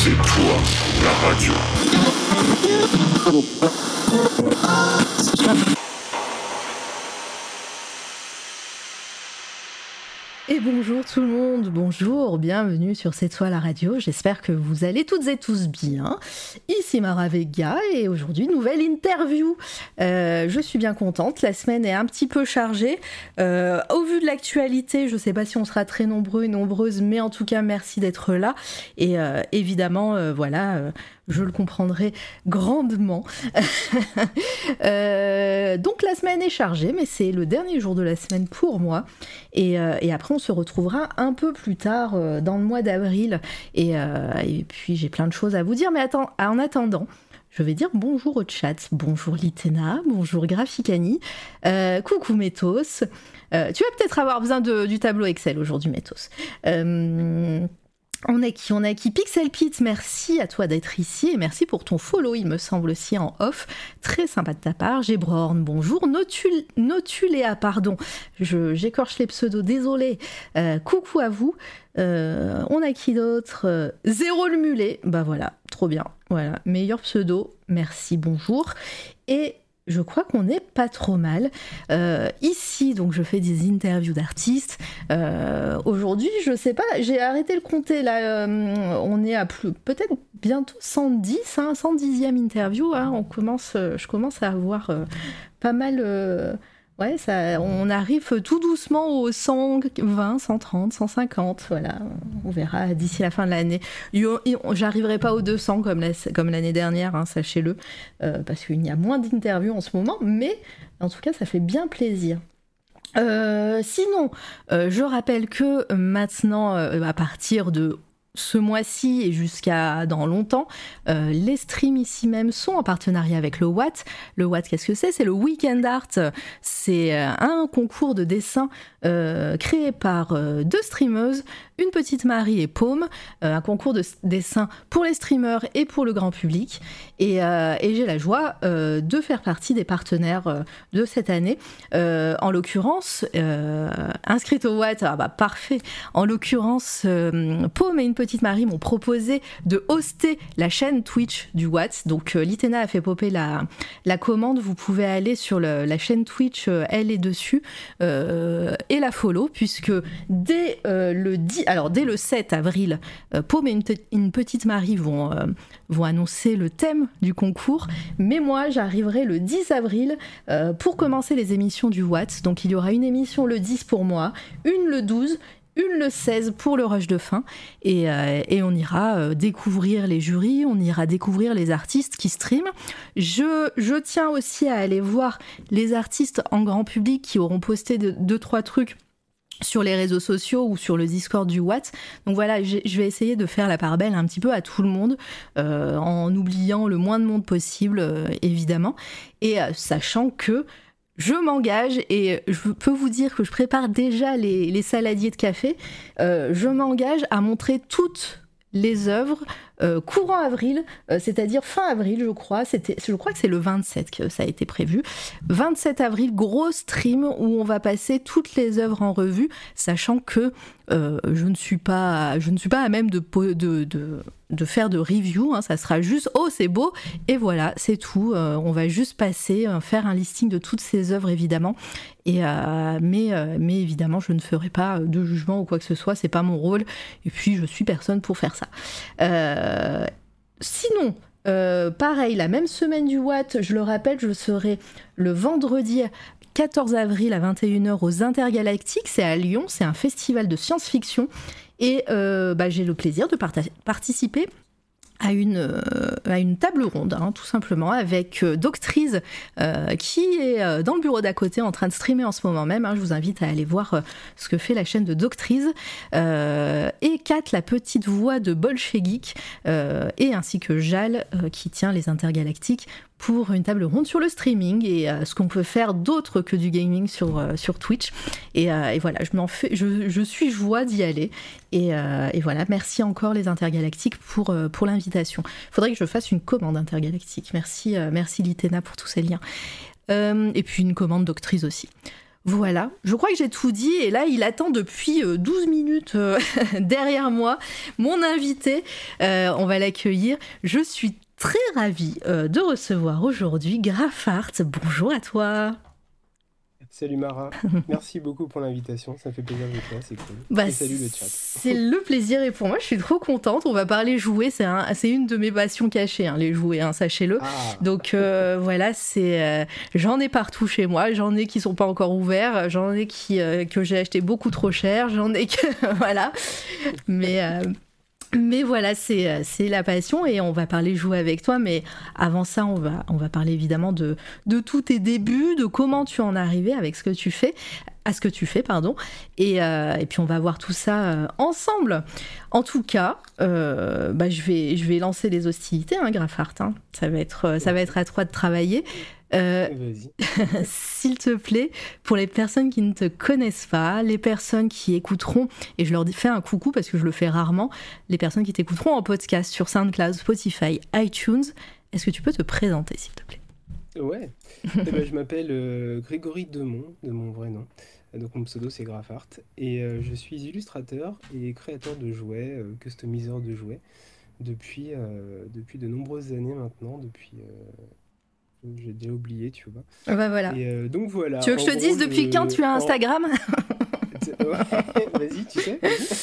C'est toi, la radio. Et bonjour tout le monde, bonjour, bienvenue sur C'est toi la radio, j'espère que vous allez toutes et tous bien. Ici Mara Vega et aujourd'hui nouvelle interview. Je suis bien contente, la semaine est un petit peu chargée. Au vu de l'actualité, je ne sais pas si on sera très nombreux et nombreuses, mais en tout cas merci d'être là. Et évidemment, je le comprendrai grandement. Donc la semaine est chargée, mais c'est le dernier jour de la semaine pour moi. Et après, on se retrouvera un peu plus tard dans le mois d'avril. Et puis, j'ai plein de choses à vous dire. Mais en attendant, je vais dire bonjour au chat. Bonjour Litena, bonjour Graphicani, coucou Métos. Tu vas peut-être avoir besoin du tableau Excel aujourd'hui, Métos. On a qui Pixel Pete, merci à toi d'être ici et merci pour ton follow, il me semble aussi en off, très sympa de ta part. Gébrorn, bonjour. Notuléa, pardon, j'écorche les pseudos, désolé. Coucou à vous. On a qui d'autre? Zéro le mulet, bah voilà, trop bien, voilà, meilleur pseudo, merci, bonjour. Et je crois qu'on n'est pas trop mal. Ici, donc, je fais des interviews d'artistes. Aujourd'hui, je sais pas, j'ai arrêté le compter là. On est à peut-être bientôt 110, 110e interview. Hein, je commence à avoir pas mal. Ouais, on arrive tout doucement aux 120, 130, 150, voilà, on verra d'ici la fin de l'année. J'arriverai pas aux 200 comme l'année dernière, hein, sachez-le, parce qu'il y a moins d'interviews en ce moment, mais en tout cas, ça fait bien plaisir. Sinon, je rappelle que maintenant, à partir de ce mois-ci et jusqu'à dans longtemps, les streams ici même sont en partenariat avec le Watt. Le Watt, qu'est-ce que c'est? C'est le Weekend Art. C'est un concours de dessin créé par deux streameuses, une petite Marie et Paume, un concours de dessin pour les streamers et pour le grand public. Et j'ai la joie de faire partie des partenaires de cette année. En l'occurrence, inscrite au Watt, parfait. En l'occurrence, Paume et une petite Marie m'ont proposé de hoster la chaîne Twitch du Watt. Donc Litena a fait popper la commande. Vous pouvez aller sur la chaîne Twitch, elle est dessus, et la follow, puisque dès le 7 avril, Paume et une petite Marie vont annoncer le thème du concours. Mais moi, j'arriverai le 10 avril pour commencer les émissions du Watt. Donc il y aura une émission le 10 pour moi, une le 12, une le 16 pour le rush de fin, et on ira découvrir les jurys, on ira découvrir les artistes qui streament. Je tiens aussi à aller voir les artistes en grand public qui auront posté 2-3 trucs sur les réseaux sociaux ou sur le Discord du Watt. Donc voilà, je vais essayer de faire la part belle un petit peu à tout le monde, en oubliant le moins de monde possible, évidemment, et sachant que je m'engage, et je peux vous dire que je prépare déjà les saladiers de café. Je m'engage à montrer toutes les œuvres courant avril, c'est-à-dire fin avril, je crois que c'est le 27 que ça a été prévu. 27 avril, gros stream où on va passer toutes les œuvres en revue, sachant que je ne suis pas à même de faire de review, hein, ça sera juste oh c'est beau et voilà, c'est tout. On va juste passer, faire un listing de toutes ces œuvres évidemment, mais évidemment je ne ferai pas de jugement ou quoi que ce soit, c'est pas mon rôle, et puis je suis personne pour faire ça. Sinon, pareil, la même semaine du Watt, je le rappelle, je serai le vendredi 14 avril à 21h aux Intergalactiques, c'est à Lyon, c'est un festival de science-fiction, et j'ai le plaisir de participer à une table ronde, hein, tout simplement, avec Doctrice, qui est dans le bureau d'à côté en train de streamer en ce moment même, hein. Je vous invite à aller voir ce que fait la chaîne de Doctrice, et Kat, la petite voix de Bolchegeek, et ainsi que Jal, qui tient les Intergalactiques, pour une table ronde sur le streaming et ce qu'on peut faire d'autre que du gaming sur Twitch. Et voilà, je suis joie d'y aller. Et voilà, merci encore les Intergalactiques pour l'invitation. Il faudrait que je fasse une commande Intergalactique. Merci Litena pour tous ces liens. Et puis une commande Doctrice aussi. Voilà, je crois que j'ai tout dit et là il attend depuis 12 minutes derrière moi mon invité, on va l'accueillir. Je suis très ravie de recevoir aujourd'hui Grafart. Bonjour à toi. Salut Mara, merci beaucoup pour l'invitation, ça me fait plaisir d'être là, c'est cool. Bah, Et salut le chat. c'est le plaisir et pour moi je suis trop contente. On va parler jouets, c'est une de mes passions cachées, hein, les jouets, hein, sachez-le. Ah, Donc voilà, j'en ai partout chez moi, j'en ai qui sont pas encore ouverts, j'en ai que j'ai acheté beaucoup trop cher, j'en ai que voilà. Mais voilà, c'est la passion et on va parler jouer avec toi. Mais avant ça, on va parler évidemment de tous tes débuts, de comment tu en es arrivé avec ce que tu fais, à ce que tu fais, pardon. Et puis on va voir tout ça ensemble. En tout cas, je vais lancer les hostilités, hein, Grafart. Hein. Ça va être à toi de travailler. vas-y. S'il te plaît, pour les personnes qui ne te connaissent pas, les personnes qui écouteront, et je leur fais un coucou parce que je le fais rarement, les personnes qui t'écouteront en podcast sur SoundCloud, Spotify, iTunes, est-ce que tu peux te présenter, s'il te plaît ? Ouais, je m'appelle Grégory Demont, de mon vrai nom. Donc mon pseudo c'est Grafart. Et je suis illustrateur et créateur de jouets, customiseur de jouets, depuis de nombreuses années maintenant, j'ai déjà oublié, tu vois. Bah voilà. Et donc voilà. Tu veux que je te dise depuis quand tu as Instagram ? Ouais, vas-y, tu sais.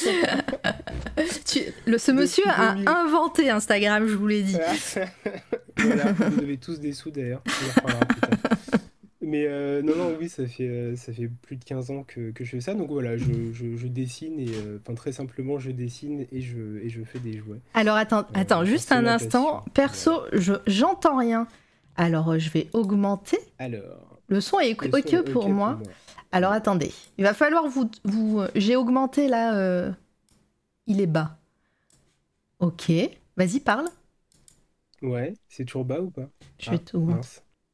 Ce monsieur a inventé Instagram, je vous l'ai dit. Voilà, vous devez tous des sous d'ailleurs. On en reparlera plus tard. Mais non, oui, ça fait plus de 15 ans que je fais ça. Donc voilà, je dessine et très simplement, je dessine et je fais des jouets. Alors attends, juste un instant. Perso, j'entends rien. Alors, je vais augmenter. Alors, le son est OK pour moi. Alors, attendez. Il va falloir j'ai augmenté là. Il est bas. OK. Vas-y, parle. Ouais, c'est toujours bas ou pas ? Je vais tout augmenter.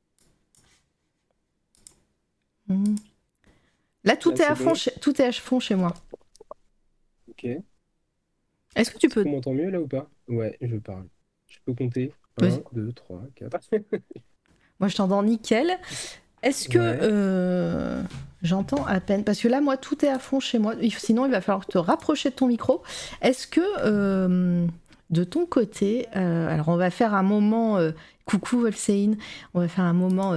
Là, tout est à fond chez moi. OK. Est-ce que tu peux... Tu m'entends mieux là ou pas ? Ouais, je parle. Je peux compter. 1, 2, 3, 4. Moi, je t'entends nickel. Est-ce que j'entends à peine ? Parce que là, moi, tout est à fond chez moi. Sinon, il va falloir te rapprocher de ton micro. Est-ce que, de ton côté... alors, on va faire un moment... coucou, Wolfsein. On va faire un moment...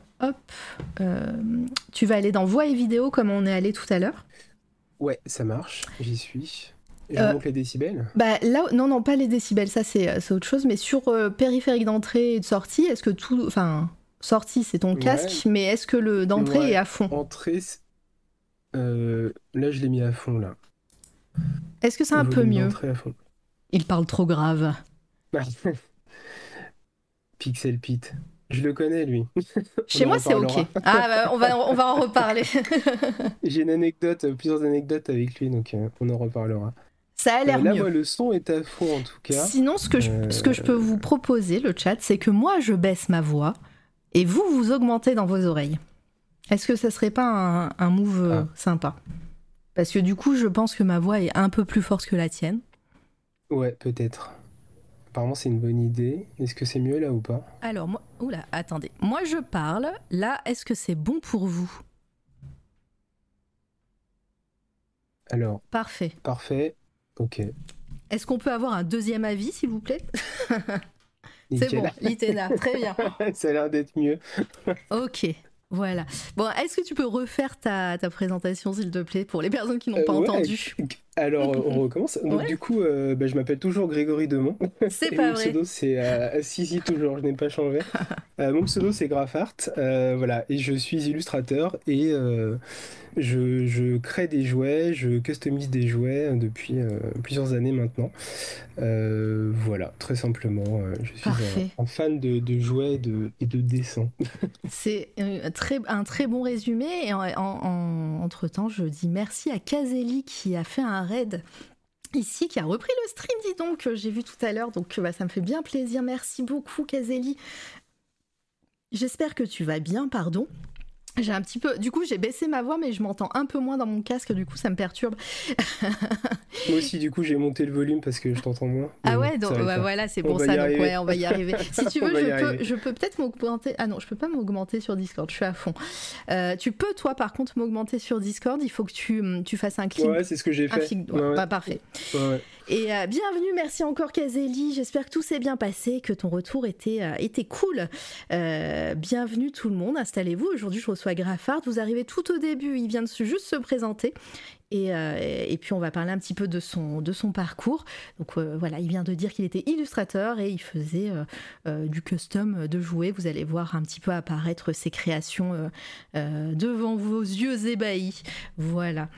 tu vas aller dans voix et vidéo comme on est allé tout à l'heure. Ouais, ça marche. J'y suis. Je monte les décibels ? Bah là, non, pas les décibels, ça c'est autre chose, mais sur périphérique d'entrée et de sortie, est-ce que tout... Enfin, sortie c'est ton casque, mais est-ce que le d'entrée est à fond ? Entrée, là je l'ai mis à fond là. Est-ce que c'est un peu mieux ? À fond. Il parle trop grave. Pixel Pete. Je le connais lui. Chez moi c'est OK. Ah, on va en reparler. J'ai plusieurs anecdotes avec lui, donc on en reparlera. Ça a l'air mieux. Là, moi, le son est à fond en tout cas. Sinon, ce que je peux vous proposer, le chat, c'est que moi, je baisse ma voix et vous augmentez dans vos oreilles. Est-ce que ça serait pas un move sympa ? Parce que du coup, je pense que ma voix est un peu plus forte que la tienne. Ouais, peut-être. Apparemment, c'est une bonne idée. Est-ce que c'est mieux là ou pas ? Alors, attendez. Moi, je parle. Là, est-ce que c'est bon pour vous ? Alors. Parfait. Ok. Est-ce qu'on peut avoir un deuxième avis, s'il vous plaît ? C'est bon, Litena, très bien. Ça a l'air d'être mieux. Ok, voilà. Bon, est-ce que tu peux refaire ta présentation, s'il te plaît, pour les personnes qui n'ont pas entendu ? Alors, on recommence. Donc, du coup, je m'appelle toujours Grégory Demont. C'est pas vrai. Mon pseudo, c'est... si, toujours, je n'ai pas changé. Mon pseudo, c'est Grafart. Voilà, et je suis illustrateur et je crée des jouets, je customise des jouets depuis plusieurs années maintenant. Voilà, très simplement, je suis un fan de jouets et de dessins. C'est un très bon résumé. Et entre-temps, je dis merci à Kazeli qui a fait un raid ici, qui a repris le stream, dis donc, j'ai vu tout à l'heure. Donc ça me fait bien plaisir. Merci beaucoup, Kazeli. J'espère que tu vas bien, pardon. J'ai un petit peu... Du coup, j'ai baissé ma voix, mais je m'entends un peu moins dans mon casque, du coup, ça me perturbe. Moi aussi, du coup, j'ai monté le volume parce que je t'entends moins. Mais Ah bon, ouais, donc, ça va le faire. voilà, c'est On pour va y ça. Donc arriver. ouais, on va y arriver. Si tu On veux, va y arriver. je peux peut-être m'augmenter. Ah non, je peux pas m'augmenter sur Discord. Je suis à fond. Tu peux, toi, par contre, m'augmenter sur Discord. Il faut que tu fasses un clic. Ouais, c'est ce que j'ai Un fait. clic. Ouais, ouais. Bah, parfait. Ouais. Et bienvenue, merci encore Kazeli. J'espère que tout s'est bien passé, que ton retour était cool. Bienvenue tout le monde, installez-vous. Aujourd'hui, je reçois Graffard. Vous arrivez tout au début. Il vient de juste se présenter. Et puis on va parler un petit peu de son parcours. Donc voilà, il vient de dire qu'il était illustrateur et il faisait du custom de jouets. Vous allez voir un petit peu apparaître ses créations devant vos yeux ébahis. Voilà.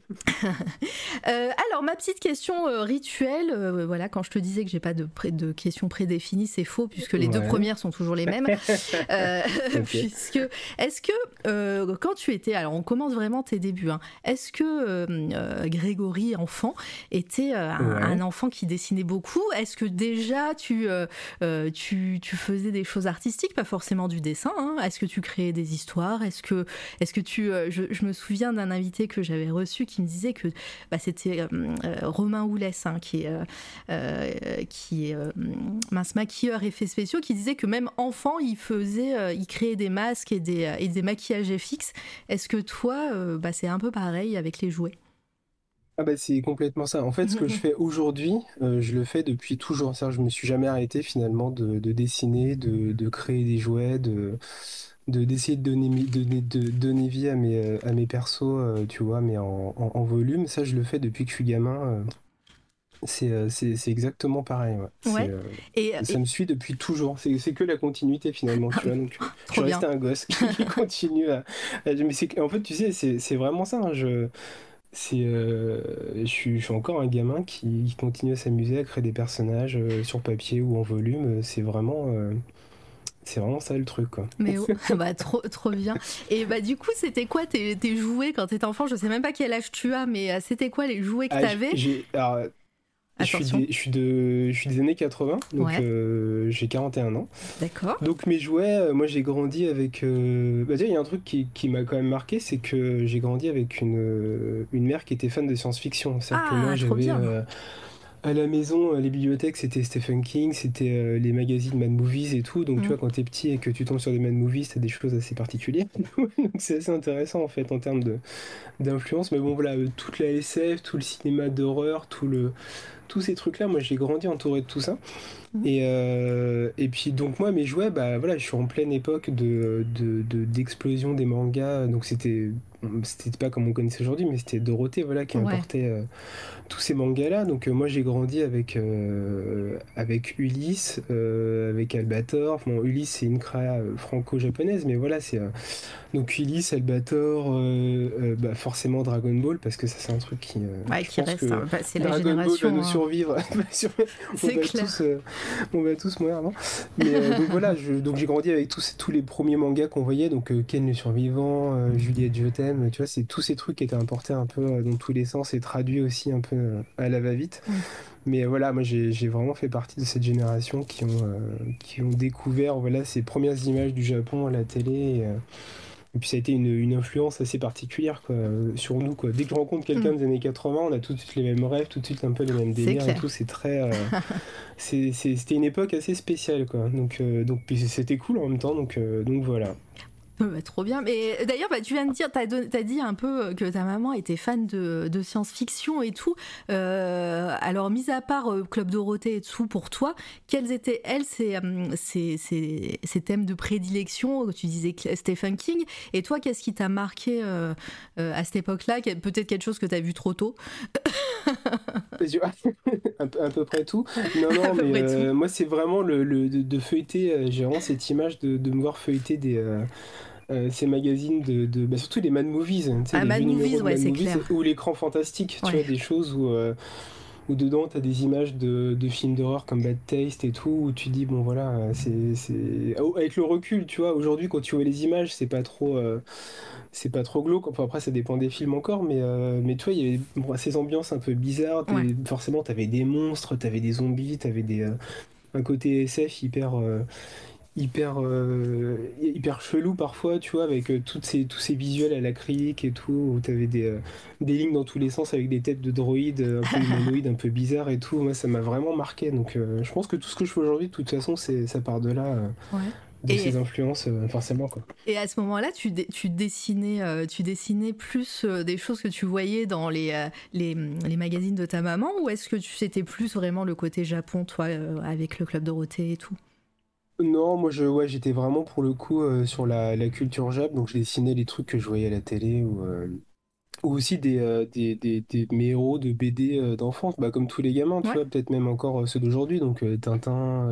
Alors ma petite question rituelle, voilà, quand je te disais que j'ai pas de questions prédéfinies, c'est faux puisque les deux premières sont toujours les mêmes. Ok. Puisque est-ce que quand tu étais, alors on commence vraiment tes débuts, hein, est-ce que Grégory enfant était un enfant qui dessinait beaucoup? Est-ce que déjà tu faisais des choses artistiques, pas forcément du dessin, hein? Est-ce que tu créais des histoires? Est-ce que je me souviens d'un invité que j'avais reçu qui me disait que c'était Romain Oulès, hein, qui est mince maquilleur effets spéciaux, qui disait que même enfant il créait des masques et des maquillages FX. Est-ce que toi c'est un peu pareil avec les jouets? Ah bah c'est complètement ça. En fait, ce que je fais aujourd'hui, je le fais depuis toujours. C'est-à-dire, je me suis jamais arrêté finalement de dessiner, de créer des jouets, d'essayer de donner vie à mes persos, tu vois, mais en volume. Ça, je le fais depuis que je suis gamin. C'est exactement pareil. Ouais. Ouais. Ça me suit depuis toujours. C'est que la continuité finalement, tu vois. Donc, je suis Trop bien. resté un gosse qui continue mais en fait, tu sais, c'est vraiment ça. Hein. Je suis encore un gamin qui continue à s'amuser à créer des personnages sur papier ou en volume. C'est vraiment ça le truc, quoi. Mais trop bien. Et du coup, c'était quoi tes jouets quand t'étais enfant? Je sais même pas quel âge tu as, mais c'était quoi les jouets que t'avais? Alors, Attention. je suis des années 80, donc j'ai 41 ans. D'accord. Donc mes jouets, moi j'ai grandi avec... déjà, il y a un truc qui m'a quand même marqué, c'est que j'ai grandi avec une mère qui était fan de science-fiction. C'est-à-dire que moi trop j'avais... bien. À la maison, les bibliothèques, c'était Stephen King, c'était les magazines Mad Movies et tout. Donc, tu vois, quand t'es petit et que tu tombes sur des Mad Movies, t'as des choses assez particulières. Donc, c'est assez intéressant, en fait, en termes d'influence. Mais bon, voilà, toute la SF, tout le cinéma d'horreur, tous ces trucs-là, moi, j'ai grandi entouré de tout ça. Et puis, donc, moi, mes jouets, voilà, je suis en pleine époque d'explosion des mangas. Donc, c'était pas comme on connaissait aujourd'hui, mais c'était Dorothée, voilà, qui importait tous ces mangas-là. Donc moi j'ai grandi avec Ulysse, avec Albator. Bon, Ulysse c'est une créa franco-japonaise, mais voilà donc Ulysse, Albator, forcément Dragon Ball parce que ça c'est un truc qui reste. C'est la Dragon génération. Ball va nous survivre. C'est clair. On va tous mourir avant. Mais donc voilà, donc j'ai grandi avec tous les premiers mangas qu'on voyait, donc Ken le survivant, Juliette je t'aime, tu vois, c'est tous ces trucs qui étaient importés un peu dans tous les sens et traduits aussi un peu à la va-vite. Mais voilà, moi j'ai vraiment fait partie de cette génération qui ont découvert voilà, ces premières images du Japon à la télé. Et puis ça a été une influence assez particulière quoi, sur nous. Quoi. Dès que je rencontre quelqu'un des années 80, on a tout de suite les mêmes rêves, tout de suite un peu les mêmes délires et tout. C'est très, c'était une époque assez spéciale. Quoi. Donc puis c'était cool en même temps. Donc voilà. Trop bien. Mais d'ailleurs, tu viens de dire, t'as dit un peu que ta maman était fan de science-fiction et tout. Alors, mis à part Club Dorothée et tout, pour toi, quels étaient, elles, ces thèmes de prédilection? Tu disais Stephen King. Et toi, qu'est-ce qui t'a marqué à cette époque-là? Peut-être quelque chose que t'as vu trop tôt? À peu près tout. Non, mais moi, c'est vraiment de feuilleter. J'ai vraiment cette image de me voir feuilleter ces magazines surtout les Mad Movies, les Mad Movies, Mad c'est Movies clair. Ou l'écran fantastique, tu vois, des choses où dedans t'as des images de films d'horreur comme Bad Taste et tout, où tu dis bon voilà, avec le recul, tu vois, aujourd'hui quand tu vois les images, c'est pas trop glauque. Enfin, après ça dépend des films encore, mais tu vois, il y avait ces ambiances un peu bizarres. Forcément, t'avais des monstres, t'avais des zombies, t'avais un côté SF hyper chelou parfois, tu vois, avec tous ces visuels à l'acrylique et tout, où t'avais des lignes dans tous les sens avec des têtes de droïdes un peu humanoïdes, un peu bizarres et tout. Moi, ça m'a vraiment marqué. Donc, je pense que tout ce que je fais aujourd'hui, de toute façon, ça part de là, Ouais. de ces influences, forcément, quoi. Et à ce moment-là, tu dessinais plus des choses que tu voyais dans les magazines de ta maman, ou est-ce que c'était plus vraiment le côté Japon, toi, avec le Club Dorothée et tout? Non, moi, ouais, j'étais vraiment pour le coup sur la culture Jap, donc je dessinais les trucs que je voyais à la télé ou aussi mes héros de BD d'enfance, bah, comme tous les gamins, tu Ouais. vois, peut-être même encore ceux d'aujourd'hui, donc Tintin,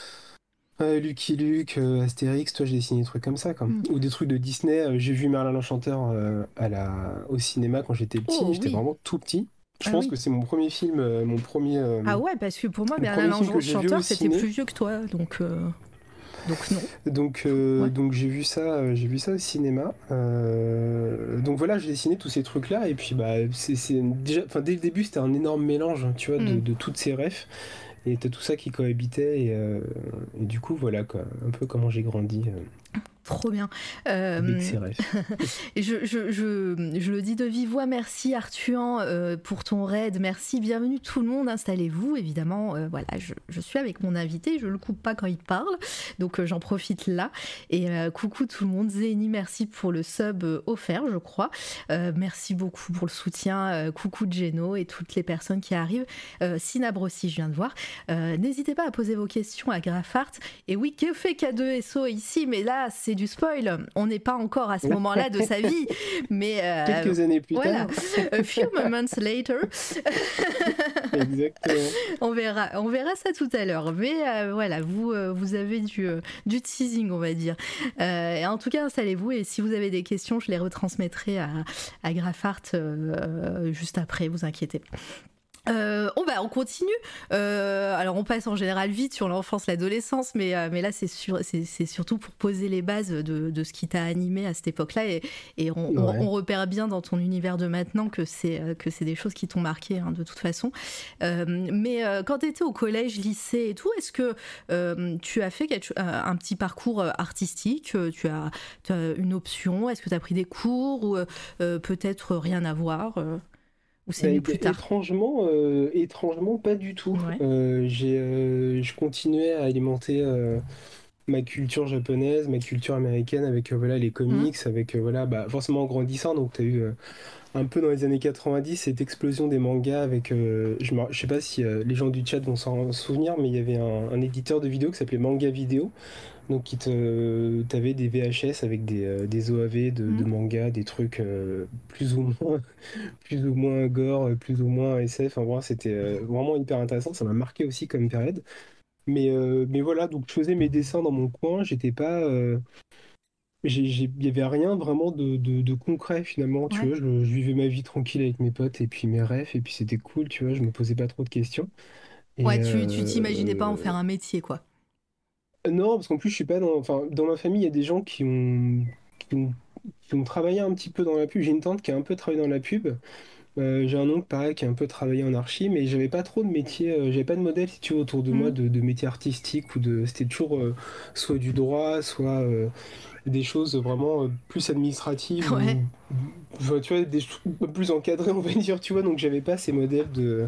Lucky Luke, Astérix, toi, j'ai dessiné des trucs comme ça, quoi. Mm. Ou des trucs de Disney. J'ai vu Merlin l'Enchanteur au cinéma quand j'étais petit, Oh j'étais oui, vraiment tout petit. Je ah pense oui. que c'est mon premier film, Ah ouais, parce que pour moi, le Bernard premier film que j'ai vu au l'Enchanteur, c'était ciné. plus vieux que toi, donc non. Donc, Ouais. donc j'ai vu ça au cinéma. Donc voilà, j'ai dessiné tous ces trucs-là. Et puis bah, déjà, enfin, dès le début, c'était un énorme mélange, tu vois, Mm. de toutes ces refs. Et t'as tout ça qui cohabitait. Et du coup, voilà, quoi, un peu comment j'ai grandi Trop bien. avec ces refs. Et je le dis de vive voix, merci Arthur pour ton raid, merci, bienvenue tout le monde, installez-vous, évidemment, voilà, je suis avec mon invité, je le coupe pas quand il parle, donc j'en profite là, et coucou tout le monde, Zéni, merci pour le sub offert, je crois, merci beaucoup pour le soutien, coucou Geno et toutes les personnes qui arrivent, Sinabre aussi, je viens de voir, n'hésitez pas à poser vos questions à Graphart, et oui, que fait K2SO ici, mais là, c'est du spoil, on n'est pas encore à ce moment-là de sa vie, mais Quelques années plus voilà, tard. a few moments later, Exactement. on verra ça tout à l'heure, mais voilà, vous avez du teasing, on va dire. Et en tout cas, installez-vous, et si vous avez des questions, je les retransmettrai à Graphart juste après, vous inquiétez pas. On continue. Alors on passe en général vite sur l'enfance, l'adolescence, mais là c'est surtout pour poser les bases de ce qui t'a animé à cette époque-là, et Ouais. on repère bien dans ton univers de maintenant que c'est des choses qui t'ont marqué, hein, de toute façon. Mais quand tu étais au collège, lycée et tout, est-ce que tu as fait un petit parcours artistique, tu as une option, est-ce que tu as pris des cours, ou peut-être rien à voir, ou c'est Bah, venu plus tard? étrangement, pas du tout. Ouais. Je continuais à alimenter ma culture japonaise, ma culture américaine avec voilà, les Mhm. comics, avec voilà, bah, forcément en grandissant. Donc, tu as eu un peu dans les années 90 cette explosion des mangas avec. Je sais pas si les gens du chat vont s'en souvenir, mais il y avait un éditeur de vidéos qui s'appelait Manga Vidéo. Donc, t'avais des VHS avec des OAV de Mhm. manga, des trucs plus ou moins gore, plus ou moins SF. En vrai, c'était vraiment hyper intéressant. Ça m'a marqué aussi comme période. Mais voilà, donc je faisais mes dessins dans mon coin. J'étais pas, il y avait rien vraiment de concret finalement. Tu Ouais. vois, je vivais ma vie tranquille avec mes potes et puis mes rêves et puis c'était cool. Tu vois, je me posais pas trop de questions. Et Ouais, tu t'imaginais pas en faire un métier, quoi. non, parce qu'en plus, je suis pas enfin, dans ma famille, il y a des gens qui ont, qui ont travaillé un petit peu dans la pub. J'ai une tante qui a un peu travaillé dans la pub. J'ai un oncle pareil qui a un peu travaillé en archi, mais j'avais pas trop de métiers, j'avais pas de modèle si tu veux autour de moi Mhm. de métiers artistiques c'était toujours soit du droit, soit des choses vraiment plus administratives Ouais. enfin, tu vois des choses un peu plus encadrées on va dire, tu vois, donc j'avais pas ces modèles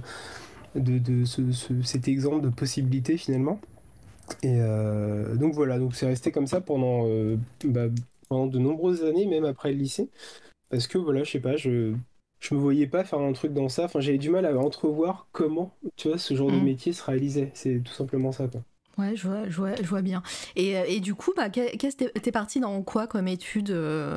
cet exemple de possibilité finalement. Et donc voilà, donc c'est resté comme ça bah, pendant de nombreuses années, même après le lycée. Parce que voilà, je sais pas, je me voyais pas faire un truc dans ça. Enfin, j'avais du mal à entrevoir comment, tu vois, ce genre de Mhm. métier se réalisait. C'est tout simplement ça, quoi. Ouais, je vois bien. Et du coup, bah, t'es parti dans quoi comme études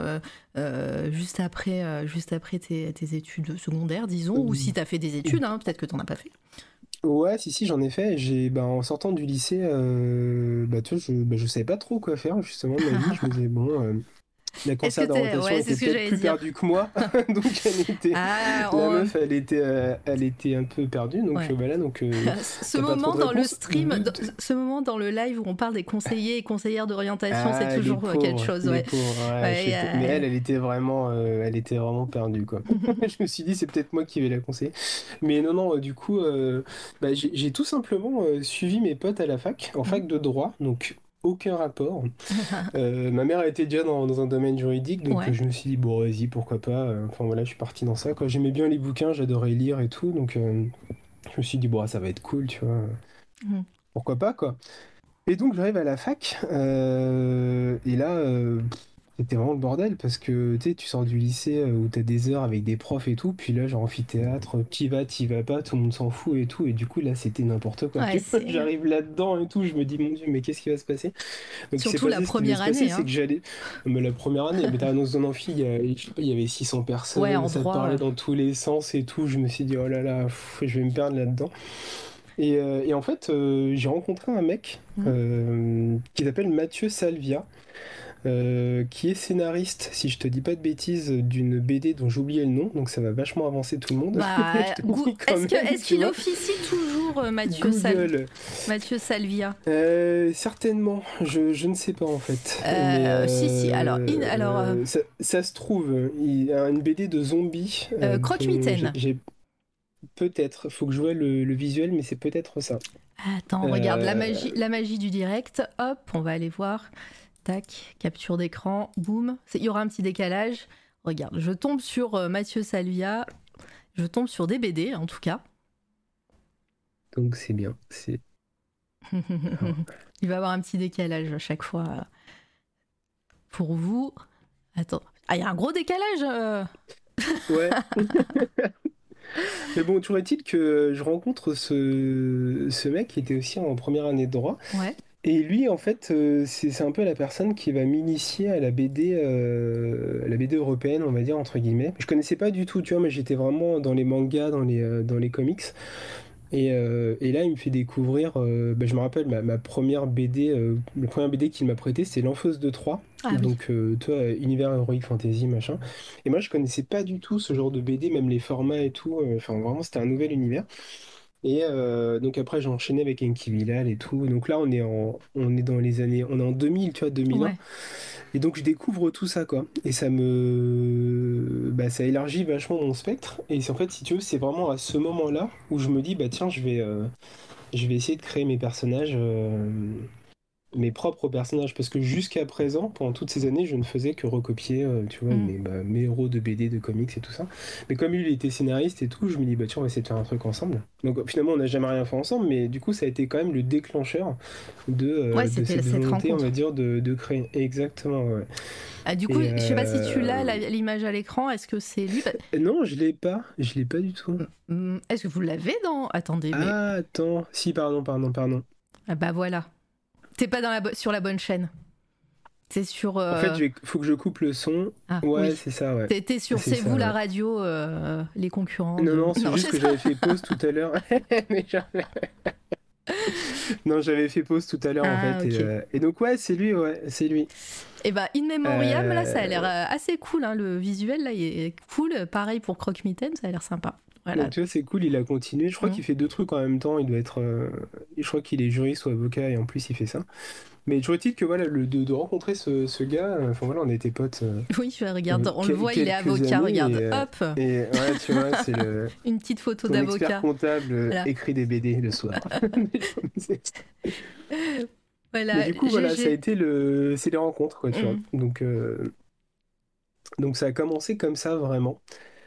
juste après tes études secondaires, disons, ou si t'as fait des études, hein, peut-être que t'en as pas fait. Ouais, si, j'en ai fait. Bah, en sortant du lycée, bah, tu vois, je savais pas trop quoi faire, justement, de ma vie. Je me disais, bon, la Est-ce que conseillère d'orientation ouais, c'est était ce que peut-être j'allais plus dire. perdue que moi. Donc, Ah, la meuf, elle était un peu perdue. Donc, ouais. voilà, donc, Ce t'as pas trop moment de dans le réponses. stream, ce moment dans le live où on parle des conseillers et conseillères d'orientation, c'est Ah, toujours quelque chose, les ouais. pauvres, ouais, Ouais, mais elle était vraiment perdue, quoi. Je me suis dit, c'est peut-être moi qui vais la conseiller. Mais non, non, du coup, bah, j'ai tout simplement suivi mes potes à la fac, en fac de droit. Donc, aucun rapport. Ma mère était déjà dans un domaine juridique, donc Ouais. je me suis dit, bon, vas-y, pourquoi pas. Enfin voilà, je suis parti dans ça, quoi. J'aimais bien les bouquins, j'adorais lire et tout, donc je me suis dit, bon, ça va être cool, tu vois. Mhm. Pourquoi pas, quoi. Et donc j'arrive à la fac, et là, c'était vraiment le bordel parce que tu sais, tu sors du lycée où t'as des heures avec des profs et tout, puis là, genre amphithéâtre, t'y vas pas, tout le monde s'en fout et tout, et du coup, là, c'était n'importe quoi. Ouais, Tu vois, c'est j'arrive là-dedans et tout, je me dis, mon Dieu, mais qu'est-ce qui va se passer? Donc, surtout la ce qui devait première se passer, année, c'est hein. que j'allais. Mais la première année, mais t'as dans un amphi, je sais pas, il y avait 600 Ouais, personnes, en ça te droit. parlait dans tous les sens et tout, je me suis dit, oh là là, je vais me perdre là-dedans. Et en fait, j'ai rencontré un mec Mhm. qui s'appelle Mathieu Salvia, qui est scénariste, si je te dis pas de bêtises, d'une BD dont j'ai oublié le nom, donc ça va vachement avancer tout le monde. Je Bah, te le dis quand est-ce que même, est-ce tu qu'il vois. officie toujours Google. Mathieu Salvia? Certainement, je ne sais pas en fait, mais Si si. Alors ça se trouve, il y a une BD de zombies dont Croque-Mitaine. peut-être, faut que je vois le visuel, mais c'est peut-être ça. Attends, regarde Euh, la magie du direct. Hop, on va aller voir. Tac, capture d'écran. Boum. Il y aura un petit décalage. Regarde, je tombe sur Mathieu Salvia. Je tombe sur des BD en tout cas. donc c'est bien. Alors, Il va y avoir un petit décalage à chaque fois pour vous. Attends. Ah, il y a un gros décalage. ouais. Mais bon, toujours est-il que je rencontre ce mec qui était aussi en première année de droit. Ouais. Et lui, en fait, c'est un peu la personne qui va m'initier à la BD européenne, on va dire, entre guillemets. Je connaissais pas du tout, tu vois, mais j'étais vraiment dans les mangas, dans les comics. Et là, il me fait découvrir, je me rappelle, ma première BD, le premier BD qu'il m'a prêté, c'est L'Enfeuse de Troie. Ah oui. Donc, tu vois, univers héroïque fantasy, machin. Et moi, je connaissais pas du tout ce genre de BD, même les formats et tout. Enfin, vraiment, c'était un nouvel univers. Et donc après, j'ai enchaîné avec Enki Bilal et tout. Donc là, on est dans les années, on est en 2000, tu vois, 2001. Ouais. Et donc je découvre tout ça, quoi. Et ça élargit vachement mon spectre. Et c'est en fait, si tu veux, c'est vraiment à ce moment-là où je me dis, bah tiens, je vais essayer de créer mes personnages, mes propres personnages. Parce que jusqu'à présent, pendant toutes ces années, je ne faisais que recopier, tu vois, Mm. mes héros de BD, de comics et tout ça. Mais comme lui, il était scénariste et tout, je me dis, bah tiens, on va essayer de faire un truc ensemble. Donc finalement, on n'a jamais rien fait ensemble, mais du coup, ça a été quand même le déclencheur Ouais, de c'était cette cette volonté, on va rencontre. dire, de créer. Exactement, ouais. Ah, du coup, Et je sais pas si tu l'as l'image à l'écran. Est-ce que c'est lui? non, je l'ai pas du tout. Est-ce que vous l'avez dans... Attendez, mais... Ah, attends. Si, pardon. Ah bah voilà. T'es pas sur la bonne chaîne. C'est sur... En fait, faut que je coupe le son. Ah Ouais, oui. c'est ça, ouais. T'es sur C'est C'est vous ça, la ouais. radio, les concurrents Non, de... non, c'est Non, juste c'est que ça. j'avais fait pause tout à l'heure. Mais non, j'avais fait pause tout à l'heure, en Ah fait. ok. Et donc, ouais, c'est lui, ouais, c'est lui. Et bah In Memoriam, là, ça a l'air Ouais. assez cool. Hein, le visuel, là, il est cool. Pareil pour Croque-Mitaine, ça a l'air sympa. Voilà. Donc, tu vois, c'est cool, il a continué. Je crois Mm. qu'il fait deux trucs en même temps. Il doit être. Je crois qu'il est juriste ou avocat et en plus, il fait ça. Mais toujours est-il que, voilà, de rencontrer ce gars, enfin, voilà, on était potes. Oui, je regarde, on le voit, il est Quelques avocat, années regarde. Hop, et ouais, tu vois, c'est une petite photo ton expert d'avocat. comptable Voilà. écrit des BD le soir. Mais Voilà, du coup, voilà, ça a été c'est les rencontres, quoi, tu vois. Mm. Donc ça a commencé comme ça, vraiment.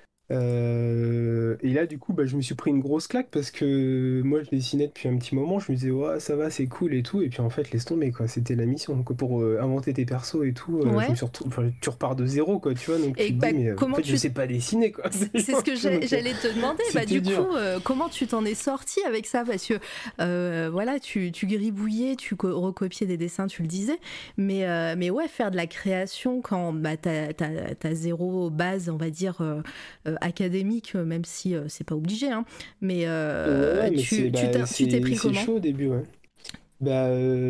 Et là, du coup, je me suis pris une grosse claque parce que moi, je dessinais depuis un petit moment. Je me disais, ouais, ça va, c'est cool et tout. Et puis en fait, laisse tomber, quoi. C'était la mission. Donc, pour inventer tes persos et tout, je me Ouais. suis enfin, tu repars de zéro, quoi, tu vois. Donc Et tu te bah, dis, mais en comment fait, je tu sais pas dessiner, quoi. c'est ce que Donc, j'allais te demander. Bah, c'était du coup, dur. comment tu t'en es sorti avec ça? Parce que voilà, tu gribouillais, recopiais des dessins, tu le disais. Mais ouais, faire de la création quand bah, t'as zéro base, on va dire, académique, même si c'est pas obligé. Hein. Mais Ouais, mais tu t'es pris c'est comment? chaud au début, ouais. Bah,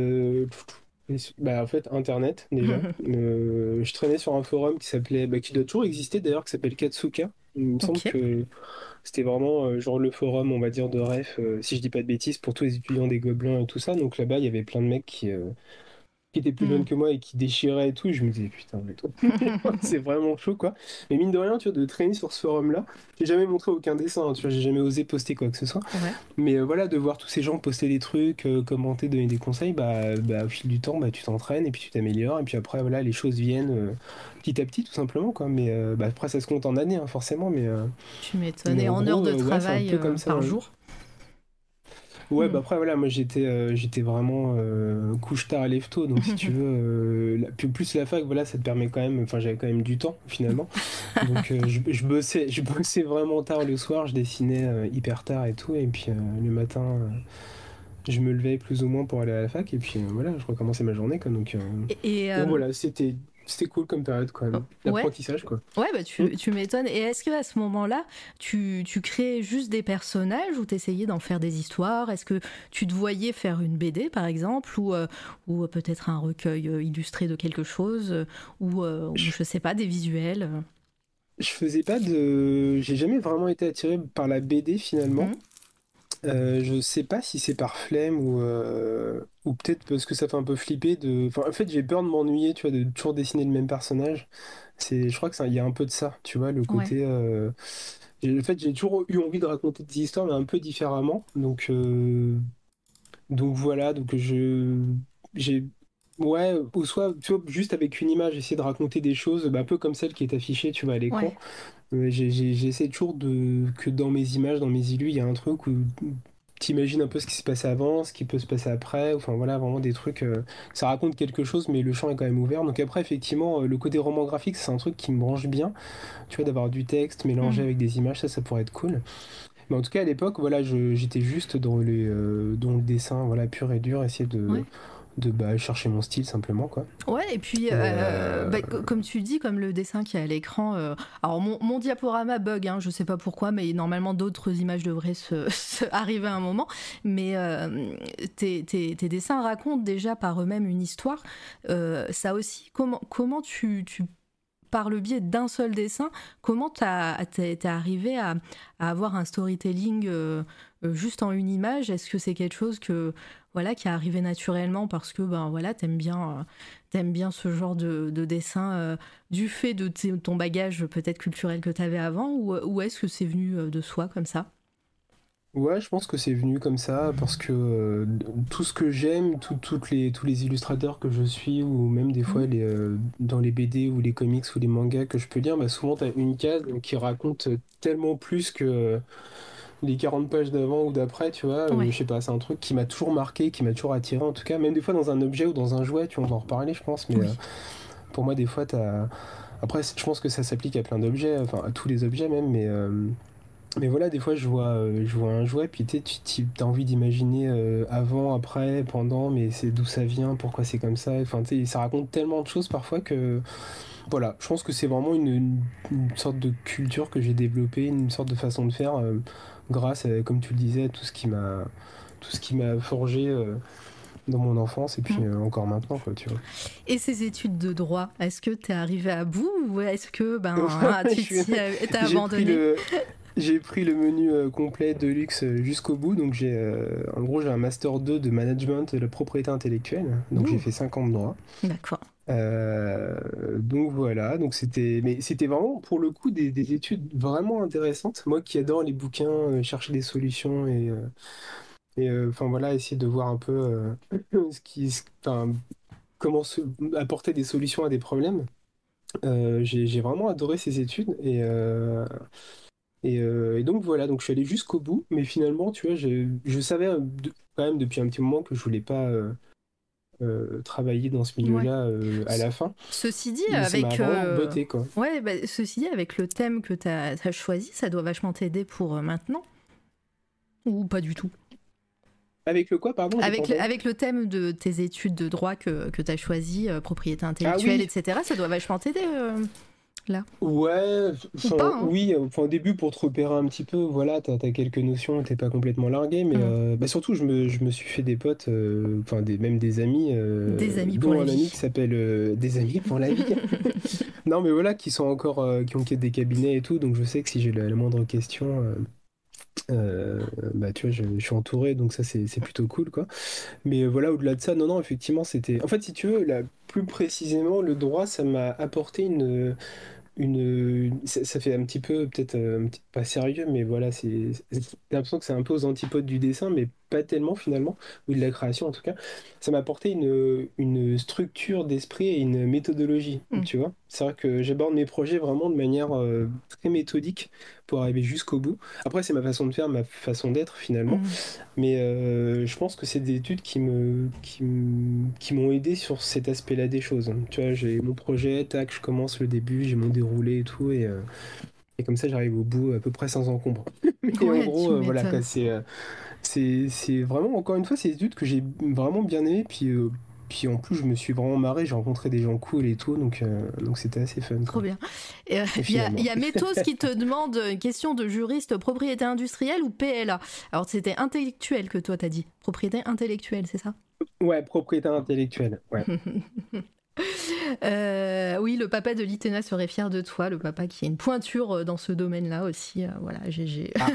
en fait, Internet, déjà. Je traînais sur un forum qui s'appelait, qui doit toujours exister d'ailleurs, qui s'appelle Katsuka. Il me semble Ok. que c'était vraiment genre le forum, on va dire, de ref, si je dis pas de bêtises, pour tous les étudiants des Gobelins et tout ça. Donc là-bas, il y avait plein de mecs qui était plus jeune Hmm. que moi et qui déchirait et tout. Et je me disais, putain, mais toi, c'est vraiment chaud, quoi. Mais mine de rien, tu vois, de traîner sur ce forum-là, j'ai jamais montré aucun dessin, hein, tu vois, j'ai jamais osé poster quoi que ce soit. Ouais. Mais voilà, de voir tous ces gens poster des trucs, commenter, donner des conseils, au fil du temps, tu t'entraînes et puis tu t'améliores. Et puis après, voilà, les choses viennent petit à petit, tout simplement, quoi. Mais après, ça se compte en années, hein, forcément. Tu m'étonnes. Mais Et en en heures gros, de ouais, c'est un travail peu comme ça, par ouais. jour? Ouais, Hmm. après, voilà, moi j'étais vraiment couche-tard, lève-tôt, donc si tu veux, plus la fac, voilà, ça te permet quand même, enfin, j'avais quand même du temps finalement. Donc je bossais vraiment tard le soir, je dessinais hyper tard et tout, et puis le matin, je me levais plus ou moins pour aller à la fac, et puis voilà, je recommençais ma journée, quoi. Et, Donc voilà, c'était cool comme période, quand même. ouais. L'apprentissage, quoi. Ouais, bah Mm. tu m'étonnes. Et est-ce qu'à ce moment-là, tu créais juste des personnages ou t'essayais d'en faire des histoires? Est-ce que tu te voyais faire une BD, par exemple, ou peut-être un recueil illustré de quelque chose, ou Je, je sais pas, des visuels? je faisais pas de. J'ai jamais vraiment été attiré par la BD finalement. Hmm. Je sais pas si c'est par flemme ou peut-être parce que ça fait un peu flipper de. Enfin, en fait, j'ai peur de m'ennuyer, tu vois, de toujours dessiner le même personnage. Je crois que il y a un peu de ça, tu vois, le Ouais. côté. En fait, j'ai toujours eu envie de raconter des histoires, mais un peu différemment. Donc voilà, j'ai, ouais, ou soit, tu vois, juste avec une image, essayer de raconter des choses, un peu comme celle qui est affichée, tu vois, à l'écran. Ouais. J'ai essayé toujours que dans mes images, dans mes illus, il y a un truc où t'imagines un peu ce qui s'est passé avant, ce qui peut se passer après, enfin voilà, vraiment des trucs, ça raconte quelque chose, mais le champ est quand même ouvert. Donc après, effectivement, le côté roman graphique, c'est un truc qui me branche bien, tu vois, d'avoir du texte mélangé Hmm. avec des images, ça pourrait être cool. Mais en tout cas, à l'époque, voilà, j'étais juste dans le dessin, voilà, pur et dur, essayer Ouais. de chercher mon style simplement, quoi. Ouais, et puis, Et comme tu dis, comme le dessin qui est à l'écran, alors mon diaporama bug, hein, je sais pas pourquoi, mais normalement d'autres images devraient arriver à un moment, mais tes dessins racontent déjà par eux-mêmes une histoire. Ça aussi, comment par le biais d'un seul dessin, comment t'es arrivé à avoir un storytelling juste en une image? Est-ce que c'est quelque chose voilà, qui est arrivé naturellement parce que ben voilà, t'aimes bien ce genre de dessin du fait de ton bagage peut-être culturel que t'avais avant, ou est-ce que c'est venu de soi comme ça? ouais, je pense que c'est venu comme ça parce que tout ce que j'aime, tous les illustrateurs que je suis, ou même des Mhm. fois dans les BD ou les comics ou les mangas que je peux lire, souvent tu as une case qui raconte tellement plus que les 40 pages d'avant ou d'après, tu vois. Ouais, Je sais pas, c'est un truc qui m'a toujours marqué, qui m'a toujours attiré en tout cas, même des fois dans un objet ou dans un jouet, tu vois, on va en reparler, je pense, mais oui. pour moi, des fois, t'as. Après, je pense que ça s'applique à plein d'objets, enfin à tous les objets même, mais voilà, des fois je vois un jouet, puis tu as envie d'imaginer avant, après, pendant, mais c'est d'où ça vient, pourquoi c'est comme ça. Enfin, tu sais, ça raconte tellement de choses parfois que, voilà, je pense que c'est vraiment une sorte de culture que j'ai développée, une sorte de façon de faire, grâce à, comme tu le disais, tout ce qui m'a forgé dans mon enfance et puis Mhm. encore maintenant, quoi, tu vois. Et ces études de droit, est-ce que t'es arrivé à bout ou est-ce que Je suis- t'as j'ai pris abandonné? j'ai pris le menu complet de luxe jusqu'au bout. Donc en gros, j'ai un master 2 de management de la propriété intellectuelle. Donc j'ai Ouh, fait 5 ans de droit. d'accord. Donc voilà, mais c'était vraiment pour le coup des études vraiment intéressantes. Moi qui adore les bouquins, chercher des solutions enfin voilà, essayer de voir un peu enfin, apporter des solutions à des problèmes. J'ai vraiment adoré ces études et donc voilà, donc je suis allé jusqu'au bout, mais finalement, tu vois, je savais quand même depuis un petit moment que je voulais pas travailler dans ce Ouais. milieu-là à Ce- la fin, Ceci dit, mais ça m'a vraiment botté, quoi. ceci dit, avec le thème que t'as choisi, ça doit vachement t'aider pour maintenant, ou pas du tout? Avec le quoi, pardon, j'ai pas entendu. Avec le thème de tes études de droit que t'as choisi, propriété Ah intellectuelle, oui, etc., ça doit vachement t'aider, là. ouais, Ou enfin pas, hein? oui, enfin, au début pour te repérer un petit peu, voilà, t'as quelques notions, t'es pas complètement largué, mais Hmm. surtout je me suis fait des potes, enfin même des amis, Des amis pour dont la un ami vie. qui s'appelle des amis pour la vie. Non mais voilà, qui sont encore, qui ont des cabinets et tout, donc je sais que si j'ai la moindre question, Tu vois, je suis entouré, donc ça c'est plutôt cool, quoi. Mais voilà, au-delà de ça, non, non, effectivement, c'était. En fait, si tu veux, là, plus précisément, le droit, ça m'a apporté ça fait un petit peu, peut-être pas sérieux, mais voilà, j'ai l'impression que c'est un peu aux antipodes du dessin, mais pas tellement finalement, ou de la création en tout cas. Ça m'a apporté une structure d'esprit et une méthodologie, Mm. tu vois. C'est vrai que j'aborde mes projets vraiment de manière très méthodique pour arriver jusqu'au bout. Après, c'est ma façon de faire, ma façon d'être finalement. Mm. Mais je pense que c'est des études qui m'ont aidé sur cet aspect-là des choses. Tu vois, j'ai mon projet, tac, je commence le début, j'ai mon déroulé et tout, et comme ça j'arrive au bout à peu près sans encombre. Mais en Ouais, tu gros, voilà, quoi, m'étonnes. c'est vraiment, encore une fois, c'est des études que j'ai vraiment bien aimées, puis en plus je me suis vraiment marré, j'ai rencontré des gens cool et tout, donc c'était assez fun, Trop quoi. bien. Et Il finalement. y a Métos qui te demande une question de juriste, propriété industrielle ou PLA. Alors, c'était intellectuel que toi t'as dit. Propriété intellectuelle, c'est ça? Ouais, propriété intellectuelle, ouais. Oui, le papa de l'Itena serait fier de toi, le papa qui a une pointure dans ce domaine-là aussi. Voilà, GG. Ah.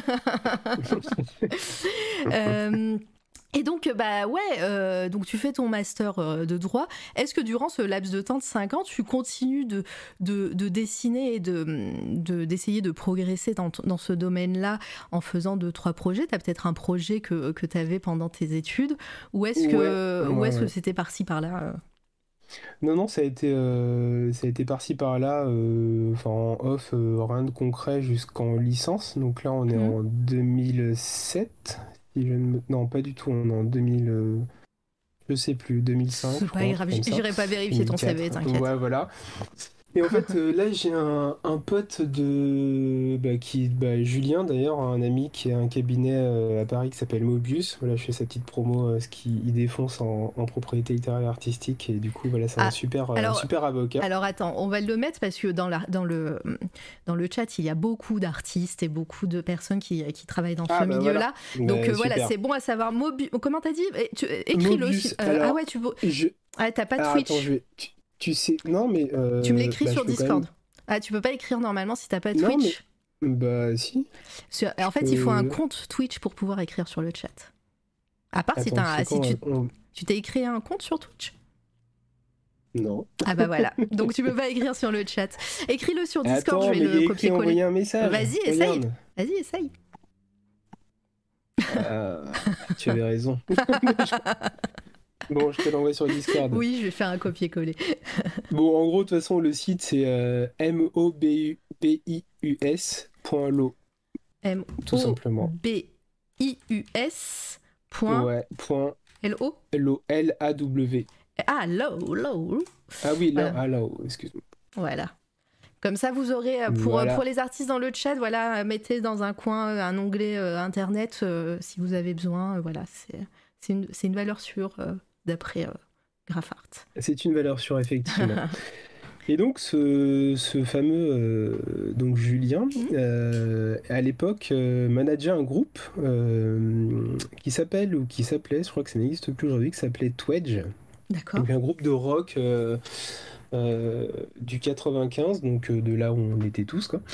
Euh, et donc, bah ouais, donc tu fais ton master de droit. Est-ce que durant ce laps de temps de 5 ans, tu continues de dessiner et d'essayer de progresser dans ce domaine-là en faisant 2-3 projets? Tu as peut-être un projet que tu avais pendant tes études, ou est-ce Ouais, que ouais. c'était par-ci par-là Non, non, ça a été par-ci par-là, enfin en off, rien de concret jusqu'en licence. Donc là, on est Hmm. en 2007. Si je ne me- Non, pas du tout, on est en 2000, je sais plus, 2005, C'est je pas crois, un grave, truc comme ça. j'irai pas vérifier ton CV, 2004. t'inquiète. Ouais, voilà. Et en fait, là, j'ai un pote Julien d'ailleurs, un ami qui a un cabinet à Paris qui s'appelle Mobius. Voilà, je fais sa petite promo, ce qu'il défonce en propriété littéraire et artistique. Et du coup, voilà, c'est Ah, un alors, super avocat. alors attends, on va le mettre parce que dans le chat, il y a beaucoup d'artistes et beaucoup de personnes qui travaillent dans ce Ah, bah voilà. milieu-là. Donc voilà, Super. c'est bon à savoir. Comment t'as dit? Écris-le. Mobius, Ah ouais, alors, je... ah, t'as pas alors attends, Twitch. tu sais, non, mais Tu me l'écris je sur peux quand même. Discord. Ah, tu peux pas écrire normalement si t'as pas Non, mais, Twitch. bah, si, En je fait, il faut un peux. compte Twitch pour pouvoir écrire sur le chat. À part si, Attends, c'est si quand tu t'es créé un compte sur Twitch. Non. Ah bah voilà, donc tu peux pas écrire sur le chat. Écris-le sur Discord, je Attends, vais mais il y le a écrit copier-coller. envoyer un message. Vas-y, essaye. Regarde. Vas-y, essaye. Tu avais raison. Bon, je te l'envoie sur Discord. Oui, je vais faire un copier-coller. Bon, en gros, de toute façon, le site, c'est mobius.lo, tout simplement. MOBIUS. Point Ouais, point LO. L-A-W. Ah, low. Ah oui, là, Voilà. ah là, excuse-moi. Voilà. Comme ça, vous aurez, pour Voilà. les artistes dans le chat, voilà, mettez dans un coin un onglet internet si vous avez besoin. Voilà, c'est une valeur sûre d'après Graphart. C'est une valeur sûre, effectivement. Et donc, ce fameux donc Julien, à l'époque, manageait un groupe qui s'appelle, ou qui s'appelait, je crois que ça n'existe plus aujourd'hui, qui s'appelait Twedge. D'accord. Donc, un groupe de rock du 95, donc de là où on était tous, quoi.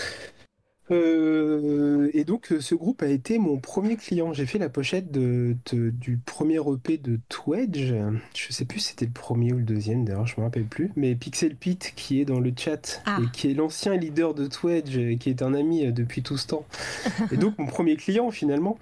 Et donc, ce groupe a été mon premier client. J'ai fait la pochette du premier EP de Twedge. Je sais plus si c'était le premier ou le deuxième, d'ailleurs, je me rappelle plus. Mais Pixel Pete, qui est dans le chat, Ah. et qui est l'ancien leader de Twedge, et qui est un ami depuis tout ce temps. Et donc, mon premier client, finalement,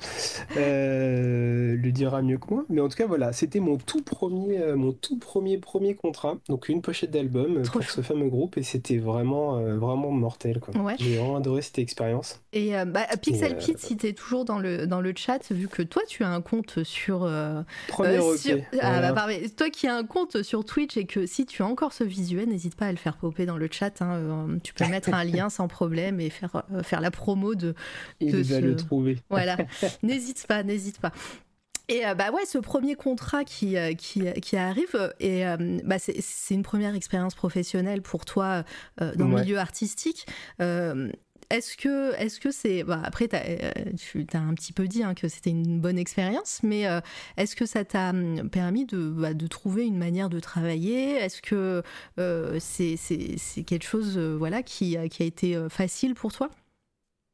le dira mieux que moi. Mais en tout cas, voilà, c'était mon tout premier contrat. Donc, une pochette d'album Trop pour chou. ce fameux groupe, et c'était vraiment mortel, quoi. Ouais. J'ai vraiment adoré cette expérience. Et Pixel Et, Pete, si t'es toujours dans le chat, vu que toi tu as un compte sur. Premier sur... EP. Ah Voilà. bah parfait. Toi qui as un compte sur Twitch et que si tu as encore ce visuel, n'hésite pas à le faire popper dans le chat. Hein. Tu peux mettre un lien sans problème et faire la promo de Il va ce. le trouver. Voilà. N'hésite pas. Et bah ouais, ce premier contrat qui arrive, et c'est une première expérience professionnelle pour toi dans le Ouais. milieu artistique. Est-ce que c'est... Bah, après, tu t'as un petit peu dit que c'était une bonne expérience, mais est-ce que ça t'a permis de trouver une manière de travailler? Est-ce que c'est quelque chose voilà, qui a été facile pour toi?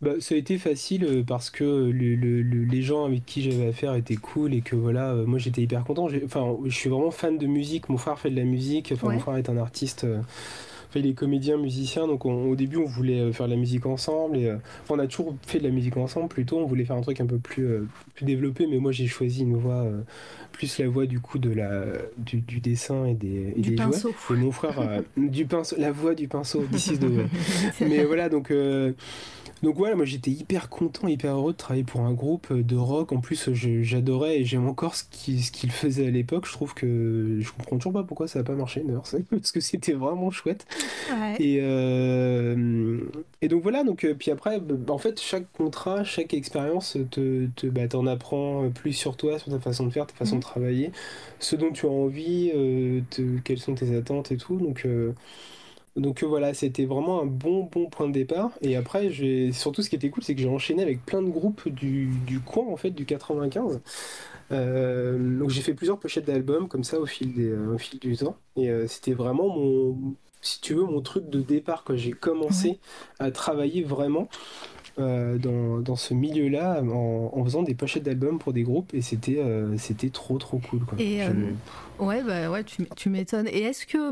Bah, ça a été facile parce que les gens avec qui j'avais affaire étaient cool et que voilà, moi j'étais hyper content. Enfin, je suis vraiment fan de musique. Mon frère fait de la musique. Enfin, mon Ouais. frère est un artiste. Enfin, il est comédien, musicien. Donc au début, on voulait faire de la musique ensemble. Enfin, on a toujours fait de la musique ensemble. Plutôt, on voulait faire un truc un peu plus développé. Mais moi, j'ai choisi une voix plus la voix du coup du dessin et Du des jouets. pinceau. Et mon frère du pinceau, la voix du pinceau. This is the way. Mais voilà, donc voilà, moi j'étais hyper content, hyper heureux de travailler pour un groupe de rock. En plus, j'adorais et j'aime encore ce qu'il faisait à l'époque. Je trouve que je comprends toujours pas pourquoi ça n'a pas marché d'ailleurs, parce que c'était vraiment chouette. Ouais. Et, euh, et donc voilà, puis après, en fait, chaque contrat, chaque expérience t'en apprend plus sur toi, sur ta façon de faire, ta façon de Mhm. travailler, ce dont tu as envie, quelles sont tes attentes et tout. Donc voilà, c'était vraiment un bon point de départ. Et après, surtout ce qui était cool, c'est que j'ai enchaîné avec plein de groupes du coin, en fait, du 95. Donc j'ai fait plusieurs pochettes d'albums comme ça au fil du temps. Et c'était vraiment si tu veux, mon truc de départ quand j'ai Ouais. commencé à travailler vraiment dans ce milieu-là en faisant des pochettes d'albums pour des groupes. Et c'était trop cool, quoi. Et ouais, bah ouais, tu m'étonnes. Et est-ce que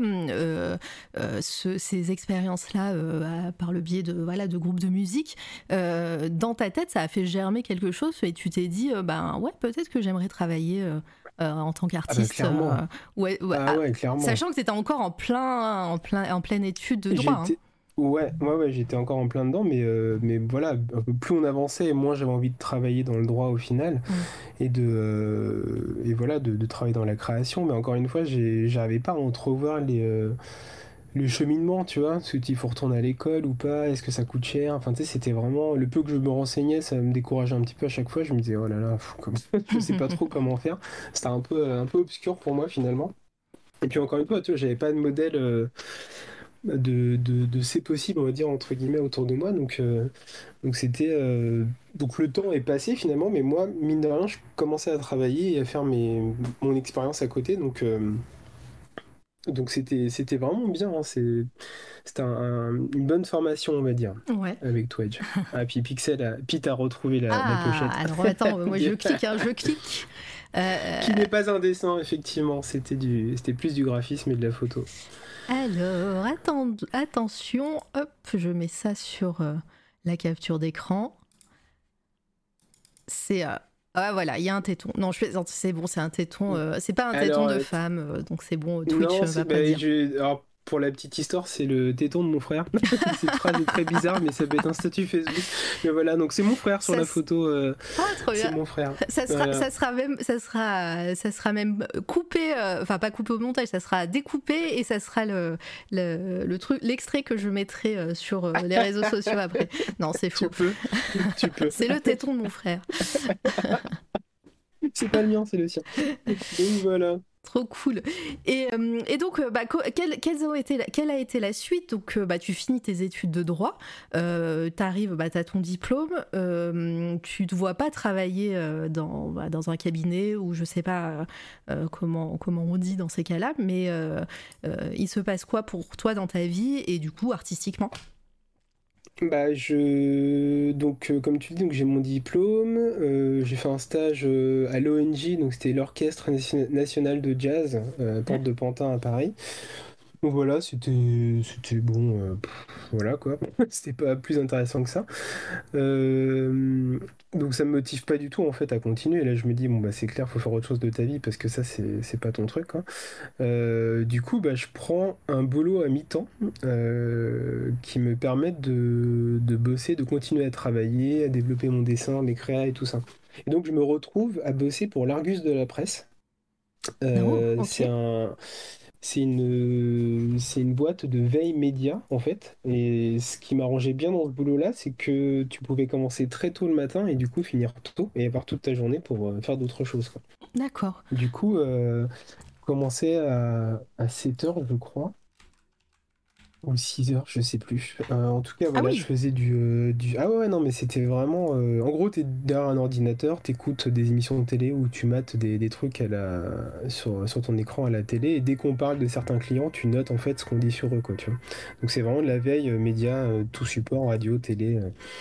ces expériences-là, par le biais de voilà de groupes de musique, dans ta tête, ça a fait germer quelque chose et tu t'es dit, ben ouais, peut-être que j'aimerais travailler en tant Ah bah qu'artiste. clairement. Ouais, ouais, Ah ouais, clairement. sachant que c'était encore en pleine étude de droit. Hein. J'étais. Ouais, j'étais encore en plein dedans, mais voilà, un peu plus on avançait, moins j'avais envie de travailler dans le droit au final, Mm. et voilà, de travailler dans la création. Mais encore une fois, j'arrivais pas à entrevoir le cheminement, tu vois, parce qu'il faut retourner à l'école ou pas, est-ce que ça coûte cher? Enfin, tu sais, c'était vraiment, le peu que je me renseignais, ça me décourageait un petit peu à chaque fois. Je me disais, oh là là, je sais pas trop comment faire. C'était un peu obscur pour moi finalement. Et puis encore une fois, tu vois, j'avais pas de modèle. De c'est possible, on va dire, entre guillemets, autour de moi. Donc c'était. Donc le temps est passé finalement, mais moi, mine de rien, je commençais à travailler et à faire mon expérience à côté. Donc c'était vraiment bien. Hein. C'était une bonne formation, on va dire, Ouais. avec Twedge. Ah, puis Pete a retrouvé la Ah, pochette. alors attends, moi je clique, hein, je clique. Qui Euh, n'est pas un dessin, effectivement. C'était plus du graphisme et de la photo. Alors, attention, hop, je mets ça sur la capture d'écran. C'est. Ah voilà, il y a un téton. Non, je plaisante, c'est bon, c'est un téton. C'est pas un téton Alors, de femme, donc c'est bon, Twitch non, va pas dire. alors, pour la petite histoire, c'est le téton de mon frère. Cette phrase est très bizarre, mais ça peut être un statut Facebook. Mais voilà, donc c'est mon frère sur Ça, la photo. ah, trop C'est bien. mon frère. Ça sera, Voilà. ça sera même coupé, enfin pas coupé au montage, ça sera découpé et ça sera le truc, l'extrait que je mettrai sur les réseaux sociaux après. Non, c'est Tu faux. peux, tu peux. C'est le téton de mon frère. C'est pas le mien, c'est le sien. Donc voilà. Trop cool. Et donc, quelle a été la suite? Donc, bah, tu finis tes études de droit, t'arrives, bah, t'as ton diplôme, tu te vois pas travailler dans un cabinet ou je sais pas comment on dit dans ces cas-là, mais il se passe quoi pour toi dans ta vie et du coup artistiquement? Donc, comme tu dis, donc j'ai mon diplôme. J'ai fait un stage à l'ONJ, donc c'était l'Orchestre National de Jazz, Porte de Pantin à Paris. Donc voilà, c'était bon, voilà quoi. C'était pas plus intéressant que ça. Donc ça me motive pas du tout en fait à continuer. Là je me dis bon bah c'est clair, faut faire autre chose de ta vie parce que ça c'est pas ton truc quoi. Du coup bah je prends un boulot à mi-temps qui me permet de bosser, de continuer à travailler, à développer mon dessin, mes créas et tout ça. Et donc je me retrouve à bosser pour l'Argus de la presse. Oh, Euh, ok. c'est un c'est une boîte de veille média, en fait. Et ce qui m'arrangeait bien dans ce boulot-là, c'est que tu pouvais commencer très tôt le matin et du coup finir tôt et avoir toute ta journée pour faire d'autres choses, quoi. D'accord. Du coup, commencer à 7 heures, je crois, ou 6 heures, je sais plus. En tout cas, Ah voilà, je oui. faisais du. Ah ouais, non, mais c'était vraiment. En gros, t'es derrière un ordinateur, t'écoutes des émissions de télé où tu mates des trucs sur ton écran à la télé, et dès qu'on parle de certains clients, tu notes en fait ce qu'on dit sur eux, quoi, tu vois. Donc c'est vraiment de la veille média, tout support, radio, télé.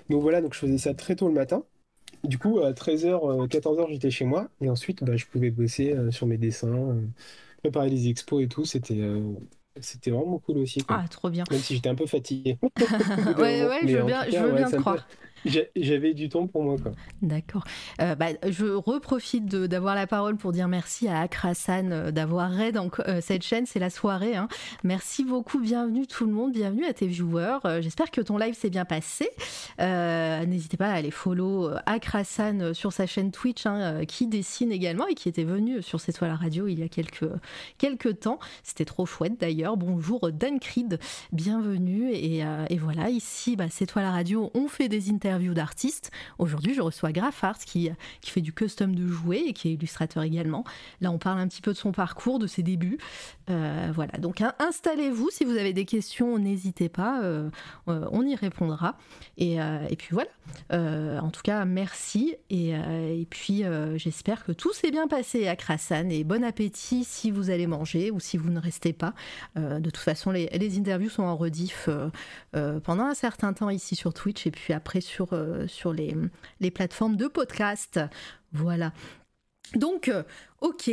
Donc voilà, donc je faisais ça très tôt le matin. Du coup, à 13h, 14h, j'étais chez moi. Et ensuite, je pouvais bosser sur mes dessins, préparer les expos et tout. C'était vraiment cool aussi, quoi. Ah, trop bien. Même si j'étais un peu fatigué au bout d'un Ouais, moment. ouais, Mais en tout je cas, veux ouais, bien te ça me croire. j'avais du temps pour moi, quoi. D'accord. Je reprofite d'avoir la parole pour dire merci à Akrasan d'avoir raid cette chaîne, c'est la soirée. Hein. Merci beaucoup, bienvenue tout le monde, bienvenue à tes viewers. J'espère que ton live s'est bien passé. N'hésitez pas à aller follow Akrasan sur sa chaîne Twitch, hein, qui dessine également et qui était venu sur C'est toi la radio il y a quelques temps. C'était trop chouette d'ailleurs. Bonjour Dan Creed, bienvenue. Et voilà, ici, C'est toi la radio, on fait des interviews d'artistes. Aujourd'hui, je reçois Grafart qui fait du custom de jouets et qui est illustrateur également. Là, on parle un petit peu de son parcours, de ses débuts. Voilà, donc installez-vous. Si vous avez des questions, n'hésitez pas, on y répondra. Et puis voilà, en tout cas, merci. Et puis, j'espère que tout s'est bien passé à Krasan. Et bon appétit si vous allez manger ou si vous ne restez pas. De toute façon, les interviews sont en rediff pendant un certain temps ici sur Twitch et puis après sur les plateformes de podcast. Voilà. Donc, ok,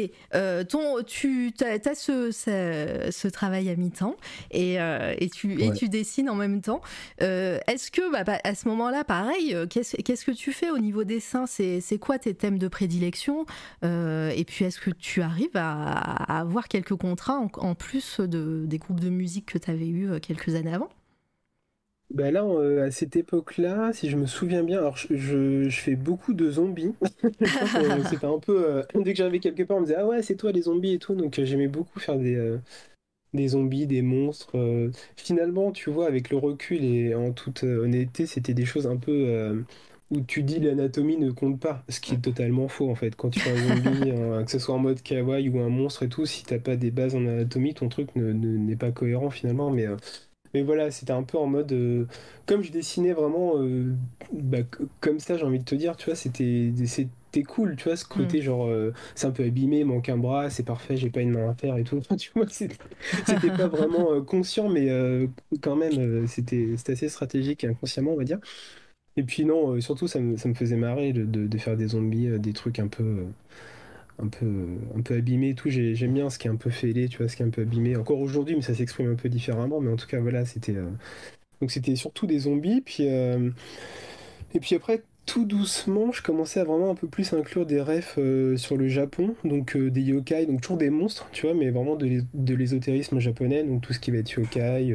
tu as ce travail à mi-temps et tu dessines en même temps. Est-ce que à ce moment-là, pareil, qu'est-ce que tu fais au niveau dessin? C'est quoi tes thèmes de prédilection? Et puis, est-ce que tu arrives à avoir quelques contrats en plus des groupes de musique que tu avais eu quelques années avant? Là, à cette époque-là, si je me souviens bien, alors je fais beaucoup de zombies. Je crois que c'était un peu. Dès que j'arrivais quelque part, on me disait, ah ouais, c'est toi les zombies et tout. Donc j'aimais beaucoup faire des zombies, des monstres. Finalement, tu vois, avec le recul et en toute honnêteté, c'était des choses un peu où tu dis l'anatomie ne compte pas, ce qui est totalement faux en fait. Quand tu fais un zombie, que ce soit en mode kawaii ou un monstre et tout, si t'as pas des bases en anatomie, ton truc n'est pas cohérent finalement. Mais voilà, c'était un peu en mode. Comme je dessinais vraiment comme ça, j'ai envie de te dire, tu vois, c'était cool, tu vois, ce côté genre, c'est un peu abîmé, manque un bras, c'est parfait, j'ai pas une main à faire et tout. Enfin, tu vois, c'était pas vraiment conscient, mais quand même, c'était assez stratégique et inconsciemment, on va dire. Et puis non, surtout, ça me faisait marrer de faire des zombies, des trucs un peu abîmé et tout. J'aime bien ce qui est un peu fêlé, tu vois, ce qui est un peu abîmé. Encore aujourd'hui, mais ça s'exprime un peu différemment. Mais en tout cas, voilà, donc c'était surtout des zombies. Et puis après, tout doucement, je commençais à vraiment un peu plus inclure des refs sur le Japon, donc des yokai, donc toujours des monstres, tu vois, mais vraiment de l'ésotérisme japonais, donc tout ce qui va être yokai,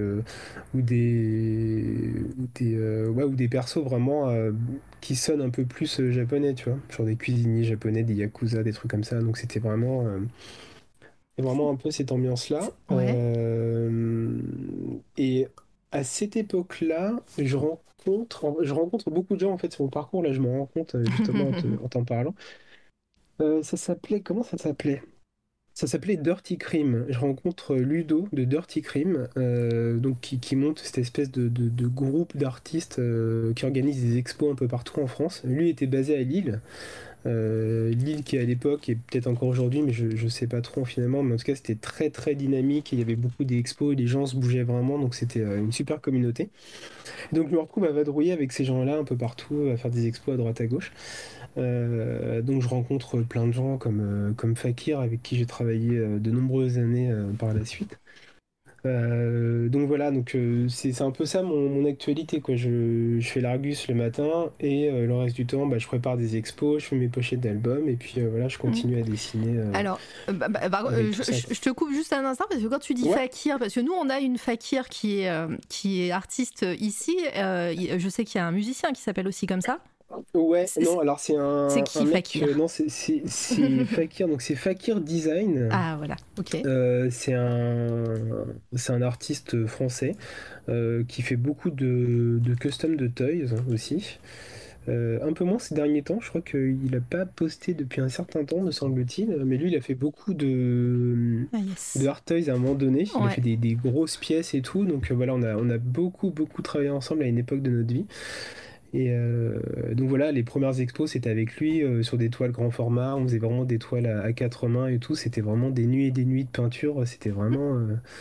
ouais, ou des persos vraiment qui sonnent un peu plus japonais, tu vois, genre des cuisiniers japonais, des yakuza, des trucs comme ça, donc c'était vraiment un peu cette ambiance-là. Ouais. Et à cette époque-là, je rencontre beaucoup de gens en fait sur mon parcours. Là, je me rends compte justement en t'en parlant. Ça s'appelait, comment ça s'appelait? Ça s'appelait Dirty Cream. Je rencontre Ludo de Dirty Cream, donc qui monte cette espèce de groupe d'artistes qui organise des expos un peu partout en France. Lui était basé à Lille. Lille qui à l'époque et peut-être encore aujourd'hui, mais je sais pas trop finalement, mais en tout cas c'était très très dynamique et il y avait beaucoup d'expos et les gens se bougeaient vraiment, donc c'était une super communauté. Et donc je me retrouve à vadrouiller avec ces gens-là un peu partout, à faire des expos à droite à gauche. Donc je rencontre plein de gens comme Fakir avec qui j'ai travaillé de nombreuses années par la suite. Donc voilà, c'est un peu ça mon actualité, quoi. Je fais l'Argus le matin et le reste du temps, je prépare des expos, je fais mes pochettes d'albums et puis voilà, je continue à dessiner Alors, avec tout ça. je te coupe juste un instant parce que quand tu dis Ouais, Fakir, parce que nous on a une Fakir qui est artiste ici, je sais qu'il y a un musicien qui s'appelle aussi comme ça. ouais, C'est non, alors c'est c'est un qui mec, Fakir? non, c'est Fakir, donc c'est Fakir Design. Ah voilà, ok. C'est un artiste français qui fait beaucoup de custom de toys aussi. Un peu moins ces derniers temps, je crois qu'il n'a pas posté depuis un certain temps, me semble-t-il, mais lui il a fait beaucoup Ah de yes. hard toys à un moment donné, il a Ouais. fait des grosses pièces et tout, donc voilà, on a beaucoup beaucoup travaillé ensemble à une époque de notre vie. Et donc voilà, les premières expos c'était avec lui sur des toiles grand format, on faisait vraiment des toiles à quatre mains et tout, c'était vraiment des nuits et des nuits de peinture, c'était vraiment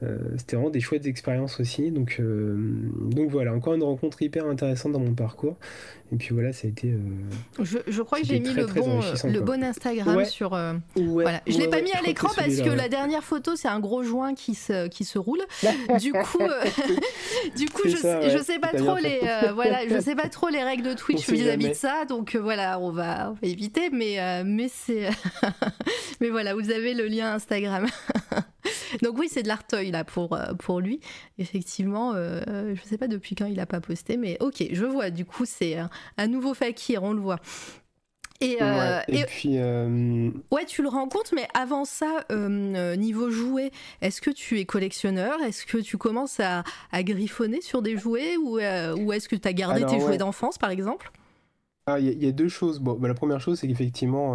C'était vraiment des chouettes expériences aussi. Donc voilà, encore une rencontre hyper intéressante dans mon parcours. Et puis voilà, ça a été, Je crois que j'ai c'était mis très très enrichissant, le quoi. bon Instagram Ouais, sur. ouais, Voilà, je l'ai ouais, pas ouais, mis je à crois que l'écran c'est parce que celui-là, la ouais. dernière photo c'est un gros joint qui se roule. Du coup, du coup, C'est ça, je ouais. sais pas T'as trop bien fait. voilà, je sais pas trop les règles de On Twitch sait vis-à-vis de jamais. ça, donc voilà, on va éviter, mais c'est, mais voilà, vous avez le lien Instagram. Donc oui, c'est de l'Arteuil là pour lui. Effectivement, je sais pas depuis quand il a pas posté, mais ok, je vois. Du coup, c'est un nouveau fakir, on le voit. Ouais. Et Et puis, ouais, tu le rencontres, mais avant ça, niveau jouets, est-ce que tu es collectionneur? Est-ce que tu commences à griffonner sur des jouets ou est-ce que tu as gardé tes alors jouets ouais. d'enfance, par exemple? Il y a deux choses. Bon, bah, la première chose, c'est qu'effectivement,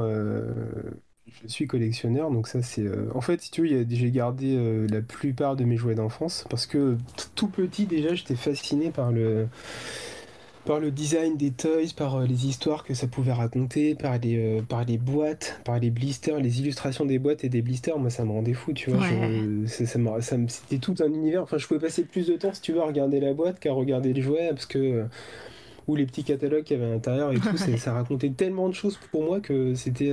je suis collectionneur. Donc ça, c'est... En fait, si tu veux, j'ai gardé la plupart de mes jouets d'enfance. Parce que tout petit, déjà, j'étais fasciné par le design des toys, par les histoires que ça pouvait raconter, par les boîtes, par les blisters, les illustrations des boîtes et des blisters. Moi, ça me rendait fou, tu vois. Ouais. C'était tout un univers. Enfin, je pouvais passer plus de temps, si tu veux, à regarder la boîte qu'à regarder le jouet, parce que... ou les petits catalogues qu'il y avait à l'intérieur et tout, ça racontait tellement de choses pour moi que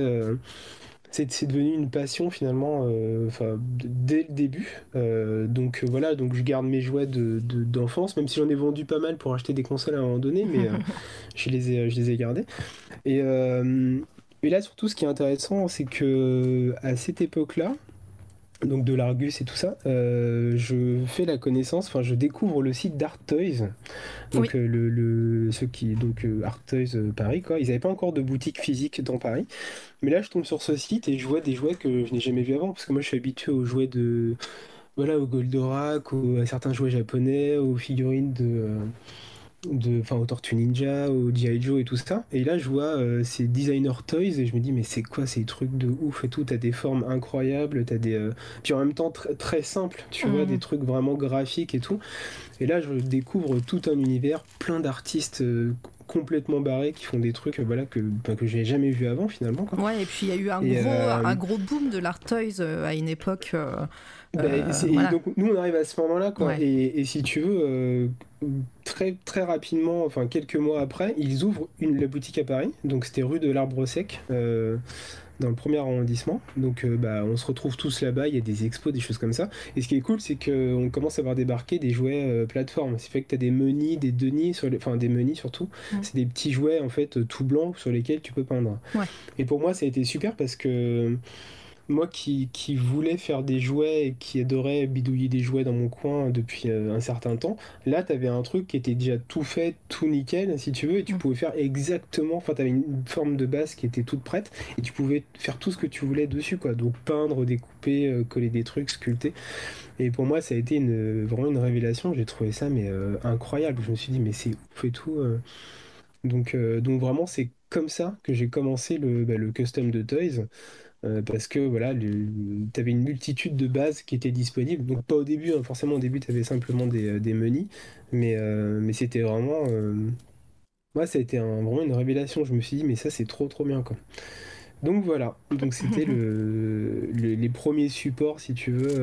c'est devenu une passion finalement, enfin, dès le début. Voilà, donc je garde mes jouets d'enfance, même si j'en ai vendu pas mal pour acheter des consoles à un moment donné, mais je les ai gardés. Et, euh, et là, surtout, ce qui est intéressant, c'est que à cette époque-là, donc de l'Argus et tout ça, je fais la connaissance, enfin je découvre le site d'Art Toys, Oui. donc ceux qui donc Art Toys Paris quoi, ils n'avaient pas encore de boutique physique dans Paris, mais là je tombe sur ce site et je vois des jouets que je n'ai jamais vus avant parce que moi je suis habitué aux jouets de voilà au Goldorak, à certains jouets japonais, aux figurines enfin aux Tortues Ninja, aux G.I. Joe et tout ça. Et là, je vois ces designer toys et je me dis, mais c'est quoi ces trucs de ouf et tout? T'as des formes incroyables, t'as des. Puis en même temps, très simple, tu vois, des Mhm. trucs vraiment graphiques et tout. Et là, je découvre tout un univers, plein d'artistes complètement barrés qui font des trucs voilà, que j'ai jamais vu avant finalement, quoi. Ouais, et puis il y a eu Et, un gros boom de l'Art Toys à une époque. et Voilà. donc nous on arrive à ce moment-là quoi Ouais. et si tu veux très très rapidement enfin quelques mois après ils ouvrent la boutique à Paris donc c'était rue de l'Arbre Sec dans le premier arrondissement donc on se retrouve tous là-bas il y a des expos des choses comme ça et ce qui est cool c'est qu'on commence à voir débarquer des jouets plateformes c'est fait que tu as des Meni des Denis enfin des Meni surtout Mhm. c'est des petits jouets en fait tout blancs sur lesquels tu peux peindre Ouais. et pour moi ça a été super parce que moi qui voulais faire des jouets et qui adorais bidouiller des jouets dans mon coin depuis un certain temps, là tu avais un truc qui était déjà tout fait, tout nickel si tu veux, et tu Mhm. pouvais faire exactement, enfin tu avais une forme de base qui était toute prête, et tu pouvais faire tout ce que tu voulais dessus, quoi. Donc peindre, découper, coller des trucs, sculpter. Et pour moi ça a été vraiment une révélation, j'ai trouvé ça mais incroyable, je me suis dit mais c'est ouf et tout. Donc vraiment c'est comme ça que j'ai commencé le custom de Toys. Parce que voilà, tu avais une multitude de bases qui étaient disponibles. Donc pas au début, hein, forcément au début tu avais simplement des menus, mais c'était vraiment... Moi ça a été vraiment une révélation, je me suis dit mais ça c'est trop trop bien quoi. Donc voilà, donc c'était les premiers supports si tu veux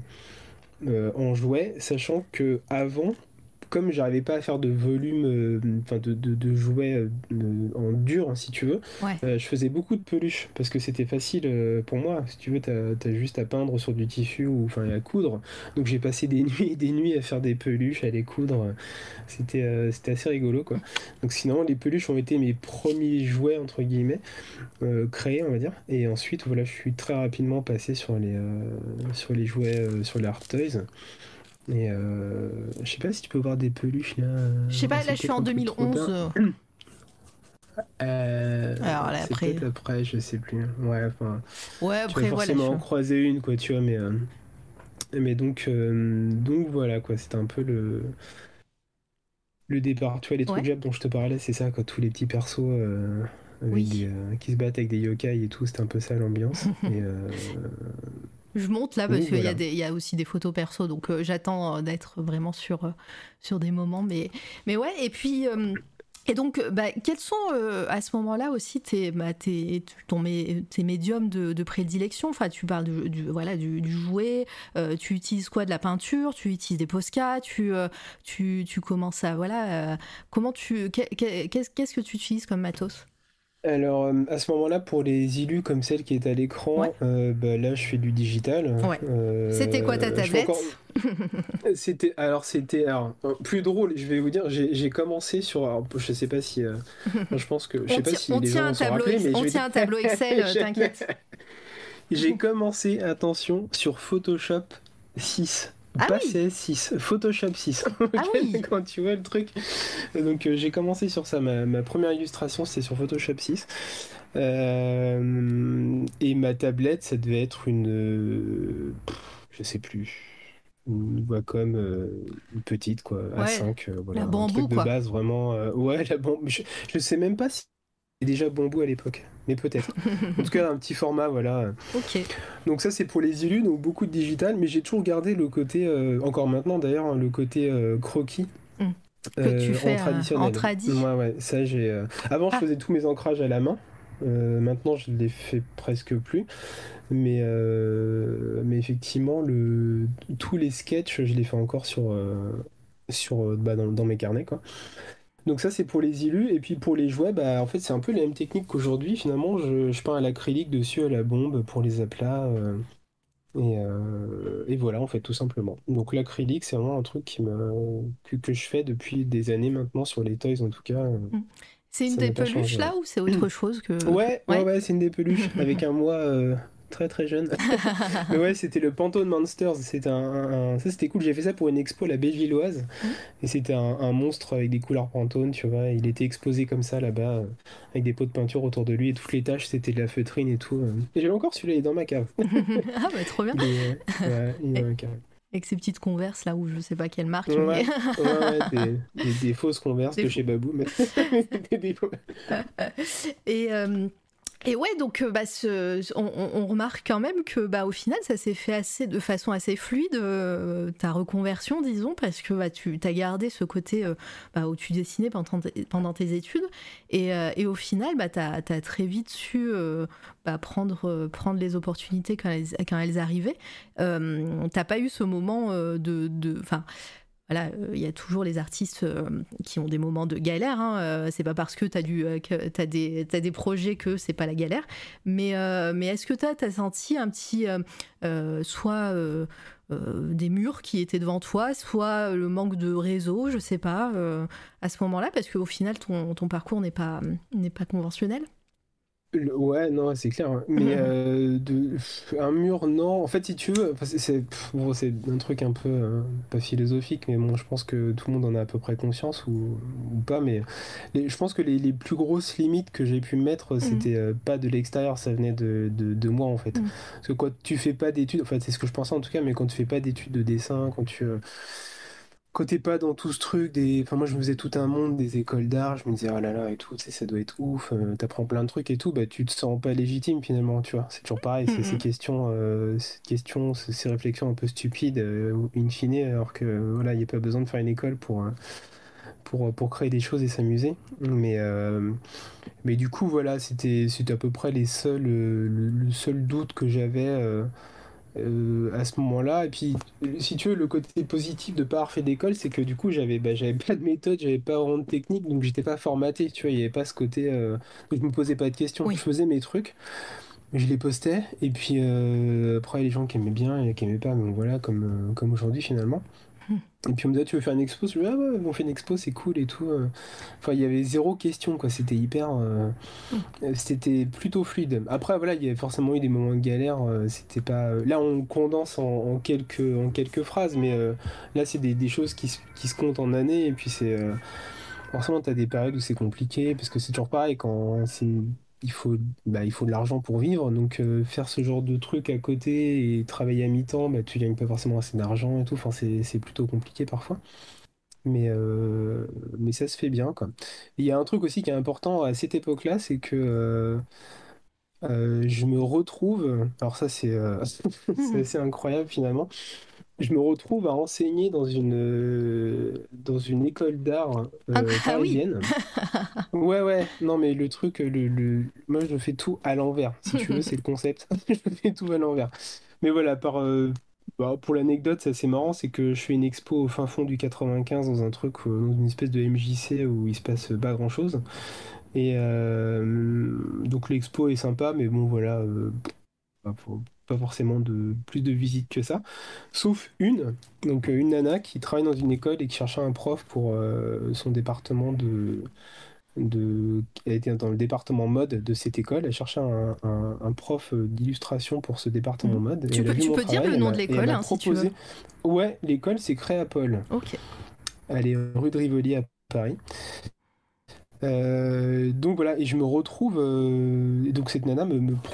en jouet, sachant que avant comme j'arrivais pas à faire de volume, enfin de jouets en dur, hein, si tu veux, Ouais. je faisais beaucoup de peluches parce que c'était facile pour moi. Si tu veux, t'as juste à peindre sur du tissu ou enfin à coudre. Donc j'ai passé des nuits et des nuits à faire des peluches, à les coudre. C'était assez rigolo quoi. Donc sinon, les peluches ont été mes premiers jouets entre guillemets créés, on va dire. Et ensuite, voilà, je suis très rapidement passé sur les jouets, sur les Hard Toys. Et je sais pas si tu peux voir des peluches là. Je sais pas, là C'est je suis en peut-être un peu trop 2011. tard. Alors là C'est après. peut-être après, je sais plus. Ouais, enfin, Ouais, tu vas après voilà. forcément en croiser une, quoi, tu vois, mais donc voilà, quoi, c'était un peu le départ. Tu vois, les trucs Ouais. Jap dont je te parlais, c'est ça, quoi, tous les petits persos avec Oui. qui se battent avec des yokai et tout, c'était un peu ça l'ambiance. Et Je monte là parce donc qu'il y a voilà. il y a aussi des photos perso, donc j'attends d'être vraiment sur des moments. Mais ouais, et puis Et donc, quels sont à ce moment-là aussi tes médiums de prédilection? Enfin, tu parles voilà, du jouet, tu utilises quoi? De la peinture? Tu utilises des Posca? Tu commences à... Voilà, qu'est-ce que tu utilises comme matos? Alors, à ce moment-là, pour les illus comme celle qui est à Ouais, l'écran, là, je fais du digital. ouais. C'était quoi ta Je fais encore. tablette? C'était plus drôle. Je vais vous dire, j'ai commencé sur. Alors, je sais pas si. Je pense que. Je sais pas si On les gens tient vont un s'en tableau, rappeler, mais je on vais tient dire. un tableau Excel, J'ai t'inquiète. j'ai commencé, attention, sur Photoshop 6. Ah Pas oui, CS6, Photoshop 6. ah Ok, oui. quand tu vois le truc. Donc j'ai commencé sur ça. Ma première illustration, c'était sur Photoshop 6. Et ma tablette, ça devait être je sais plus, une Wacom, une petite, quoi, Ouais, A5, voilà, la un bambou, truc de quoi. base vraiment. Ouais, je sais même pas si c'était déjà bambou à l'époque, mais peut-être. En tout cas, un petit format, voilà. Ok. Donc ça, c'est pour les illus, donc beaucoup de digital, mais j'ai toujours gardé le côté, encore maintenant d'ailleurs, hein, le côté croquis. Hmm. Que tu En fais en traditionnel. tradi. Ouais, ouais, ça j'ai. Avant, je Ah, faisais tous mes ancrages à la main. Maintenant, je les fais presque plus. Mais effectivement, tous les sketchs, je les fais encore dans mes carnets, quoi. Donc ça, c'est pour les illus. Et puis pour les jouets, en fait, c'est un peu la même technique qu'aujourd'hui. Finalement, je peins à l'acrylique dessus, à la bombe, pour les aplats. Et voilà, en fait, tout simplement. Donc l'acrylique, c'est vraiment un truc que je fais depuis des années maintenant sur les toys, en tout cas. hmm. C'est une Ça des n'a pas changé, peluches ouais. là ou c'est autre chose Ouais, ouais, Ouais. ouais, c'est une des peluches avec un moi très très jeune. Mais ouais, c'était le Pantone Monsters. Ça, c'était cool. J'ai fait ça pour une expo à la Bellevilloise. Hmm. Et c'était un monstre avec des couleurs Pantone, tu vois. Il était exposé comme ça là-bas, avec des pots de peinture autour de lui. Et toutes les taches, c'était de la feutrine et tout. Et j'avais encore celui-là, il est dans ma cave. Ah bah trop bien. Il est dans Et- ma cave. Avec ces petites converses là où je sais pas quelle marque, mais Ouais, ouais, ouais, des fausses Converse des de faux. chez Babou. Mais c'était des faux. Et, et ouais, donc on remarque quand même que au final ça s'est fait de façon assez fluide, ta reconversion, disons, parce que tu as gardé ce côté où tu dessinais pendant tes études, et au final tu as très vite su prendre les opportunités quand elles arrivaient. T'as pas eu ce moment enfin, voilà, il y a toujours les artistes qui ont des moments de galère. Hein, c'est pas parce que t'as des projets que c'est pas la galère. Mais est-ce que t'as senti un petit soit des murs qui étaient devant toi, soit le manque de réseau, je sais pas, à ce moment-là, parce qu'au final ton parcours n'est pas conventionnel. Ouais, non, c'est clair, hein. Mais un mur, non. En fait, si tu veux, enfin, bon, c'est un truc un peu pas philosophique, mais bon, je pense que tout le monde en a à peu près conscience ou pas. Mais je pense que les plus grosses limites que j'ai pu mettre, Mhm. c'était pas de l'extérieur, ça venait de moi en fait. Mhm. Parce que quand tu fais pas d'études, enfin, c'est ce que je pensais en tout cas, mais quand tu fais pas d'études de dessin, quand t'es pas dans tout ce truc enfin moi je me faisais tout un monde des écoles d'art, je me disais oh là là et tout, tu sais, ça doit être ouf, t'apprends plein de trucs et tout, tu te sens pas légitime finalement, tu vois, c'est toujours pareil, c'est Mhm. ces réflexions un peu stupides, in fine, alors que voilà, il n'y a pas besoin de faire une école pour créer des choses et s'amuser. Mais du coup voilà, c'était à peu près le seul doute que j'avais. À ce moment-là. Et puis, si tu veux, le côté positif de pas avoir fait d'école, c'est que du coup, j'avais pas de méthode, j'avais pas vraiment de technique, donc j'étais pas formaté, tu vois, il y avait pas ce côté. Donc je me posais pas de questions. Je Oui. faisais mes trucs, je les postais, et puis après, les gens qui aimaient bien et qui aimaient pas, bon voilà, comme aujourd'hui finalement. Et puis on me disait, tu veux faire une expo? Je me disais, ah ouais, on fait une expo, c'est cool et tout. Enfin, il y avait zéro question, quoi. C'était plutôt fluide. Après, voilà, il y a forcément eu des moments de galère. C'était pas. Là, on condense en quelques phrases, mais là, c'est des choses qui se comptent en années. Et puis, forcément, tu as des périodes où c'est compliqué, parce que c'est toujours pareil, il faut, il faut de l'argent pour vivre. Donc, faire ce genre de truc à côté et travailler à mi-temps, tu gagnes pas forcément assez d'argent et tout. Enfin, c'est plutôt compliqué parfois. Mais ça se fait bien, quoi. Il y a un truc aussi qui est important à cette époque-là, c'est que je me retrouve, alors ça c'est c'est assez incroyable finalement, je me retrouve à enseigner dans une école d'art Ah oui. parisienne. Ouais, ouais, non, mais le truc, moi je fais tout à l'envers, si tu veux, c'est le concept. Je fais tout à l'envers. Mais voilà, pour l'anecdote, c'est assez marrant, c'est que je fais une expo au fin fond du 95 dans un truc, dans une espèce de MJC où il se passe pas grand-chose. Et donc l'expo est sympa, mais bon, voilà, pas forcément plus de visites que ça. Sauf une nana qui travaille dans une école et qui cherchait un prof pour son département elle était dans le département mode de cette école. Elle cherchait un prof d'illustration pour ce département Mhm. mode. Et elle a vu Tu mon peux dire travail le nom de et elle l'école, m'a hein, si tu veux. proposé. Ouais, l'école, c'est Créapol. Ok. Elle est rue de Rivoli à Paris. Donc voilà, et je me retrouve. Et donc cette nana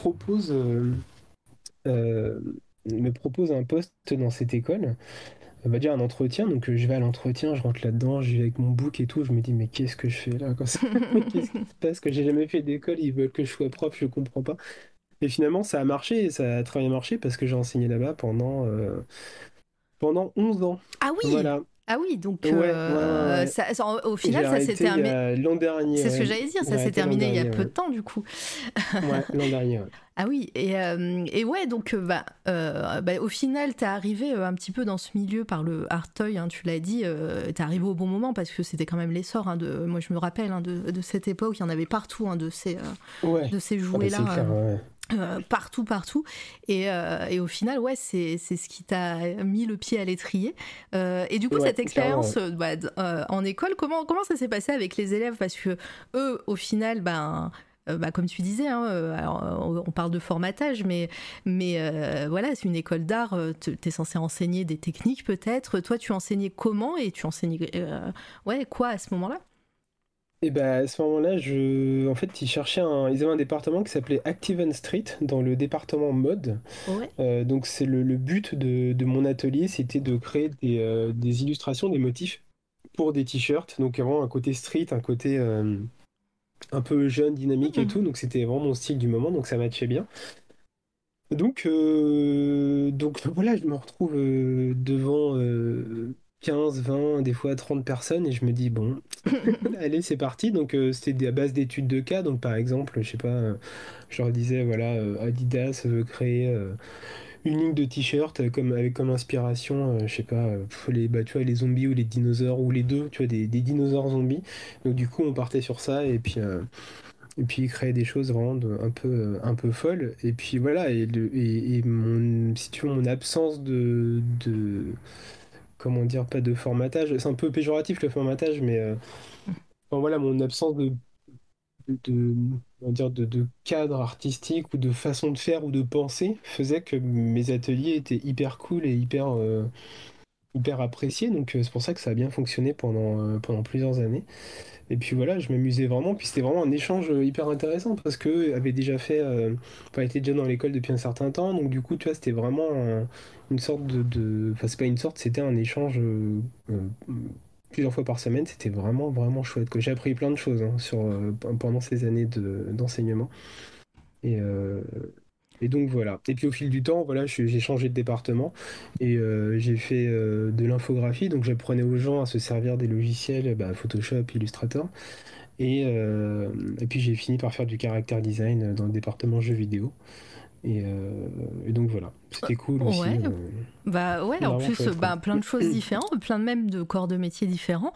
euh, me propose un poste dans cette école. On va dire un entretien. Donc je vais à l'entretien, je rentre là-dedans, je vais avec mon book et tout. Je me dis, mais qu'est-ce que je fais là, quoi. Qu'est-ce qui se passe que j'ai jamais fait d'école? Ils veulent que je sois prof, je comprends pas. Et finalement, ça a marché, ça a très bien marché parce que j'ai enseigné là-bas pendant 11 ans. Ah oui. Voilà. Ah oui, donc Ouais, ouais, ouais, ouais. au J'ai final, ça s'est arrêté terminé. l'an dernier, C'est ce que ouais. j'allais dire, J'ai ça s'est arrêté l'an terminé il y a dernier, peu ouais. de temps du coup. Ouais, l'an dernier, ouais. Ah oui, et ouais, donc au final, t'es arrivé un petit peu dans ce milieu par le art toy, hein, tu l'as dit, t'es arrivé au bon moment parce que c'était quand même l'essor, hein, moi je me rappelle de cette époque, il y en avait partout, hein, Ouais. de ces Ah bah, jouets-là. c'est clair, ouais. Partout et au final ouais c'est ce qui t'a mis le pied à l'étrier, et du coup Ouais, cette clairement, expérience ouais. en école, comment ça s'est passé avec les élèves, parce que eux au final comme tu disais, hein, alors, on parle de formatage, mais voilà, c'est une école d'art, t'es censé enseigner des techniques peut-être. Toi, tu enseignais comment et tu enseignais ouais, quoi à ce moment-là? Et bah, à ce moment-là, en fait, ils avaient un département qui s'appelait Active and Street dans le département mode. Ouais. Donc, c'est le but de mon atelier, c'était de créer des illustrations, des motifs pour des t-shirts. Donc, vraiment un côté street, un côté un peu jeune, dynamique et Mhm. tout. Donc, c'était vraiment mon style du moment, donc ça matchait bien. Donc voilà, je me retrouve devant 15, 20, des fois 30 personnes et je me dis, bon, allez, c'est parti. Donc c'était à base d'études de cas. Donc par exemple, je sais pas, je leur disais, voilà, Adidas veut créer une ligne de t-shirt avec comme inspiration, je sais pas, tu vois, les zombies ou les dinosaures ou les deux, tu vois, des dinosaures zombies. Donc du coup, on partait sur ça et puis il crée des choses vraiment un peu folles. Et puis voilà, si tu veux, mon absence comment dire, pas de formatage, c'est un peu péjoratif le formatage, mais enfin, voilà, mon absence de, on va dire de cadre artistique ou de façon de faire ou de penser faisait que mes ateliers étaient hyper cool et hyper appréciés. Donc c'est pour ça que ça a bien fonctionné pendant plusieurs années. Et puis voilà, je m'amusais vraiment. Puis c'était vraiment un échange hyper intéressant parce qu'eux avaient déjà enfin, étaient déjà dans l'école depuis un certain temps. Donc du coup, tu vois, c'était vraiment une sorte enfin, c'est pas une sorte, c'était un échange euh, plusieurs fois par semaine. C'était vraiment, vraiment chouette, quoi. J'ai appris plein de choses hein, pendant ces années d'enseignement. Et, euh, et donc voilà. Et puis au fil du temps, voilà, j'ai changé de département et j'ai fait de l'infographie. Donc j'apprenais aux gens à se servir des logiciels, Photoshop, Illustrator. Et puis j'ai fini par faire du character design dans le département jeux vidéo. Et donc voilà, c'était cool aussi. Ouais, bah ouais, en Vraiment plus, chouette, quoi. plein de choses différentes, plein même de corps de métiers différents.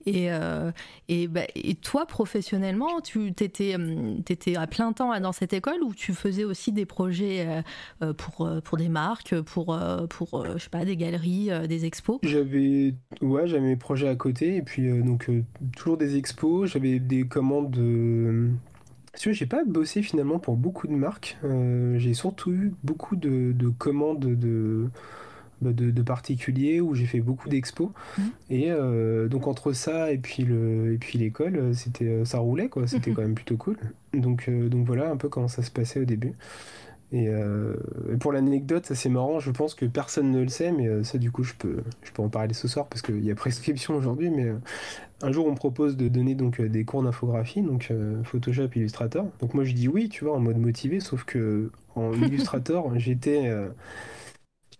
Et toi, professionnellement, t'étais à plein temps dans cette école, ou tu faisais aussi des projets pour des marques, je sais pas, des galeries, des expos? J'avais mes projets à côté et puis toujours des expos. J'avais des commandes de. Si tu veux, j'ai pas bossé finalement pour beaucoup de marques. J'ai surtout eu beaucoup de commandes de particuliers où j'ai fait beaucoup d'expos. Mhm. Et donc entre ça et puis l'école, ça roulait quoi. C'était quand même plutôt cool. Donc voilà un peu comment ça se passait au début. Et pour l'anecdote, ça c'est marrant, je pense que personne ne le sait, mais ça du coup je peux en parler ce soir parce qu'il y a prescription aujourd'hui, mais un jour on me propose de donner donc des cours d'infographie, donc Photoshop, Illustrator. Donc moi je dis oui, tu vois, en mode motivé, sauf que en Illustrator,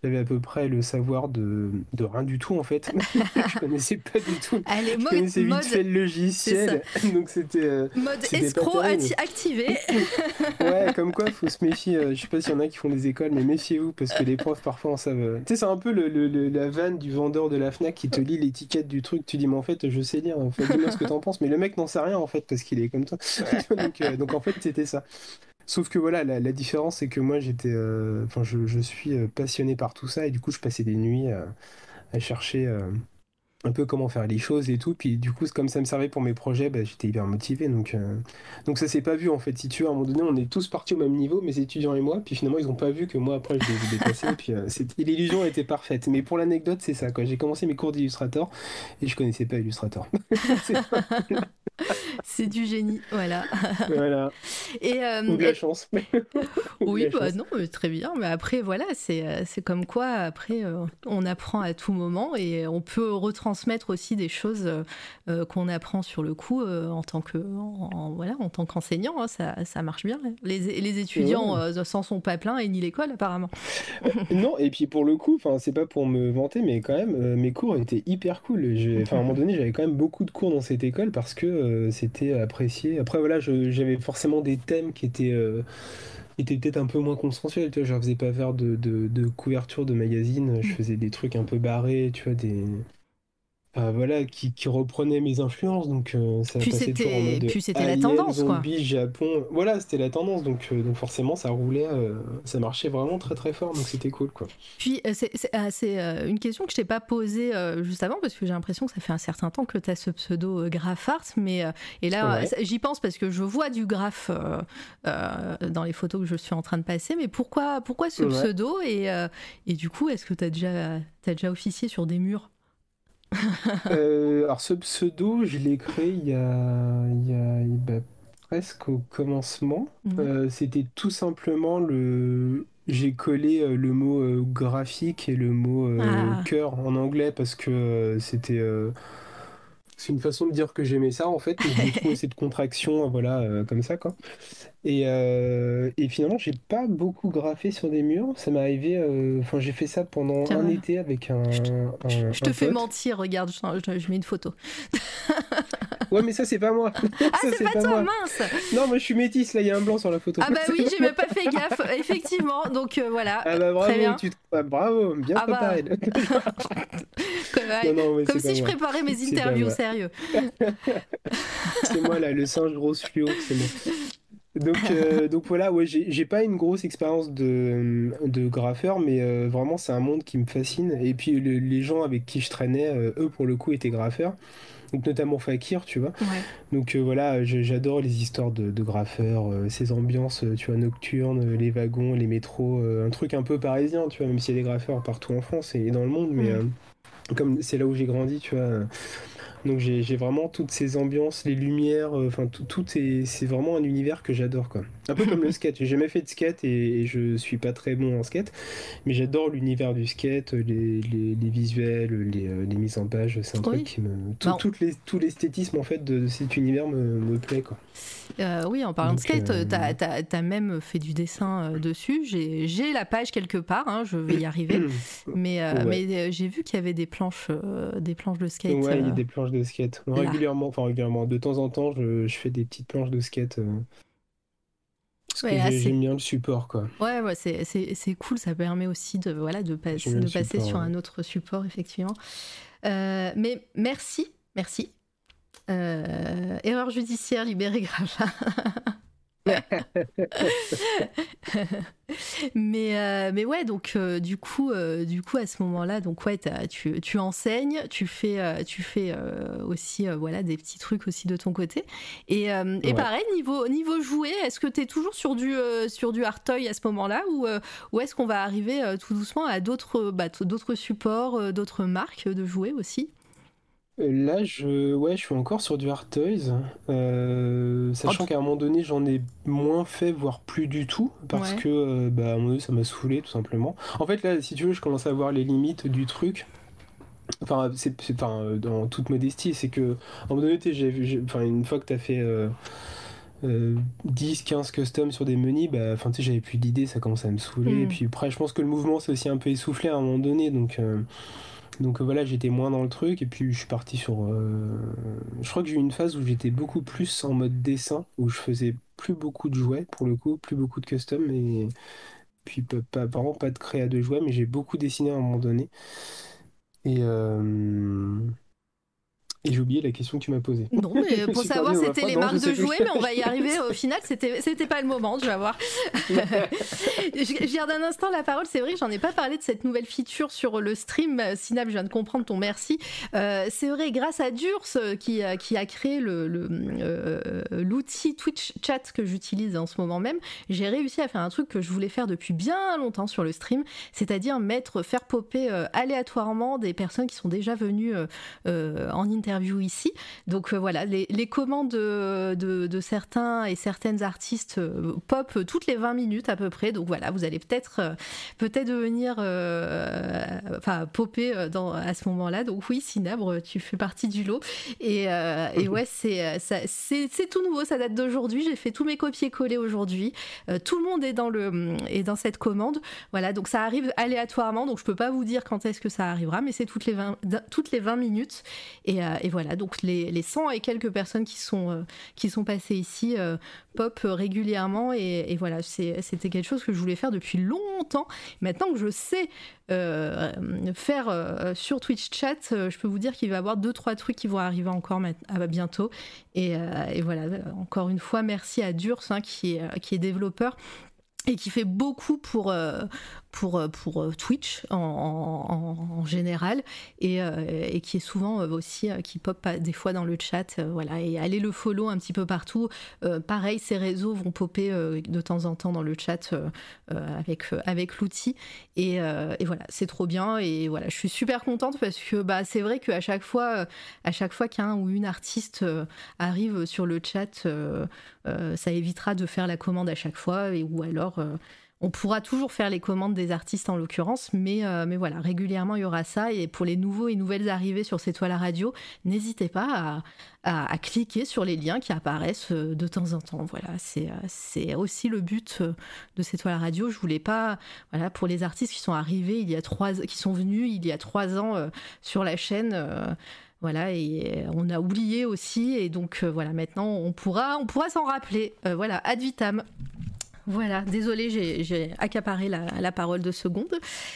j'avais à peu près le savoir de rien du tout en fait. Je connaissais pas du tout. Allez, Je connaissais vite fait le c'est ça. logiciel, donc Mode c'était pas escroc terrible. activé. Ouais, comme quoi, faut se méfier. Je sais pas s'il y en a qui font des écoles, mais méfiez-vous parce que les profs parfois en savent. Tu sais, c'est un peu la vanne du vendeur de la Fnac qui te lit l'étiquette du truc. Tu dis, mais en fait, je sais lire. En fait, dis-moi ce que t'en penses. Mais le mec n'en sait rien en fait parce qu'il est comme toi. Donc en fait, c'était ça. Sauf que voilà, la différence, c'est que moi, enfin, je suis passionné par tout ça et du coup, je passais des nuits à chercher un peu comment faire les choses et tout. Puis du coup, comme ça me servait pour mes projets, bah, j'étais hyper motivé. Donc ça s'est pas vu en fait. Si tu veux, à un moment donné, on est tous partis au même niveau, mes étudiants et moi. Puis finalement, ils ont pas vu que moi, après, je les ai dépassés. Puis et l'illusion était parfaite. Mais pour l'anecdote, c'est ça, quoi. J'ai commencé mes cours d'Illustrator et je connaissais pas Illustrator. C'est- C'est du génie, voilà. Voilà. Et, Ou de la chance. Ou de oui, la bah chance. non, très bien. Mais après, voilà, c'est comme quoi, après, on apprend à tout moment et on peut retransmettre aussi des choses qu'on apprend sur le coup voilà, en tant qu'enseignant. Hein, ça marche bien. Les étudiants Ouais. s'en sont pas plaints et ni l'école, apparemment. Non, et puis pour le coup, enfin, c'est pas pour me vanter, mais quand même, mes cours étaient hyper cool. Enfin, à un moment donné, j'avais quand même beaucoup de cours dans cette école parce que c'était apprécié. Après, voilà, j'avais forcément des thèmes qui étaient peut-être un peu moins consensuels. Tu vois, je leur faisais pas faire de couverture de magazine. Je faisais des trucs un peu barrés, tu vois, voilà, qui reprenait mes influences, donc ça passait toujours en mode Puis c'était la alien, tendance, quoi. zombie, Japon. Voilà, c'était la tendance, donc forcément ça roulait, ça marchait vraiment très très fort, donc c'était cool quoi. Puis c'est une question que je t'ai pas posée juste avant parce que j'ai l'impression que ça fait un certain temps que tu as ce pseudo Graphart, mais et là Ouais. j'y pense parce que je vois du graphe dans les photos que je suis en train de passer, mais pourquoi ce Ouais. pseudo et du coup est-ce que t'as déjà officié sur des murs? Alors ce pseudo, je l'ai créé bah, presque au commencement. Ouais. C'était tout simplement J'ai collé le mot graphique et le mot Ah, cœur en anglais parce que c'est une façon de dire que j'aimais ça en fait, et je voulais trouver cette contraction, voilà, comme ça quoi. Et finalement, j'ai pas beaucoup graffé sur des murs. Ça m'est arrivé, enfin, j'ai fait ça pendant un tiens, été avec je te un fais pote. mentir, regarde, je mets une photo. Ouais, mais ça, c'est pas moi. Ah, Ça, c'est c'est pas pas toi, moi. mince! Non, moi, je suis métisse, là, il y a un blanc sur la photo. Ah bah C'est oui, pas j'ai moi. même pas fait gaffe, effectivement, donc voilà, Ah bah très bravo, bien. bravo, bien Ah bah, préparé. Non, non, mais comme c'est pas si je moi. préparais mes C'est pas interviews, moi. sérieux. C'est moi, là, le singe grosse fluo, c'est moi. Donc voilà, ouais, j'ai pas une grosse expérience de graffeur, mais vraiment c'est un monde qui me fascine. Et puis les gens avec qui je traînais, eux pour le coup étaient graffeurs, donc notamment Fakir, tu vois. Ouais. Donc voilà, j'adore les histoires de graffeurs, ces ambiances, tu vois, nocturnes, les wagons, les métros, un truc un peu parisien, tu vois, même s'il y a des graffeurs partout en France et dans le monde, mais Mm. comme c'est là où j'ai grandi, tu vois. Donc j'ai vraiment toutes ces ambiances, les lumières, enfin tout c'est vraiment un univers que j'adore quoi. Un peu comme le skate. J'ai jamais fait de skate et je suis pas très bon en skate, mais j'adore l'univers du skate, les visuels, les mises en page. C'est un truc Oui. qui me Bah, tout l'esthétisme en fait de cet univers me plaît quoi. oui, en parlant de Donc skate, t'as même fait du dessin dessus. J'ai la page quelque part, hein, je vais y arriver. ouais. Mais j'ai vu qu'il y avait des planches de skate. Ouais, il y a des planches de skate. Là. Régulièrement, enfin régulièrement, de temps en temps, je fais des petites planches de skate parce que Ouais, là, j'aime bien le support quoi. ouais, c'est cool. Ça permet aussi voilà, J'aime bien le de passer support. sur Ouais. un autre support, effectivement. Mais merci. Erreur judiciaire, libéré Grafa. Mais ouais, donc du coup à ce moment-là, donc ouais, tu enseignes, tu fais aussi voilà des petits trucs aussi de ton côté. Et Ouais. pareil niveau jouet, est-ce que t'es toujours sur du hard toy à ce moment-là ou est-ce qu'on va arriver tout doucement à d'autres supports, d'autres marques de jouets aussi? Là, ouais, je suis encore sur du Hard Toys, En sachant tout- qu'à un moment donné, j'en ai moins fait, voire plus du tout, parce Ouais. que bah, à un moment donné, ça m'a saoulé, tout simplement. En fait, là, si tu veux, je commence à voir les limites du truc. Enfin, enfin, dans toute modestie, c'est que, à un moment donné, enfin, une fois que t'as fait 10-15 customs sur des menus, bah, enfin, tu sais, j'avais plus d'idées, ça commençait à me saouler. Et Hmm. puis après, je pense que le mouvement s'est aussi un peu essoufflé à un moment donné, donc voilà, j'étais moins dans le truc. Et puis je suis parti sur. Je crois que j'ai eu une phase où j'étais beaucoup plus en mode dessin, où je faisais plus beaucoup de jouets pour le coup, plus beaucoup de custom. Et puis vraiment pas de créa de jouets, mais j'ai beaucoup dessiné à un moment donné. Et, euh, et j'ai oublié la question que tu m'as posée. Non, mais Je me pour suis perdu savoir, dans ma c'était phrase. les Non, je marques de sais plus. jouets, mais on va y arriver. Au final, c'était pas le moment, tu vas voir. Je garde un instant la parole. C'est vrai que j'en ai pas parlé de cette nouvelle feature sur le stream. Synap, je viens de comprendre ton merci. C'est vrai, grâce à Durs qui a créé l'outil Twitch Chat que j'utilise en ce moment même, j'ai réussi à faire un truc que je voulais faire depuis bien longtemps sur le stream, c'est-à-dire faire popper aléatoirement des personnes qui sont déjà venues en interview ici. Donc voilà, les commandes de certains et certaines artistes pop toutes les 20 minutes à peu près. Donc voilà, vous allez peut-être venir popper à ce moment-là. Donc oui, Cinabre, tu fais partie du lot. Et ouais, c'est tout nouveau, ça date d'aujourd'hui. J'ai fait tous mes copier-coller aujourd'hui. Tout le monde est dans cette commande. Voilà, donc ça arrive aléatoirement. Donc je peux pas vous dire quand est-ce que ça arrivera, mais c'est toutes les 20 minutes. Et voilà, donc les 100 et quelques personnes qui sont passées ici pop régulièrement. Et voilà, c'était quelque chose que je voulais faire depuis longtemps. Maintenant que je sais faire sur Twitch Chat, je peux vous dire qu'il va y avoir 2-3 trucs qui vont arriver encore bientôt. Et voilà, encore une fois, merci à Durs qui est développeur et qui fait beaucoup pour Twitch en général et qui est souvent aussi qui pop des fois dans le chat, voilà, et allez le follow un petit peu partout. Pareil, ces réseaux vont popper de temps en temps dans le chat avec l'outil et voilà, c'est trop bien. Et voilà, je suis super contente parce que c'est vrai qu'à chaque fois qu'un ou une artiste arrive sur le chat, ça évitera de faire la commande à chaque fois, ou alors on pourra toujours faire les commandes des artistes en l'occurrence, mais voilà, régulièrement il y aura ça. Et pour les nouveaux et nouvelles arrivées sur C'est toi la radio, n'hésitez pas à cliquer sur les liens qui apparaissent de temps en temps. Voilà, c'est aussi le but de C'est toi la radio. Je voulais pas, voilà, pour les artistes qui sont arrivés qui sont venus il y a 3 ans sur la chaîne. Voilà, et on a oublié aussi, et donc voilà, maintenant on pourra s'en rappeler. Voilà, ad vitam. Voilà, désolée, j'ai accaparé la parole de seconde.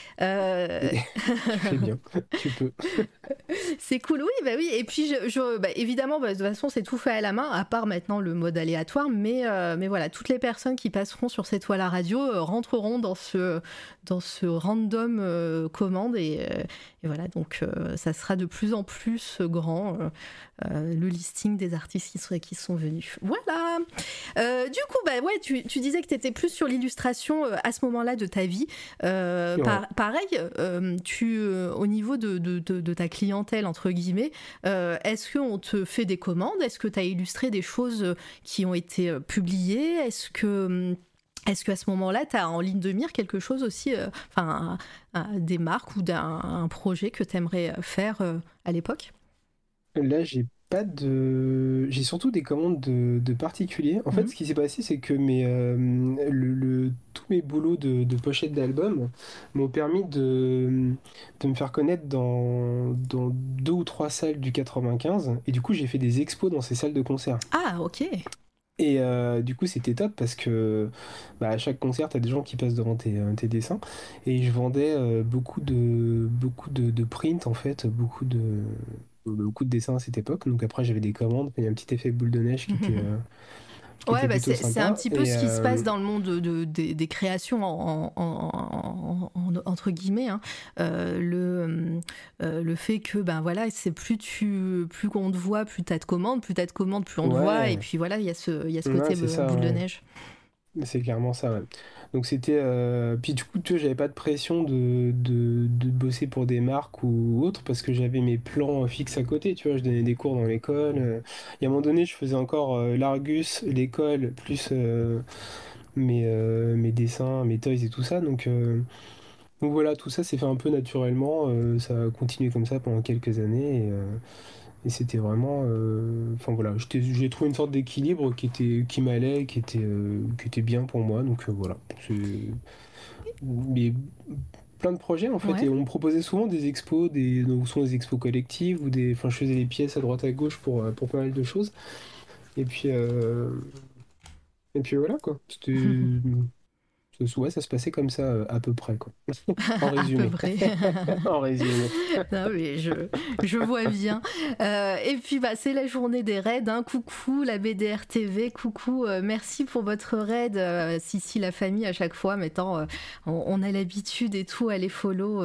Tu fais bien, tu peux. C'est cool, oui. Et puis, évidemment, de toute façon, c'est tout fait à la main, à part maintenant le mode aléatoire. Mais voilà, toutes les personnes qui passeront sur cette toile à radio rentreront dans ce random commande. Et voilà, donc ça sera de plus en plus grand, le listing des artistes qui sont venus. Voilà. Du coup, ouais, tu disais que tu étais plus sur l'illustration à ce moment-là de ta vie. Ouais. Pareil, au niveau de ta clientèle, entre guillemets, est-ce qu'on te fait des commandes? Est-ce que tu as illustré des choses qui ont été publiées? Est-ce qu'à ce moment-là, tu as en ligne de mire quelque chose aussi, des marques ou un projet que tu aimerais faire à l'époque? Là, j'ai surtout des commandes de particuliers. En fait, Mhm. ce qui s'est passé, c'est que tous mes boulots de pochette d'album m'ont permis de me faire connaître dans 2 ou 3 salles du 95. Et du coup, j'ai fait des expos dans ces salles de concert. Ah, ok. Et du coup, c'était top parce que à chaque concert, t'as des gens qui passent devant tes dessins. Et je vendais beaucoup de print, en fait, beaucoup de dessins à cette époque. Donc après, j'avais des commandes. Il y a un petit effet boule de neige qui Ouais, était plutôt c'est un sympa. petit peu ce qui se passe dans le monde des créations entre guillemets, hein. Le fait que voilà, c'est plus qu'on te voit, plus t'as de commandes, plus on te voit, et Ouais, puis voilà, il y a ce ouais, côté c'est ça, boule de ouais. neige. C'est clairement ça, ouais. Donc c'était. Puis du coup, tu vois, j'avais pas de pression de bosser pour des marques ou autres parce que j'avais mes plans fixes à côté. Tu vois, je donnais des cours dans l'école. Et à un moment donné, je faisais encore l'Argus, l'école, plus mes dessins, mes toys et tout ça. Donc voilà, tout ça s'est fait un peu naturellement. Ça a continué comme ça pendant quelques années. c'était vraiment, enfin voilà, j'ai trouvé une sorte d'équilibre qui m'allait, qui était bien pour moi. Donc voilà, mais plein de projets en fait. Ouais. Et on me proposait souvent des expos, donc souvent des expos collectives enfin je faisais des pièces à droite à gauche pour pas mal de choses. Et puis, euh, et puis voilà quoi. Ouais, ça se passait comme ça à peu près quoi. En À peu résumé. près. En résumé. Non, mais je vois bien. Et puis, bah, c'est la journée des raids. Hein. Coucou la BDR TV. Coucou, merci pour votre raid. Si, la famille, à chaque fois, mettant, on a l'habitude et tout, allez follow,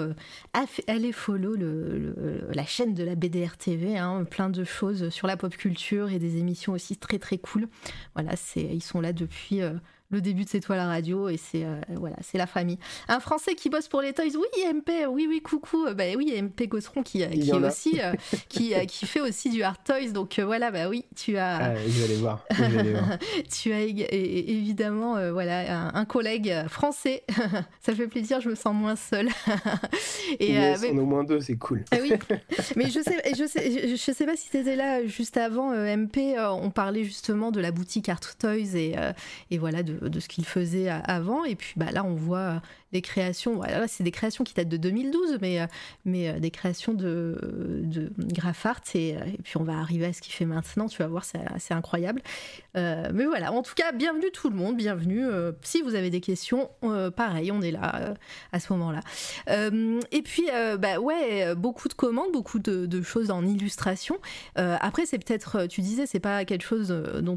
la chaîne de la BDR TV. Hein. Plein de choses sur la pop culture et des émissions aussi très très cool. Voilà, ils sont là depuis. Le début de C'est toi la radio et c'est la famille. Un Français qui bosse pour les Toys, oui MP, oui coucou, bah oui MP Gosseron qui aussi qui fait aussi du Hard Toys, donc voilà bah oui tu as. Ah, je vais aller voir. Tu as évidemment un collègue français, ça fait plaisir, je me sens moins seule. Yes, on est au moins deux, c'est cool. Oui, mais je sais pas si t'étais là juste avant MP, on parlait justement de la boutique Art Toys et voilà de ce qu'il faisait avant, et puis bah là on voit des créations, voilà, c'est des créations qui datent de 2012 mais des créations de Graphart et puis on va arriver à ce qu'il fait maintenant, tu vas voir, c'est incroyable. Mais voilà, en tout cas bienvenue tout le monde, bienvenue, si vous avez des questions, pareil on est là à ce moment là, et puis bah ouais, beaucoup de commandes, beaucoup de choses en illustration. Après c'est peut-être, tu disais c'est pas quelque chose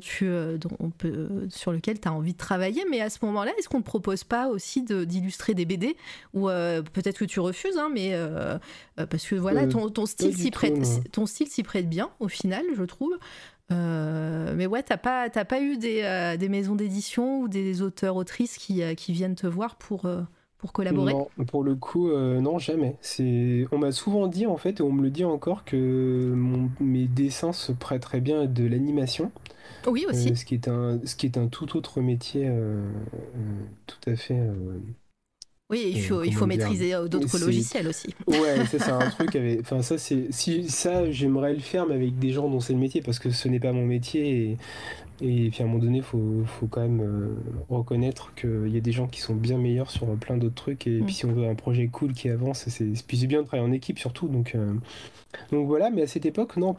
sur lequel tu as envie de travailler, mais à ce moment-là, est-ce qu'on ne te propose pas aussi d'illustrer des BD, ou peut-être que tu refuses, hein, mais parce que voilà, ton style s'y prête bien au final, je trouve. Mais ouais, t'as pas eu des maisons d'édition ou des auteurs-autrices qui viennent te voir pour collaborer? Non, pour le coup, non, jamais. On m'a souvent dit, en fait, et on me le dit encore, que mes dessins se prêteraient bien à de l'animation, Oui, aussi. ce qui est un tout autre métier, tout à fait. Oui, il faut Comment dire, maîtriser d'autres c'est logiciels aussi. ouais, ça c'est un truc avec, enfin ça c'est si ça j'aimerais le faire mais avec des gens dont c'est le métier parce que ce n'est pas mon métier et puis à un moment donné faut quand même reconnaître qu'il y a des gens qui sont bien meilleurs sur plein d'autres trucs et puis si on veut un projet cool qui avance puis c'est bien de travailler en équipe surtout donc voilà, mais à cette époque non,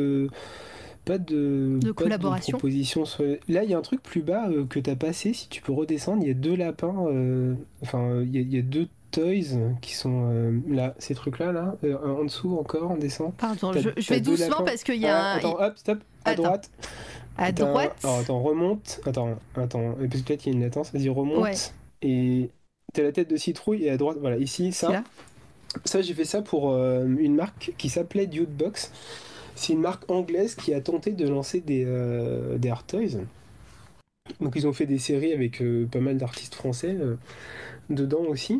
pas de collaboration. proposition. Là, il y a un truc plus bas que tu as passé, si tu peux redescendre. Il y a deux lapins, enfin, il y a deux toys qui sont là, ces trucs-là, là. En dessous encore, on descend. Pardon, je vais doucement lapins. parce qu'il y a un. Attends, hop, stop, à Attends. droite. À droite. Alors, attends, remonte. Attends, parce que peut-être qu'il y a une latence. Vas-y, remonte. Ouais. Et t'as la tête de citrouille et à droite, voilà, ici, ça. Là. Ça, j'ai fait ça pour une marque qui s'appelait Dudebox. C'est une marque anglaise qui a tenté de lancer des Hard Toys. Donc ils ont fait des séries avec pas mal d'artistes français dedans aussi.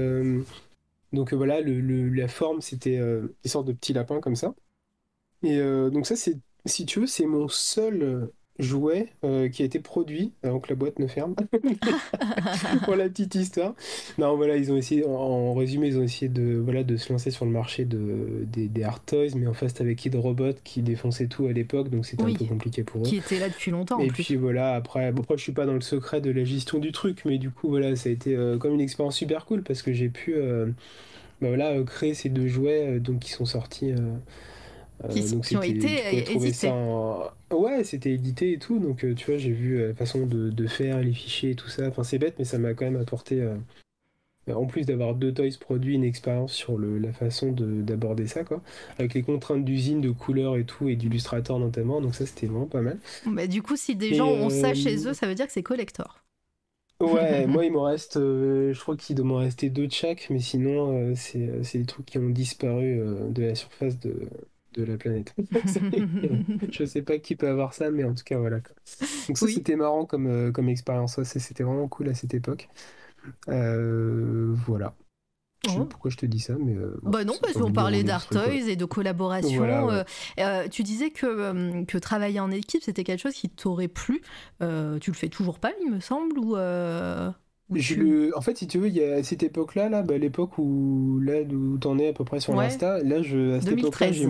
Donc voilà, la forme c'était des sortes de petits lapins comme ça. Et donc ça c'est, si tu veux, c'est mon seul jouet qui a été produit avant que la boîte ne ferme. Pour la petite histoire. Non, voilà, ils ont essayé, en résumé, ils ont essayé de se lancer sur le marché des Hard Toys, mais en face avec Kid Robot qui défonçait tout à l'époque, donc c'était un peu compliqué pour eux. Qui était là depuis longtemps Et en plus. puis voilà, après, je suis pas dans le secret de la gestion du truc, mais du coup, voilà, ça a été comme une expérience super cool parce que j'ai pu créer ces deux jouets donc qui sont sortis. Qui ont été tu pouvais trouver édités. Ouais, c'était édité et tout, donc tu vois, j'ai vu la façon de faire, les fichiers et tout ça. Enfin, c'est bête, mais ça m'a quand même apporté, en plus d'avoir deux toys produits, une expérience sur la façon d'aborder ça, quoi. Avec les contraintes d'usine, de couleurs et tout, et d'illustrateur notamment, donc ça, c'était vraiment pas mal. Bah, du coup, si des gens ont ça chez eux, ça veut dire que c'est collector. Ouais, moi il m'en reste, je crois qu'il doit m'en rester deux de chaque, mais sinon c'est des trucs qui ont disparu de la surface de la planète. Je sais pas qui peut avoir ça, mais en tout cas voilà, quoi. Donc ça Oui. c'était marrant comme expérience, ouais, c'était vraiment cool à cette époque. Voilà. Je sais pas pourquoi je te dis ça, mais Bah non, parce qu'on parlait d'Art Toys et de collaboration. Voilà, ouais. Tu disais que travailler en équipe, c'était quelque chose qui t'aurait plu. Tu le fais toujours pas, il me semble, ou Ou tu... En fait, si tu veux, il y a à cette époque-là, là, bah, l'époque où t'en es à peu près sur Ouais, l'Insta, à cette époque-là, 2013.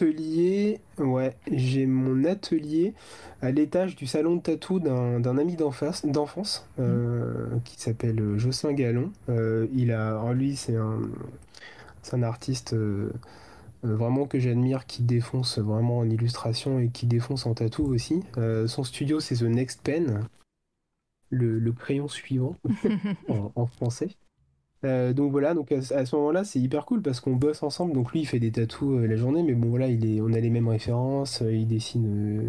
j'ai mon atelier à l'étage du salon de tatou d'un ami d'enfance Mm. qui s'appelle Jocelyn Gallon. Alors lui, c'est un artiste vraiment que j'admire, qui défonce vraiment en illustration et qui défonce en tatou aussi. Son studio, c'est The Next Pen, le crayon suivant en français. Donc voilà, donc à ce moment-là, c'est hyper cool parce qu'on bosse ensemble. Donc lui, il fait des tatous la journée, mais bon voilà, on a les mêmes références, il dessine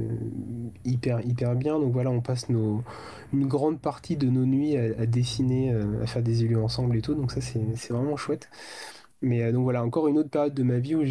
hyper bien. Donc voilà, on passe une grande partie de nos nuits à dessiner, à faire des élus ensemble et tout. Donc ça, c'est vraiment chouette. Mais donc voilà, encore une autre période de ma vie où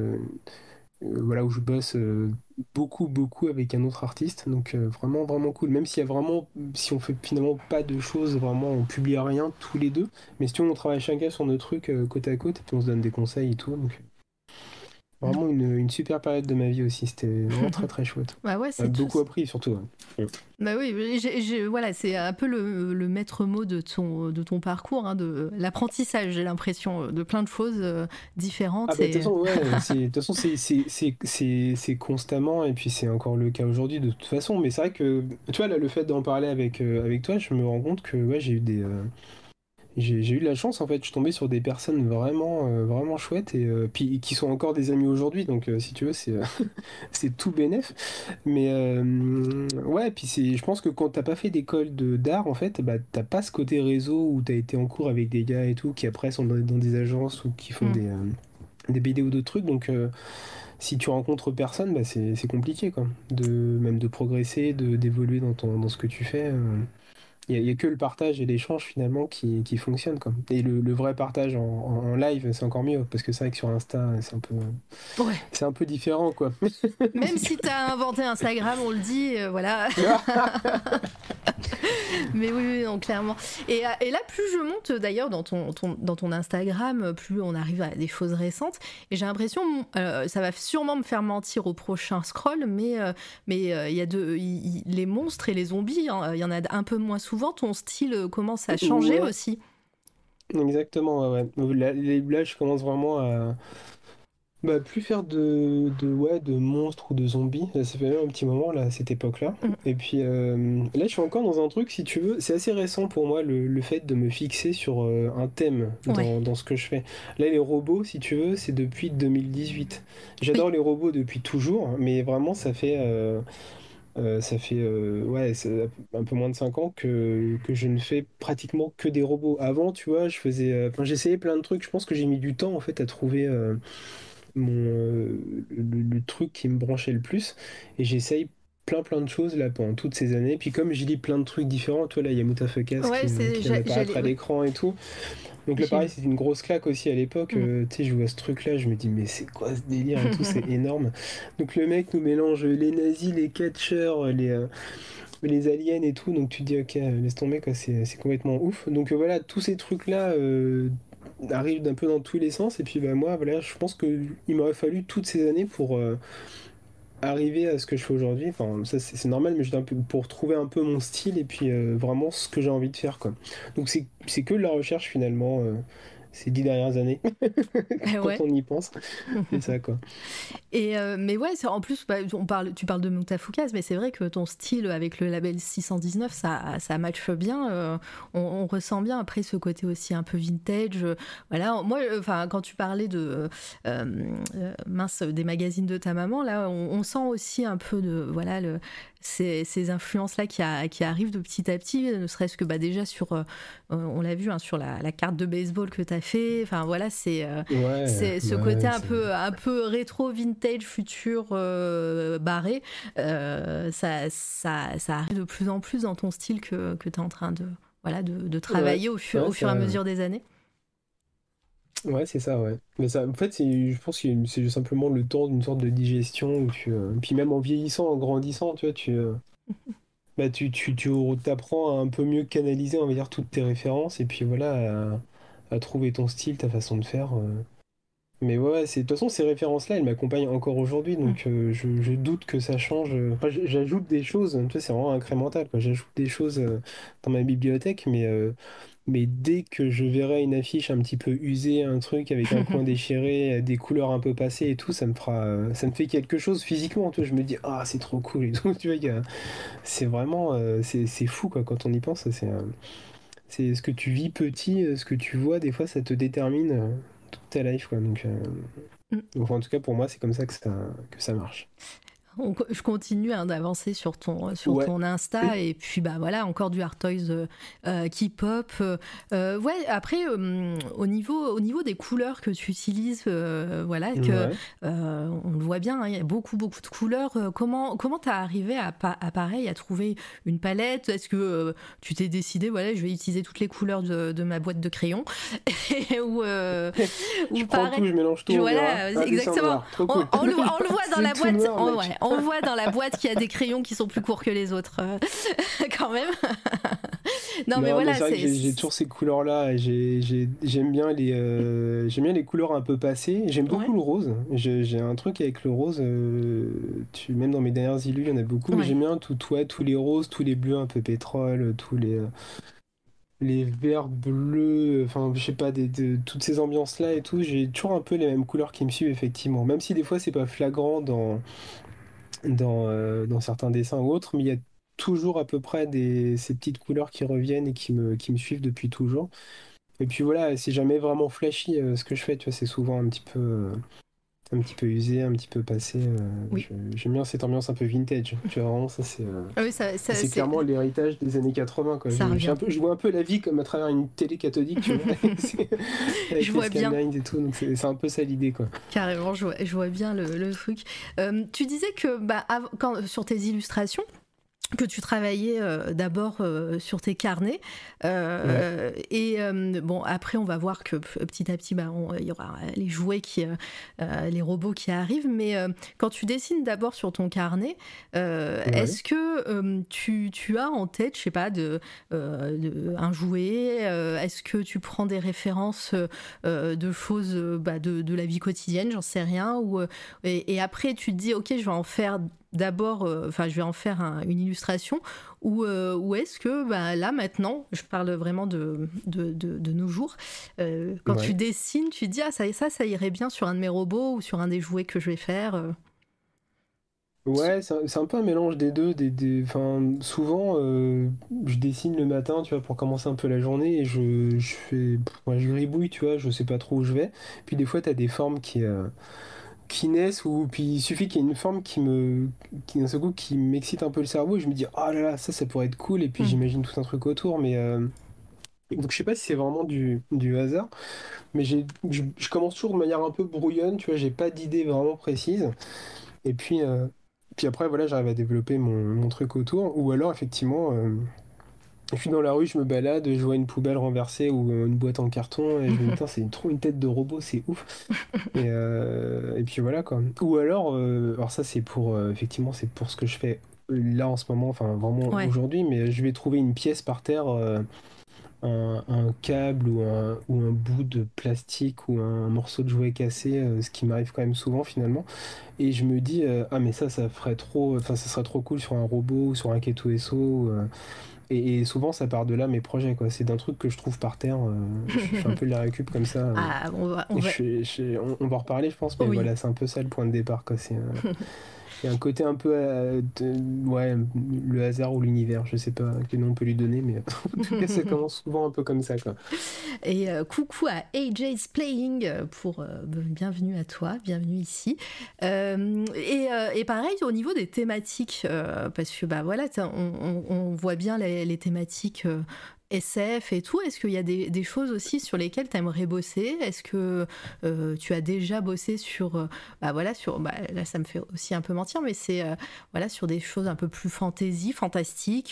voilà, où je bosse beaucoup avec un autre artiste. Donc vraiment cool. Même si on fait finalement pas de choses, vraiment on publie rien tous les deux. Mais si tu veux, on travaille chacun sur nos trucs côte à côte et puis on se donne des conseils et tout. Donc vraiment une super période de ma vie aussi. C'était vraiment très chouette. Bah ouais, On a c'est tout. beaucoup appris surtout. Ouais. Bah oui, voilà, c'est un peu le maître mot de ton parcours, hein, de l'apprentissage, j'ai l'impression, de plein de choses Ah différentes. bah de toute Et... façon, ouais, de toute façon, c'est constamment, et puis c'est encore le cas aujourd'hui de toute façon. Mais c'est vrai que, tu vois, là, le fait d'en parler avec toi, je me rends compte que ouais, j'ai eu de la chance en fait, je suis tombé sur des personnes vraiment chouettes et puis qui sont encore des amis aujourd'hui, donc si tu veux, c'est tout bénef. Mais ouais, puis je pense que quand t'as pas fait d'école d'art en fait, bah t'as pas ce côté réseau où t'as été en cours avec des gars et tout qui après sont dans des agences ou qui font Mm. des BD ou d'autres trucs, donc si tu rencontres personne, bah c'est compliqué quoi, même de progresser, d'évoluer dans ce que tu fais. Il y a que le partage et l'échange finalement qui fonctionne quoi. Et le vrai partage en live, c'est encore mieux parce que c'est vrai que sur Insta, Ouais. c'est un peu différent quoi. Même si t'as inventé Instagram, on le dit, voilà. Mais oui, oui, non, clairement. Et là, plus je monte d'ailleurs dans ton Instagram, plus on arrive à des choses récentes. Et j'ai l'impression, ça va sûrement me faire mentir au prochain scroll, mais il y a les monstres et les zombies, hein, il y en a un peu moins souvent. Ton style commence à changer Ouais, aussi. exactement. Ouais. Là, je commence vraiment à plus faire ouais, de monstres ou de zombies. Ça fait même un petit moment là, à cette époque-là. Mm. Et puis là, je suis encore dans un truc, si tu veux, c'est assez récent pour moi le fait de me fixer sur un thème Ouais. dans ce que je fais. Là, les robots, si tu veux, c'est depuis 2018. Oui. J'adore les robots depuis toujours, mais vraiment, ouais, c'est un peu moins de 5 ans que je ne fais pratiquement que des robots. Avant, tu vois, enfin, j'essayais plein de trucs. Je pense que j'ai mis du temps en fait à trouver le truc qui me branchait le plus. Et j'essaye plein de choses là pendant toutes ces années. Puis comme je lis plein de trucs différents, toi là, il y a Mutafukas Ouais, qui vient d'apparaître à oui, l'écran et tout. Donc là, j'ai pareil, vu. c'est une grosse claque aussi à l'époque. Mm. Tu sais, je vois ce truc-là, je me dis, mais c'est quoi ce délire et tout, c'est énorme. Donc le mec nous mélange les nazis, les catcheurs, les aliens et tout. Donc tu te dis, ok, laisse tomber, quoi, c'est complètement ouf. Donc voilà, tous ces trucs-là arrivent d'un peu dans tous les sens. Et puis bah, moi, voilà, je pense qu'il m'aurait fallu toutes ces années pour arriver à ce que je fais aujourd'hui. Enfin, ça c'est normal, mais pour trouver un peu mon style et puis vraiment ce que j'ai envie de faire, quoi. Donc c'est que de la recherche finalement. Ces 10 dernières années, quand Ouais. on y pense, c'est ça quoi. Mais ouais, en plus, bah, tu parles de Mutafukas, mais c'est vrai que ton style avec le label 619, ça matche bien. On ressent bien après ce côté aussi un peu vintage. Voilà, moi, enfin, quand tu parlais mince, des magazines de ta maman, là, on sent aussi un peu de voilà ces influences-là qui arrivent de petit à petit, ne serait-ce que bah, déjà on l'a vu, hein, sur la carte de baseball que tu as fait. Enfin voilà, Ouais, c'est ce côté ouais, un peu rétro, vintage, futur, barré. Ça arrive de plus en plus dans ton style que tu es en train voilà, de ouais, travailler ouais, au fur et à mesure des années. ouais, c'est ça, ouais. Mais ça, en fait, je pense que c'est simplement le temps d'une sorte de digestion où puis même en vieillissant, en grandissant, tu vois, tu t'apprends à un peu mieux canaliser, on va dire, toutes tes références et puis voilà, à trouver ton style, ta façon de faire. Mais ouais, de toute façon, ces références-là, elles m'accompagnent encore aujourd'hui, Mm. donc je doute que ça change. Enfin, j'ajoute des choses, tu vois, c'est vraiment incrémental, quoi. J'ajoute des choses dans ma bibliothèque, mais dès que je verrai une affiche un petit peu usée, un truc avec un coin déchiré, des couleurs un peu passées et tout, ça me fait quelque chose physiquement, tu vois. Je me dis, ah, c'est trop cool et tout, tu vois, c'est vraiment, c'est fou, quoi, quand on y pense, c'est ce que tu vis petit, ce que tu vois, des fois, ça te détermine toute ta life, quoi. Mm. Donc, en tout cas, pour moi, c'est comme ça que ça marche. Je continue hein, d'avancer sur Ouais. ton Insta et puis bah voilà encore du Art Toys qui pop. Ouais après au niveau des couleurs que tu utilises voilà que Ouais. on le voit bien hein, il y a beaucoup de couleurs. Comment t'as arrivé à pareil à trouver une palette? Est-ce que tu t'es décidé voilà je vais utiliser toutes les couleurs de ma boîte de crayons ou Je ou prends pareil tout, je mélange tout, on verra. voilà Un dessin exactement. noir, trop cool. On le voit dans C'est la tout boîte. noir, mec. Ouais, on le voit dans la boîte qu'il y a des crayons qui sont plus courts que les autres, quand même. Non, mais Non, mais voilà, c'est vrai que j'ai toujours ces couleurs-là. Et j'aime bien les couleurs un peu passées. J'aime ouais, beaucoup le rose. J'ai un truc avec le rose. Même dans mes dernières illus, il y en a beaucoup. Mais ouais. j'aime bien ouais, tous les roses, tous les bleus un peu pétrole, les verts bleus. Enfin, je sais pas, toutes ces ambiances-là et tout. J'ai toujours un peu les mêmes couleurs qui me suivent, effectivement. Même si des fois, c'est pas flagrant dans certains dessins ou autres, mais il y a toujours à peu près ces petites couleurs qui reviennent et qui me suivent depuis toujours. Et puis voilà, c'est jamais vraiment flashy ce que je fais, tu vois, c'est souvent un petit peu usé, un petit peu passé. Oui. J'aime bien cette ambiance un peu vintage, tu vois, vraiment, Ah oui, c'est clairement l'héritage des années 80, quoi. ça revient. Je vois un peu la vie comme à travers une télé cathodique, tu vois, Je avec les vois bien. scanlines et tout, donc c'est un peu ça l'idée, quoi. Carrément, je vois bien le truc. Tu disais que bah, sur tes illustrations, que tu travaillais d'abord sur tes carnets Ouais, bon après on va voir que petit à petit bah, il y aura les jouets les robots qui arrivent mais quand tu dessines d'abord sur ton carnet ouais. est-ce que tu as en tête je sais pas un jouet est-ce que tu prends des références de choses bah, de la vie quotidienne j'en sais rien et après tu te dis ok je vais en faire d'abord, enfin, je vais en faire une illustration, ou est-ce que bah, là maintenant, je parle vraiment de nos jours, quand tu Ouais. dessines, tu te dis ah ça irait bien sur un de mes robots ou sur un des jouets que je vais faire. Ouais, c'est un peu un mélange des deux. Enfin, souvent, je dessine le matin, tu vois, pour commencer un peu la journée et moi, je gribouille, tu vois, je sais pas trop où je vais. Puis des fois, tu as des formes qui naissent ou puis il suffit qu'il y ait une forme qui d'un seul coup, qui m'excite un peu le cerveau et je me dis, oh là là, ça pourrait être cool. Et puis Hmm. j'imagine tout un truc autour, donc je sais pas si c'est vraiment du hasard, mais je commence toujours de manière un peu brouillonne, tu vois, j'ai pas d'idée vraiment précise. Et puis après, voilà, j'arrive à développer mon truc autour. Ou alors, effectivement, je suis dans la rue, je me balade, je vois une poubelle renversée ou une boîte en carton et je me dis, putain, c'est trop une tête de robot, c'est ouf. Et puis voilà, quoi. Ou alors ça, effectivement, c'est pour ce que je fais là en ce moment, enfin vraiment Ouais. aujourd'hui, mais je vais trouver une pièce par terre. Un câble ou un bout de plastique ou un morceau de jouet cassé, ce qui m'arrive quand même souvent finalement. Et je me dis, ah mais ça ferait trop, enfin ça serait trop cool sur un robot ou sur un Keto SO. Et souvent ça part de là mes projets, quoi. C'est d'un truc que je trouve par terre. Je fais un peu de la récup comme ça. Ah, on Et va... on va en reparler, je pense, mais Oui. voilà, c'est un peu ça le point de départ, quoi. Il y a un côté un peu, ouais, le hasard ou l'univers, je sais pas quel nom on peut lui donner, mais en tout cas ça commence souvent un peu comme ça, quoi. Et coucou à AJ's Playing pour bienvenue à toi, bienvenue ici. Et pareil au niveau des thématiques, parce que bah voilà, on voit bien les thématiques SF et tout. Est-ce qu'il y a des choses aussi sur lesquelles tu aimerais bosser? Est-ce que tu as déjà bossé sur, bah voilà, là ça me fait aussi un peu mentir, mais c'est voilà sur des choses un peu plus fantasy, fantastiques.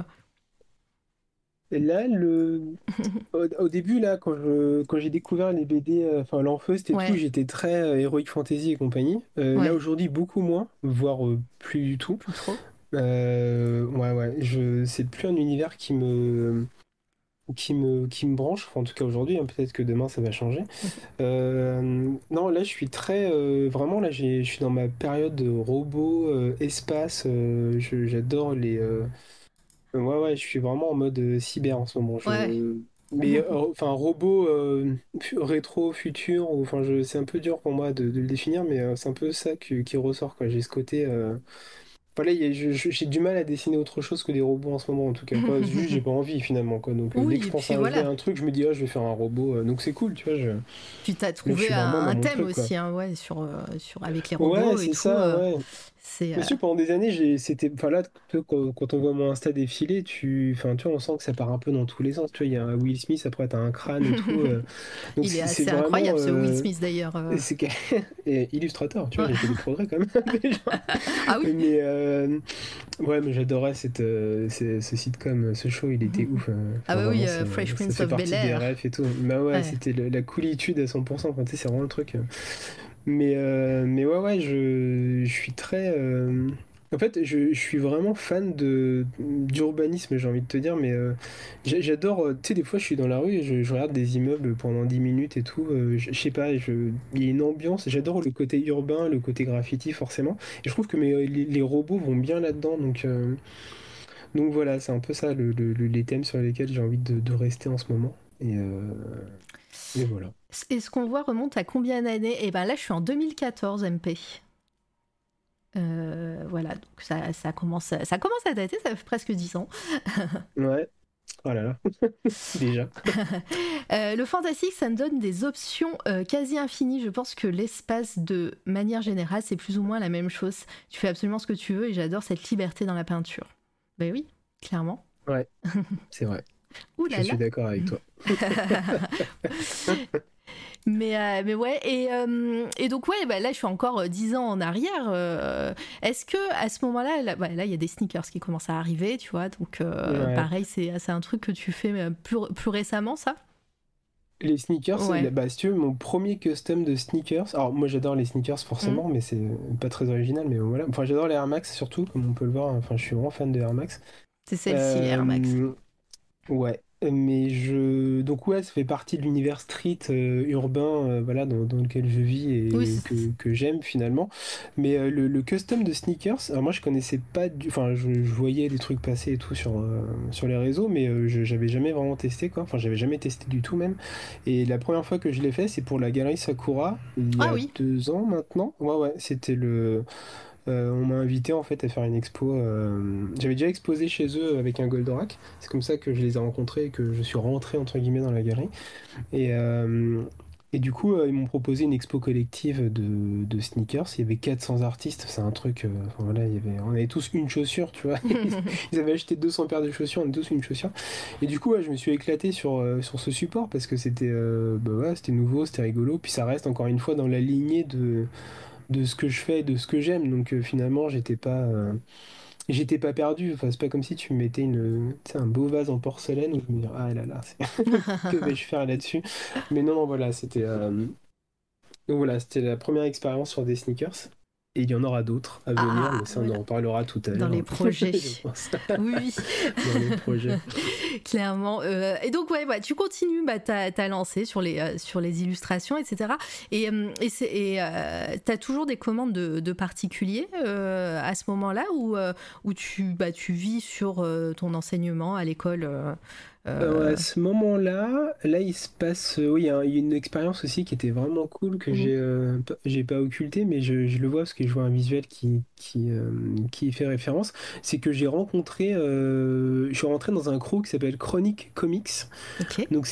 Et là, au début, là, quand j'ai découvert les BD, enfin l'Enfeust et tout, Ouais, j'étais très Heroic Fantasy et compagnie. Là, ouais, aujourd'hui, beaucoup moins, voire plus du tout. plus trop. Ouais, ouais, c'est plus un univers qui me branche, enfin, en tout cas aujourd'hui, hein, peut-être que demain ça va changer. Non, là je suis très. Vraiment, là je suis dans ma période de robot, espace. J'adore les. Ouais, ouais, je suis vraiment en mode cyber en ce moment. Ouais. Mais enfin, robot rétro, futur, enfin, c'est un peu dur pour moi de le définir, mais c'est un peu ça qui ressort, quoi. J'ai ce côté. Voilà, j'ai du mal à dessiner autre chose que des robots en ce moment, en tout cas, quoi. Juste, j'ai pas envie finalement, quoi. Donc, dès Oui, que je et pense puis à un jouet, voilà. à un truc, je me dis, ah, je vais faire un robot. Donc, c'est cool, tu vois. Puis t'as Donc, je trouvé suis vraiment dans un mon thème truc, quoi. aussi, hein, ouais, avec les Ouais, robots et c'est tout. ça, ouais. C'est. Monsieur, pendant des années, enfin là, quand on voit mon Insta défiler, enfin, tu vois, on sent que ça part un peu dans tous les sens. Tu vois, il y a un Will Smith, après, t'as un crâne et tout. Donc, Il est c'est assez vraiment. incroyable ce Will Smith d'ailleurs. C'est que- et illustrateur, tu vois, Ouais. j'ai fait des progrès quand même, déjà. Ah oui. Mais, ouais, mais j'adorais ce sitcom, ce show, il était ouf. Ah Enfin, bah oui, vraiment, Fresh ça Prince fait of partie des Bel-Air. rêves et tout. Bah ouais, Ouais. c'était la coolitude à 100%. Enfin, tu sais, c'est vraiment le truc. Mais ouais, ouais, je suis très. En fait, je suis vraiment fan d'urbanisme, j'ai envie de te dire, mais j'adore. Tu sais, des fois, je suis dans la rue et je regarde des immeubles pendant 10 minutes et tout. Je sais pas, il y a une ambiance. J'adore le côté urbain, le côté graffiti, forcément. Et je trouve que les robots vont bien là-dedans. Donc voilà, c'est un peu ça les thèmes sur lesquels j'ai envie de rester en ce moment. Et voilà. Et ce qu'on voit remonte à combien d'années? Et ben là, je suis en 2014, MP. Voilà, donc ça commence à dater, ça fait presque 10 ans. Ouais. Oh là là, déjà. Le fantastique, ça me donne des options quasi infinies. Je pense que l'espace, de manière générale, c'est plus ou moins la même chose. Tu fais absolument ce que tu veux et j'adore cette liberté dans la peinture. Ben oui, clairement. Ouais, c'est vrai. Ouh Je là là. suis d'accord avec toi. Mais ouais, et donc ouais, bah là je suis encore 10 ans en arrière. Est-ce que à ce moment-là, là il y a des sneakers qui commencent à arriver, tu vois, donc Ouais. pareil, c'est un truc que tu fais plus récemment, ça? Les sneakers, Ouais. bah, si tu veux, mon premier custom de sneakers. Alors, moi j'adore les sneakers Mm. forcément, mais c'est pas très original. Mais voilà. Enfin, j'adore les Air Max surtout, comme on peut le voir. Enfin, je suis vraiment fan de Air Max. C'est celle-ci, les Air Max. Euh, Ouais, mais donc ouais, ça fait partie de l'univers street urbain, voilà, dans lequel je vis Oui, et que j'aime finalement. Mais le custom de sneakers, alors moi je connaissais pas enfin je voyais des trucs passer et tout sur les réseaux, mais j'avais jamais vraiment testé quoi. Enfin j'avais jamais testé du tout même. Et la première fois que je l'ai fait, c'est pour la galerie Sakura il y ah a oui. 2 ans maintenant. Ouais ouais, on m'a invité en fait à faire une expo. J'avais déjà exposé chez eux avec un Goldorak. C'est comme ça que je les ai rencontrés et que je suis rentré entre guillemets dans la galerie. Et, euh, et du coup, ils m'ont proposé une expo collective de sneakers. Il y avait 400 artistes. C'est un truc. Enfin, voilà, on avait tous une chaussure, tu vois. Ils avaient acheté 200 paires de chaussures, on avait tous une chaussure. Et du coup, ouais, je me suis éclaté sur ce support parce que bah ouais, c'était nouveau, c'était rigolo. Puis ça reste encore une fois dans la lignée de ce que je fais, de ce que j'aime. Donc finalement, j'étais pas perdu. Enfin, c'est pas comme si tu me mettais tu sais, un beau vase en porcelaine où je me disais, ah là là, que vais-je faire là-dessus? Mais non, non, voilà, donc voilà, c'était la première expérience sur des sneakers. Et il y en aura d'autres à venir, Ah, mais ça, on voilà. en reparlera tout à Dans les l'heure, projets. je pense, Oui, dans les projets. oui. Clairement. Et donc, ouais, tu continues ta lancée sur les illustrations, etc. T'as toujours des commandes de particuliers à ce moment-là où tu vis sur ton enseignement à l'école À ce moment-là, là, il se passe. Oui, il y a une expérience aussi qui était vraiment cool que mhm. j'ai pas occulté, mais je le vois parce que je vois un visuel qui y fait référence. C'est que je suis rentré dans un crew qui s'appelle Chronic Comics. Ok. Donc,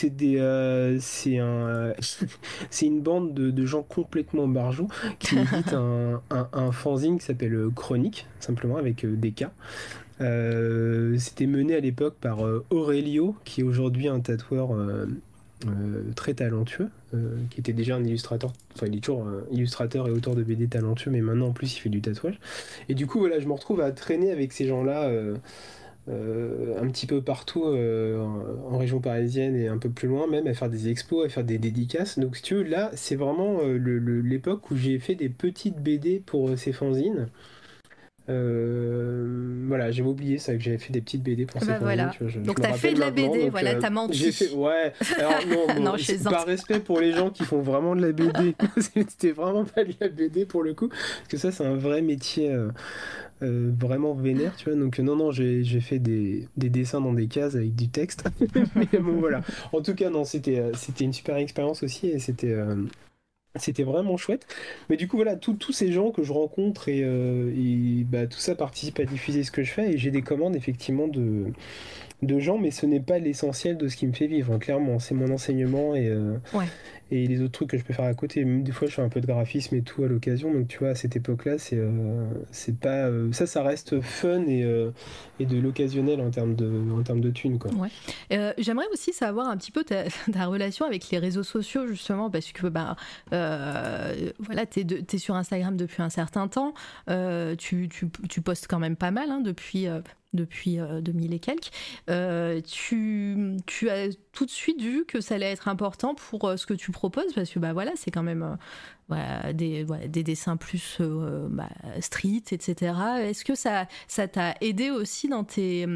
c'est une bande de gens complètement barjots qui éditent un fanzine qui s'appelle Chronique, simplement avec des K. C'était mené à l'époque par Aurelio, qui est aujourd'hui un tatoueur très talentueux, qui était déjà un illustrateur, enfin il est toujours illustrateur et auteur de BD talentueux, mais maintenant en plus il fait du tatouage. Et du coup voilà, je me retrouve à traîner avec ces gens-là un petit peu partout en région parisienne et un peu plus loin même, à faire des expos, à faire des dédicaces. Donc si tu veux, là c'est vraiment l'époque où j'ai fait des petites BD pour ces fanzines. Voilà, j'avais oublié ça, que j'avais fait des petites BD pour ces Bah fanzines, voilà. tu vois, je Donc me t'as fait rappelle de la maintenant, BD, donc voilà, t'as menti. j'ai fait, ouais, alors non, Non, bon, je plaisante. par respect pour les gens qui font vraiment de la BD, c'était vraiment pas de la BD pour le coup, parce que ça c'est un vrai métier vraiment vénère, tu vois, donc non, j'ai fait des dessins dans des cases avec du texte, mais bon voilà, en tout cas non, c'était une super expérience aussi, et c'était vraiment chouette. Mais du coup, voilà, tous ces gens que je rencontre et tout ça participe à diffuser ce que je fais. Et j'ai des commandes, effectivement, de gens, mais ce n'est pas l'essentiel de ce qui me fait vivre, hein, clairement. C'est mon enseignement Ouais. et les autres trucs que je peux faire à côté. Même des fois, je fais un peu de graphisme et tout à l'occasion. Donc, tu vois, à cette époque-là, c'est pas. Ça reste fun et de l'occasionnel en termes de thunes, quoi. Ouais. J'aimerais aussi savoir un petit peu ta relation avec les réseaux sociaux, justement, parce que voilà, t'es sur Instagram depuis un certain temps, tu postes quand même pas mal, hein, depuis 2000 et quelques. Tu as tout de suite vu que ça allait être important pour ce que tu proposes, parce que voilà, c'est quand même des dessins plus street, etc. Est-ce que ça t'a aidé aussi dans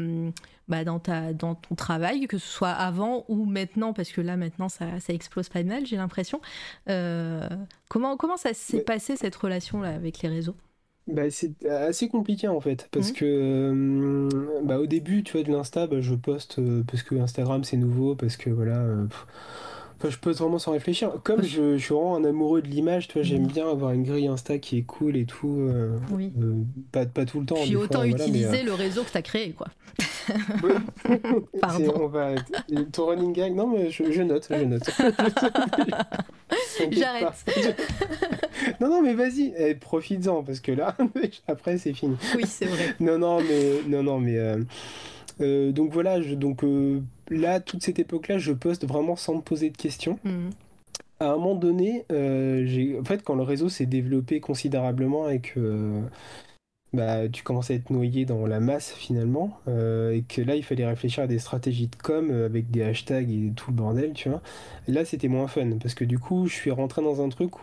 ton travail, que ce soit avant ou maintenant, parce que là maintenant ça explose pas mal, j'ai l'impression. Comment ça s'est Mais- passé, cette relation là avec les réseaux? C'est assez compliqué en fait parce Mhm. que au début tu vois de l'Insta je poste parce que Instagram c'est nouveau parce que voilà enfin, je poste vraiment sans réfléchir comme je suis vraiment un amoureux de l'image, tu vois, j'aime bien avoir une grille Insta qui est cool et tout Oui. pas tout le temps Puis des autant fois voilà mais utiliser le réseau que t'as créé, quoi. oui. Pardon. On va ton running gag, non mais je note. T'inquiète pas. J'arrête. Non mais vas-y, profites-en parce que là après c'est fini. Oui, c'est vrai. Non, donc voilà, là, toute cette époque-là, je poste vraiment sans me poser de questions. Mhm. À un moment donné, en fait, quand le réseau s'est développé considérablement et que tu commences à être noyé dans la masse finalement, et que là, il fallait réfléchir à des stratégies de com avec des hashtags et tout le bordel, tu vois. Là, c'était moins fun parce que du coup, je suis rentré dans un truc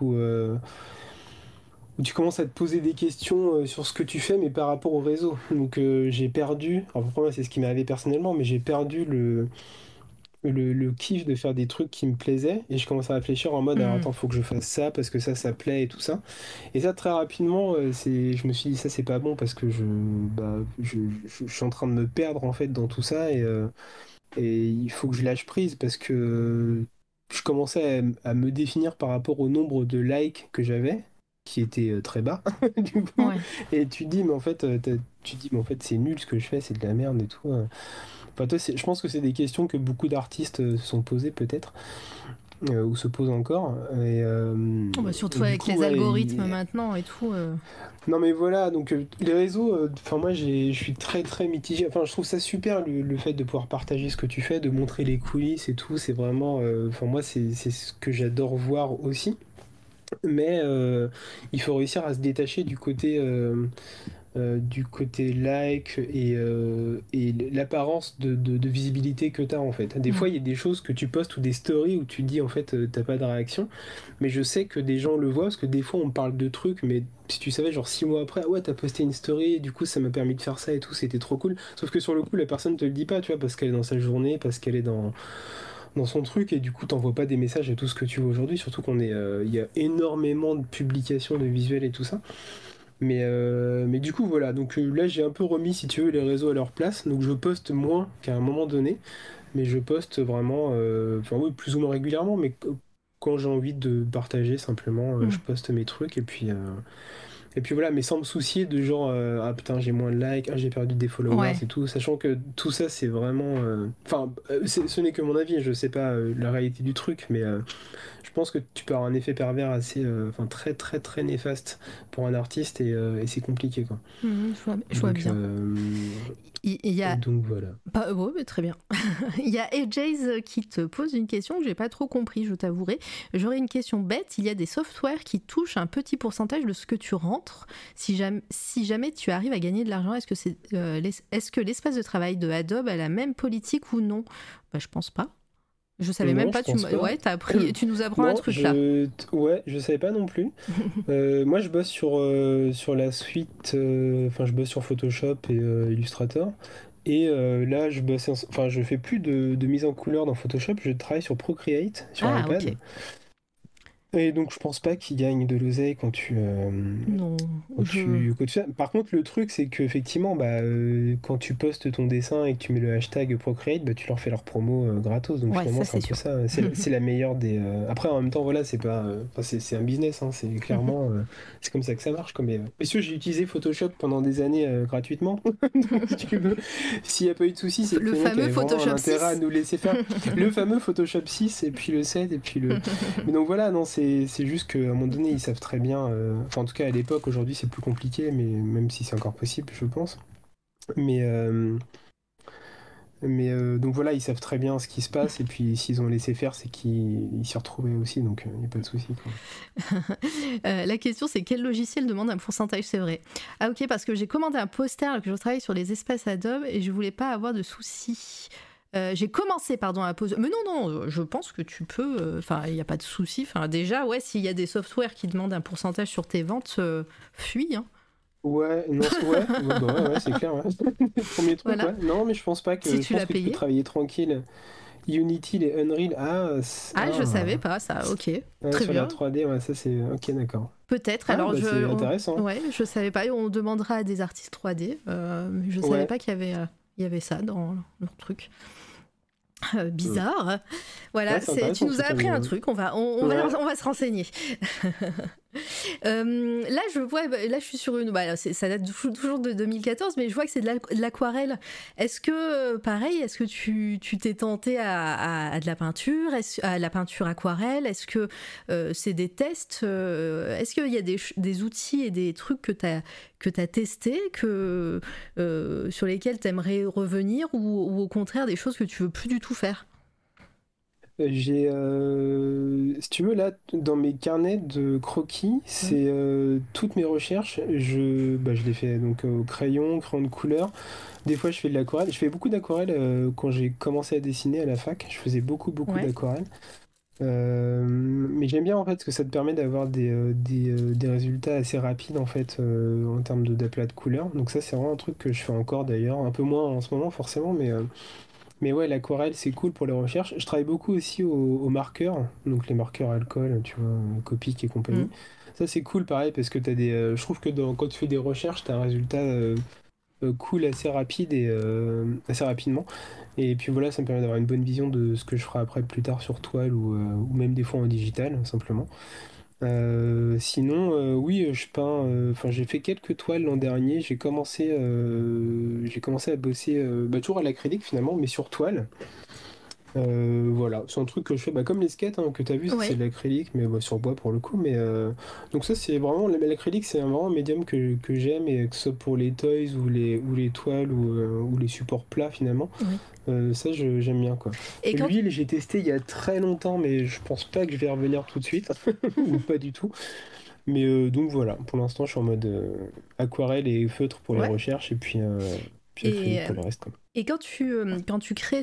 où tu commences à te poser des questions sur ce que tu fais, mais par rapport au réseau. Donc j'ai perdu, alors pour moi c'est ce qui m'est arrivé personnellement, mais j'ai perdu le kiff de faire des trucs qui me plaisaient, et je commence à réfléchir en mode, alors Mhm. attends, faut que je fasse ça, parce que ça plaît et tout ça. Et ça, très rapidement, je me suis dit, ça c'est pas bon, parce que je suis en train de me perdre en fait dans tout ça, et il faut que je lâche prise, parce que je commençais à me définir par rapport au nombre de likes que j'avais, qui était très bas, du coup. Ouais. Et tu te dis, mais en fait, c'est nul ce que je fais, c'est de la merde et tout. Enfin, toi, je pense que c'est des questions que beaucoup d'artistes se sont posées peut-être, ou se posent encore. Oh, surtout Du avec coup, les ouais, algorithmes maintenant et tout. non mais voilà, donc les réseaux, enfin moi je suis très très mitigé. Enfin je trouve ça super le fait de pouvoir partager ce que tu fais, de montrer les coulisses et tout. C'est vraiment, enfin moi c'est ce que j'adore voir aussi. Mais il faut réussir à se détacher du côté like et l'apparence de visibilité que tu as en fait. Des Mm. fois, il y a des choses que tu postes ou des stories où tu dis en fait t'as pas de réaction, mais je sais que des gens le voient parce que des fois on me parle de trucs, mais si tu savais, genre 6 mois après, ah ouais, t'as posté une story, et du coup ça m'a permis de faire ça et tout, c'était trop cool. Sauf que sur le coup, la personne te le dit pas, tu vois, parce qu'elle est dans sa journée, parce qu'elle est dans son truc, et du coup t'envoies pas des messages à tout ce que tu veux aujourd'hui, surtout il y a énormément de publications de visuels et tout ça. Mais du coup, voilà. Donc là, j'ai un peu remis, si tu veux, les réseaux à leur place. Donc je poste moins qu'à un moment donné, mais je poste vraiment, enfin oui, plus ou moins régulièrement, mais quand j'ai envie de partager, simplement, je Mm. poste mes trucs et puis voilà, mais sans me soucier de genre, ah putain, j'ai moins de likes, ah j'ai perdu des followers Ouais. et tout, sachant que tout ça, c'est vraiment. Enfin, ce n'est que mon avis, je sais pas la réalité du truc, mais je pense que tu peux avoir un effet pervers assez, enfin très très très néfaste pour un artiste et c'est compliqué quoi. Je vois Donc, bien. Il y a donc voilà. ouais, mais très bien. Il y a AJ's qui te pose une question que j'ai pas trop compris, je t'avouerai. J'aurais une question bête. Il y a des softwares qui touchent un petit pourcentage de ce que tu rentres. Si jamais tu arrives à gagner de l'argent, est-ce que l'espace de travail de Adobe a la même politique ou non? Je pense pas. Je savais même Non, pas, je pense pas. ouais, tu nous apprends un Non, truc là. ouais, je savais pas non plus. Moi, je bosse sur la suite, enfin, je bosse sur Photoshop et Illustrator. Et là, enfin, je fais plus de mise en couleur dans Photoshop, je travaille sur Procreate, sur Ah, iPad. ok. Et donc, je pense pas qu'il gagne de l'oseille Non, quand tu fais. Par contre, le truc, c'est qu'effectivement, quand tu postes ton dessin et que tu mets le hashtag Procreate, bah, tu leur fais leur promo gratos. Donc Ouais, finalement, ça c'est un c'est peu sûr. ça. C'est la meilleure des. Après, en même temps, voilà, c'est pas. Enfin, c'est un business, hein, c'est clairement. C'est comme ça que ça marche. Quoi. Mais sûr, j'ai utilisé Photoshop pendant des années gratuitement. Donc, si tu veux, s'il n'y a pas eu de soucis, c'est que Le les mecs fameux avaient vraiment un Photoshop intérêt à 6. nous laisser faire. Le fameux Photoshop 6, et puis le 7, et puis le. Mais donc voilà, non, c'est juste qu'à un moment donné, ils savent très bien. Enfin, en tout cas, à l'époque, aujourd'hui, c'est plus compliqué, mais même si c'est encore possible, je pense. Mais, euh, donc voilà, ils savent très bien ce qui se passe, et puis s'ils ont laissé faire, c'est qu'ils s'y retrouvaient aussi, donc il n'y a pas de souci, quoi. La question c'est quel logiciel demande un pourcentage, c'est vrai. Ah ok, parce que j'ai commandé un poster alors que je travaille sur les espaces Adobe et je voulais pas avoir de soucis. J'ai commencé, pardon, à poser. Mais non, je pense que tu peux. Enfin, il n'y a pas de souci. Enfin, déjà, ouais, s'il y a des softwares qui demandent un pourcentage sur tes ventes, fuis. Hein. Ouais, non, ouais, c'est clair, ouais. Premier truc, Voilà. ouais. Non, mais je pense pas que. Si Je tu pense l'as que tu peux payé. travailler tranquille. Unity, les Unreal, Ah, je savais pas ça. Ok, ouais, très sur la bien. 3D, ouais, ça c'est. Ok, d'accord. Peut-être. Ah, Alors, bah c'est intéressant. ouais, je savais pas. On demandera à des artistes 3D. Mais je savais Ouais, pas il y avait ça dans leur truc. Mm. Bizarre. Voilà, Ouais, c'est intéressant tu en nous tout as cas. appris un truc. Ouais. On va se renseigner. Là, je vois, là, je suis sur une. Ça date toujours de 2014, mais je vois que c'est de l'aquarelle. Est-ce que, pareil, est-ce que tu t'es tenté à de la peinture, à la peinture aquarelle? Est-ce que c'est des tests? Est-ce qu'il y a des outils et des trucs que t'as testés, sur lesquels t'aimerais revenir, ou au contraire des choses que tu veux plus du tout faire? Si tu veux, là, dans mes carnets de croquis, Mm. c'est toutes mes recherches. Je les fais donc au crayon de couleur. Des fois, je fais de l'aquarelle. Je fais beaucoup d'aquarelle quand j'ai commencé à dessiner à la fac. Je faisais beaucoup Ouais. d'aquarelle. Mais j'aime bien en fait parce que ça te permet d'avoir des résultats assez rapides en fait en termes d'aplat de couleurs. Donc ça, c'est vraiment un truc que je fais encore d'ailleurs, un peu moins en ce moment forcément, mais ouais, l'aquarelle, c'est cool pour les recherches. Je travaille beaucoup aussi aux marqueurs, donc les marqueurs alcool, tu vois, Copic et compagnie. Mm. Ça, c'est cool, pareil, parce que je trouve que quand tu fais des recherches, tu as un résultat cool assez rapide et assez rapidement. Et puis voilà, ça me permet d'avoir une bonne vision de ce que je ferai après plus tard sur toile ou même des fois en digital, simplement. Sinon, oui, je peins. Enfin, j'ai fait quelques toiles l'an dernier. J'ai commencé à bosser toujours à l'acrylique finalement, mais sur toile. Voilà, c'est un truc que je fais comme les skates que tu as vu, ça c'est Ouais. de l'acrylique, mais sur bois pour le coup. Donc ça c'est vraiment l'acrylique, c'est vraiment un médium que j'aime et que ce soit pour les toys ou les toiles ou les supports plats finalement. Oui. Ça j'aime bien quoi. Et quand L'huile j'ai testé il y a très longtemps, mais je pense pas que je vais revenir tout de suite ou pas du tout. Mais donc voilà, pour l'instant je suis en mode aquarelle et feutre pour les ouais. recherches puis Et, acrylique pour le reste quoi. et quand tu crées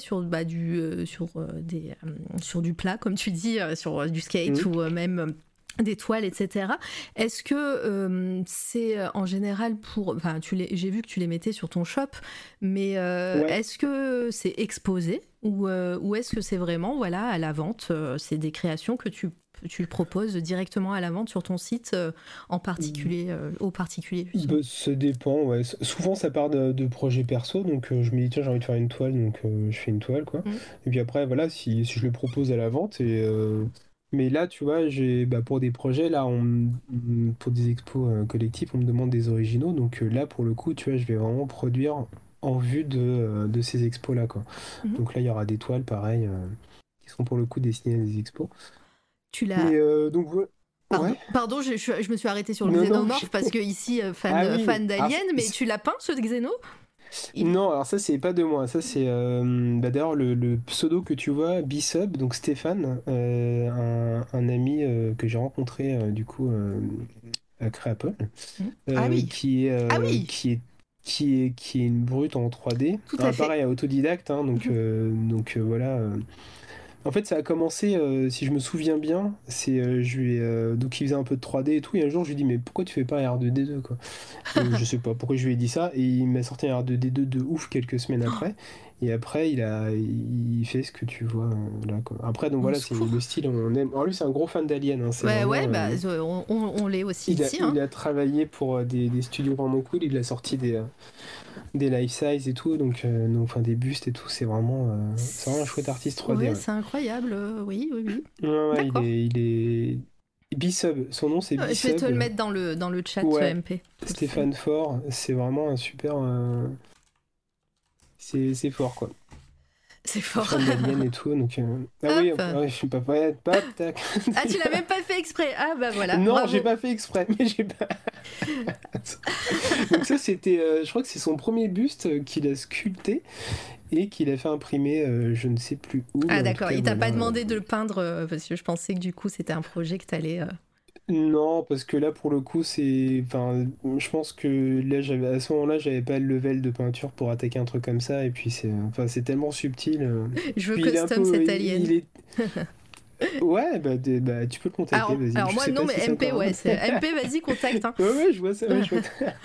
sur du plat, comme tu dis, sur du skate Mhm. ou même des toiles, etc. Est-ce que c'est en général enfin, j'ai vu que tu les mettais sur ton shop, mais Ouais. est-ce que c'est exposé ou est-ce que c'est vraiment, voilà, à la vente, c'est des créations que tu proposes directement à la vente sur ton site, en particulier, aux particuliers, justement. Ça dépend, ouais. Souvent, ça part de projets perso, donc je me dis, tiens, j'ai envie de faire une toile, donc je fais une toile, quoi. Mm. Et puis après, voilà, si je le propose à la vente, mais là, tu vois, pour des projets, là, pour des expos collectifs, on me demande des originaux, donc là, pour le coup, tu vois, je vais vraiment produire en vue de ces expos-là, quoi. Mhm. Donc là, il y aura des toiles, pareil, qui seront pour le coup destinées à des expos. Tu l'as. Mais donc, ouais. Pardon, je me suis arrêtée sur le Non, non. xénomorphe parce que ici, Ah oui. fan Alors, d'Alien, mais tu l'as peint, ce xéno? non, alors ça c'est pas de moi, ça c'est d'ailleurs le pseudo que tu vois, Bisub, donc Stéphane, un ami que j'ai rencontré du coup à Créapol, Mm. Ah oui, qui est, ah euh, oui, qui est qui est une brute en 3D. tout à Alors fait. pareil, autodidacte, hein, donc voilà. En fait, ça a commencé, si je me souviens bien, donc il faisait un peu de 3D et tout, et un jour je lui ai dit, mais pourquoi tu fais pas R2D2 quoi? Je sais pas pourquoi je lui ai dit ça, et il m'a sorti un R2D2 de ouf quelques semaines après, et après il fait ce que tu vois là quoi. Après, donc Au voilà, c'est le secours. style, on aime. Alors lui, c'est un gros fan d'Alien, hein, c'est Ouais, vraiment. ouais, bah, on l'est aussi Il a, ici, hein. il a travaillé pour des studios vraiment cool, il a sorti des life size et tout, donc, enfin des bustes et tout, c'est vraiment un chouette artiste 3D, Ouais, ouais. c'est incroyable. Oui, oui, oui. Ouais, ouais, il D'accord. est, il est... B-Sub, son nom c'est Je vais te B-Sub. le mettre dans le chat, Ouais, MP. Aussi. Stéphane Fort, c'est vraiment un super... c'est fort, quoi. C'est Il est fort. fan d'Alien et tout, donc... Ah oui, Hop. ouais, je suis pas prêt, pop, tac. Ah, tu l'as même pas fait exprès. Ah, bah voilà, Non, j'ai bravo. pas fait exprès, mais j'ai pas... Donc ça, c'était... je crois que c'est son premier buste qu'il a sculpté et qu'il a fait imprimer, je ne sais plus où, mais Ah, en tout d'accord. cas, Il t'a voilà. pas demandé de le peindre parce que je pensais que du coup c'était un projet que t'allais. Non, parce que là, pour le coup, enfin, je pense que là, à ce moment-là, j'avais pas le level de peinture pour attaquer un truc comme ça, et puis enfin, c'est tellement subtil. Je veux Puis il est un custom peu... cet alien. Ouais, bah, tu peux le contacter, vas-y. Alors Je moi sais non, pas mais si c'est MP, encore... ouais, c'est MP, vas-y, contacte, hein. Ouais, ouais, je vois ça, ouais, je vois...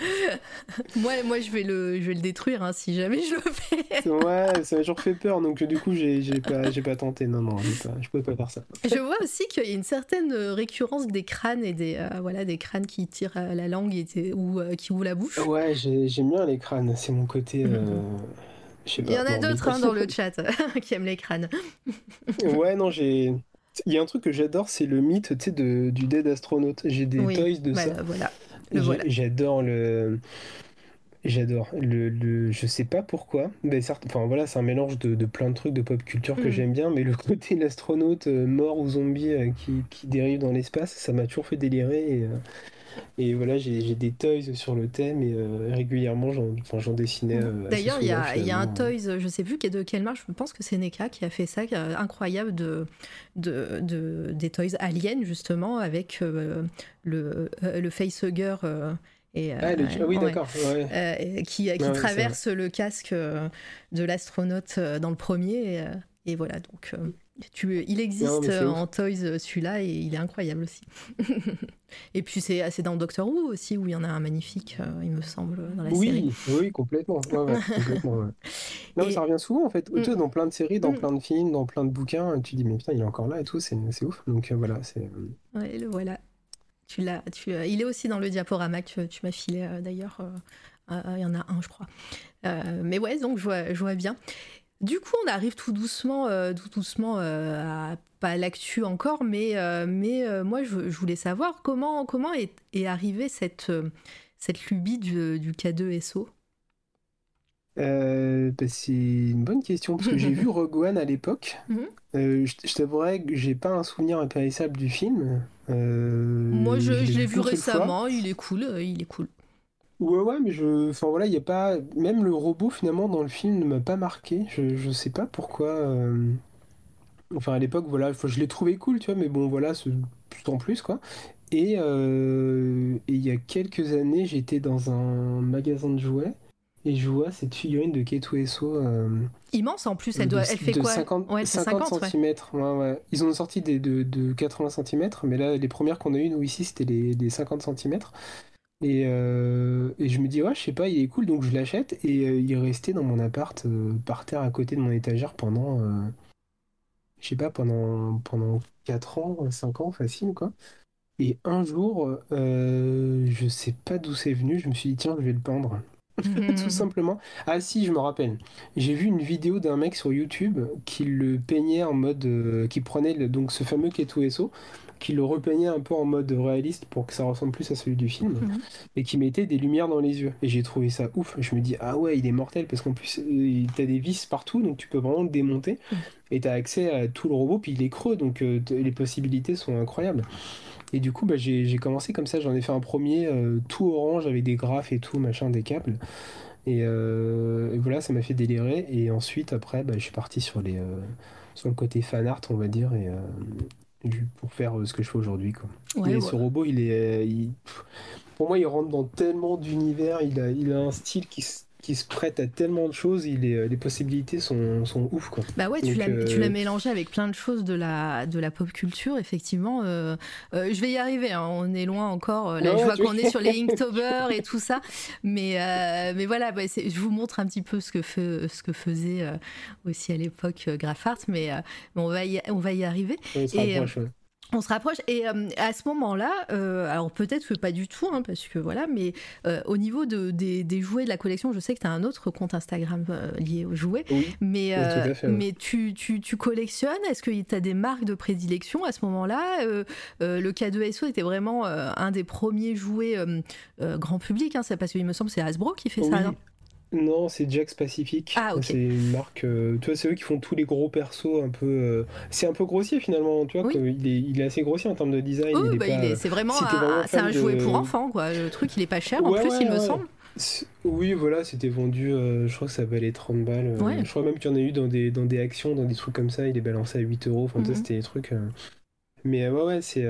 Moi, je vais le détruire hein, si jamais je le fais. Ouais, ça m'a toujours fait peur, donc du coup, j'ai pas tenté. Non, non, je pouvais pas faire ça. Je vois aussi qu'il y a une certaine récurrence des crânes et voilà, des crânes qui tirent la langue ou qui ouvrent la bouche. Ouais, j'aime bien les crânes, c'est mon côté... Je sais Il y pas, en a morbide. d'autres hein, dans le chat qui aiment les crânes. Ouais, non, Il y a un truc que j'adore, c'est le mythe, tu sais, du Dead Astronaut. J'ai des Oui, toys de bah, ça. voilà, le voilà. J'adore le... J'adore Je sais pas pourquoi. Mais certes, enfin voilà, c'est un mélange de plein de trucs de pop culture que Mm. j'aime bien, mais le côté de l'astronaute mort ou zombie qui dérive dans l'espace, ça m'a toujours fait délirer. Et voilà, j'ai des toys sur le thème et régulièrement, j'en dessinais assez D'ailleurs, souvent il y a un finalement. Toys, je sais plus de quelle marque, je pense que c'est NECA qui a fait ça, incroyable des Toys Aliens, justement, avec le facehugger Ah oui, ouais, d'accord. Ouais, qui ouais, ouais, c'est vrai. traverse le casque de l'astronaute dans le premier. Et voilà, donc il Non, existe mais c'est ouf. en Toys celui-là et il est incroyable aussi. Et puis c'est dans Doctor Who aussi où il y en a un magnifique, il me semble, dans la série. Oui, oui, complètement. Ouais, ouais, complètement, ouais. Non, mais ça Et revient souvent en fait. Tu mm, vois, dans plein de séries, dans mm, plein de films, dans plein de bouquins, tu dis, mais putain, il est encore là et tout, c'est ouf. Donc voilà, c'est. ouais, le voilà. Il est aussi dans le diaporama que tu m'as filé d'ailleurs. Il y en a un, je crois. Mais ouais, donc je vois bien. Du coup, on arrive tout doucement à pas l'actu encore, mais moi, je voulais savoir comment est arrivée cette lubie du K2SO. Bah, c'est une bonne question parce que j'ai vu Rogue One à l'époque. Mhm. Je t'avouerais que j'ai pas un souvenir impérissable du film. Moi, Je l'ai je l'ai vu vu qu'une seule fois. récemment, il est cool, il est cool. Ouais, ouais, mais enfin voilà, il y a pas. Même le robot finalement dans le film ne m'a pas marqué. Je sais pas pourquoi. Enfin, à l'époque, voilà, enfin, je l'ai trouvé cool, tu vois, mais bon, voilà, c'est tout en plus, quoi. Et il y a quelques années, j'étais dans un magasin de jouets et je vois cette figurine de Ketoueso Immense en plus, de, elle fait de quoi? 50, Ouais, elle fait 50 50, ouais. cm. Ouais, ouais. Ils ont sorti de 80 cm, mais là, les premières qu'on a eues, nous, ici, c'était les 50 cm. Et je me dis, ouais, je sais pas, il est cool, donc je l'achète. Et il est resté dans mon appart, par terre à côté de mon étagère pendant, je sais pas, pendant 4 ans, 5 ans, facile, quoi. Et un jour, je sais pas d'où c'est venu, je me suis dit, tiens, je vais le peindre. Tout simplement. Ah si, je me rappelle. J'ai vu une vidéo d'un mec sur YouTube qui le peignait en mode... qui prenait donc ce fameux Ketoueso, qui le repeignait un peu en mode réaliste pour que ça ressemble plus à celui du film, et qui mettait des lumières dans les yeux. Et j'ai trouvé ça ouf. Je me dis, ah ouais, il est mortel, parce qu'en plus, t'as des vis partout, donc tu peux vraiment le démonter, et t'as accès à tout le robot, puis il est creux, donc les possibilités sont incroyables. Et du coup, bah, j'ai commencé comme ça, j'en ai fait un premier tout orange avec des graphes et tout, machin, des câbles. Et voilà, ça m'a fait délirer. Et ensuite, après, bah, je suis parti sur le côté fan art, on va dire, pour faire ce que je fais aujourd'hui, quoi. Ouais, Et ouais. ce robot, pour moi, il rentre dans tellement d'univers. Il a un style qui se prête à tellement de choses, les possibilités sont ouf, quoi. Bah ouais, Donc, tu l'as mélangé avec plein de choses de la pop culture, effectivement. Je vais y arriver, hein, on est loin encore. Là, ouais, je vois qu'on est sur les Inktober et tout ça. Mais voilà, bah, je vous montre un petit peu ce que faisait aussi à l'époque Grafart, mais on va y arriver. on se Et, rapproche, ouais. on se rapproche et à ce moment-là, alors peut-être que pas du tout, hein, parce que voilà, mais au niveau des jouets de la collection, je sais que tu as un autre compte Instagram lié aux jouets, Oui, mais, oui, tout à fait, ouais. mais tu collectionnes, est-ce que tu as des marques de prédilection à ce moment-là? Le K2SO était vraiment un des premiers jouets grand public, hein, parce qu'il me semble que c'est Hasbro qui fait ça, Oui. non? Non, c'est Jax Pacific. Ah, ok. C'est une marque. Tu vois, c'est eux qui font tous les gros persos un peu. C'est un peu grossier finalement. Tu vois, Oui. il est assez grossier en termes de design. Oh, Il est bah, pas. c'est vraiment, Si t'es vraiment c'est fan un jouet pour de. enfants, quoi. Le truc, il est pas cher en Ouais, plus, ouais, il me ouais. semble. Oui, voilà, c'était vendu. Je crois que ça valait 30 balles. Ouais. Je crois même qu'il y en a eu dans des actions, dans des trucs comme ça. Il est balancé à 8 euros. Enfin, tu sais, c'était des trucs. Mais ouais, ouais, c'est.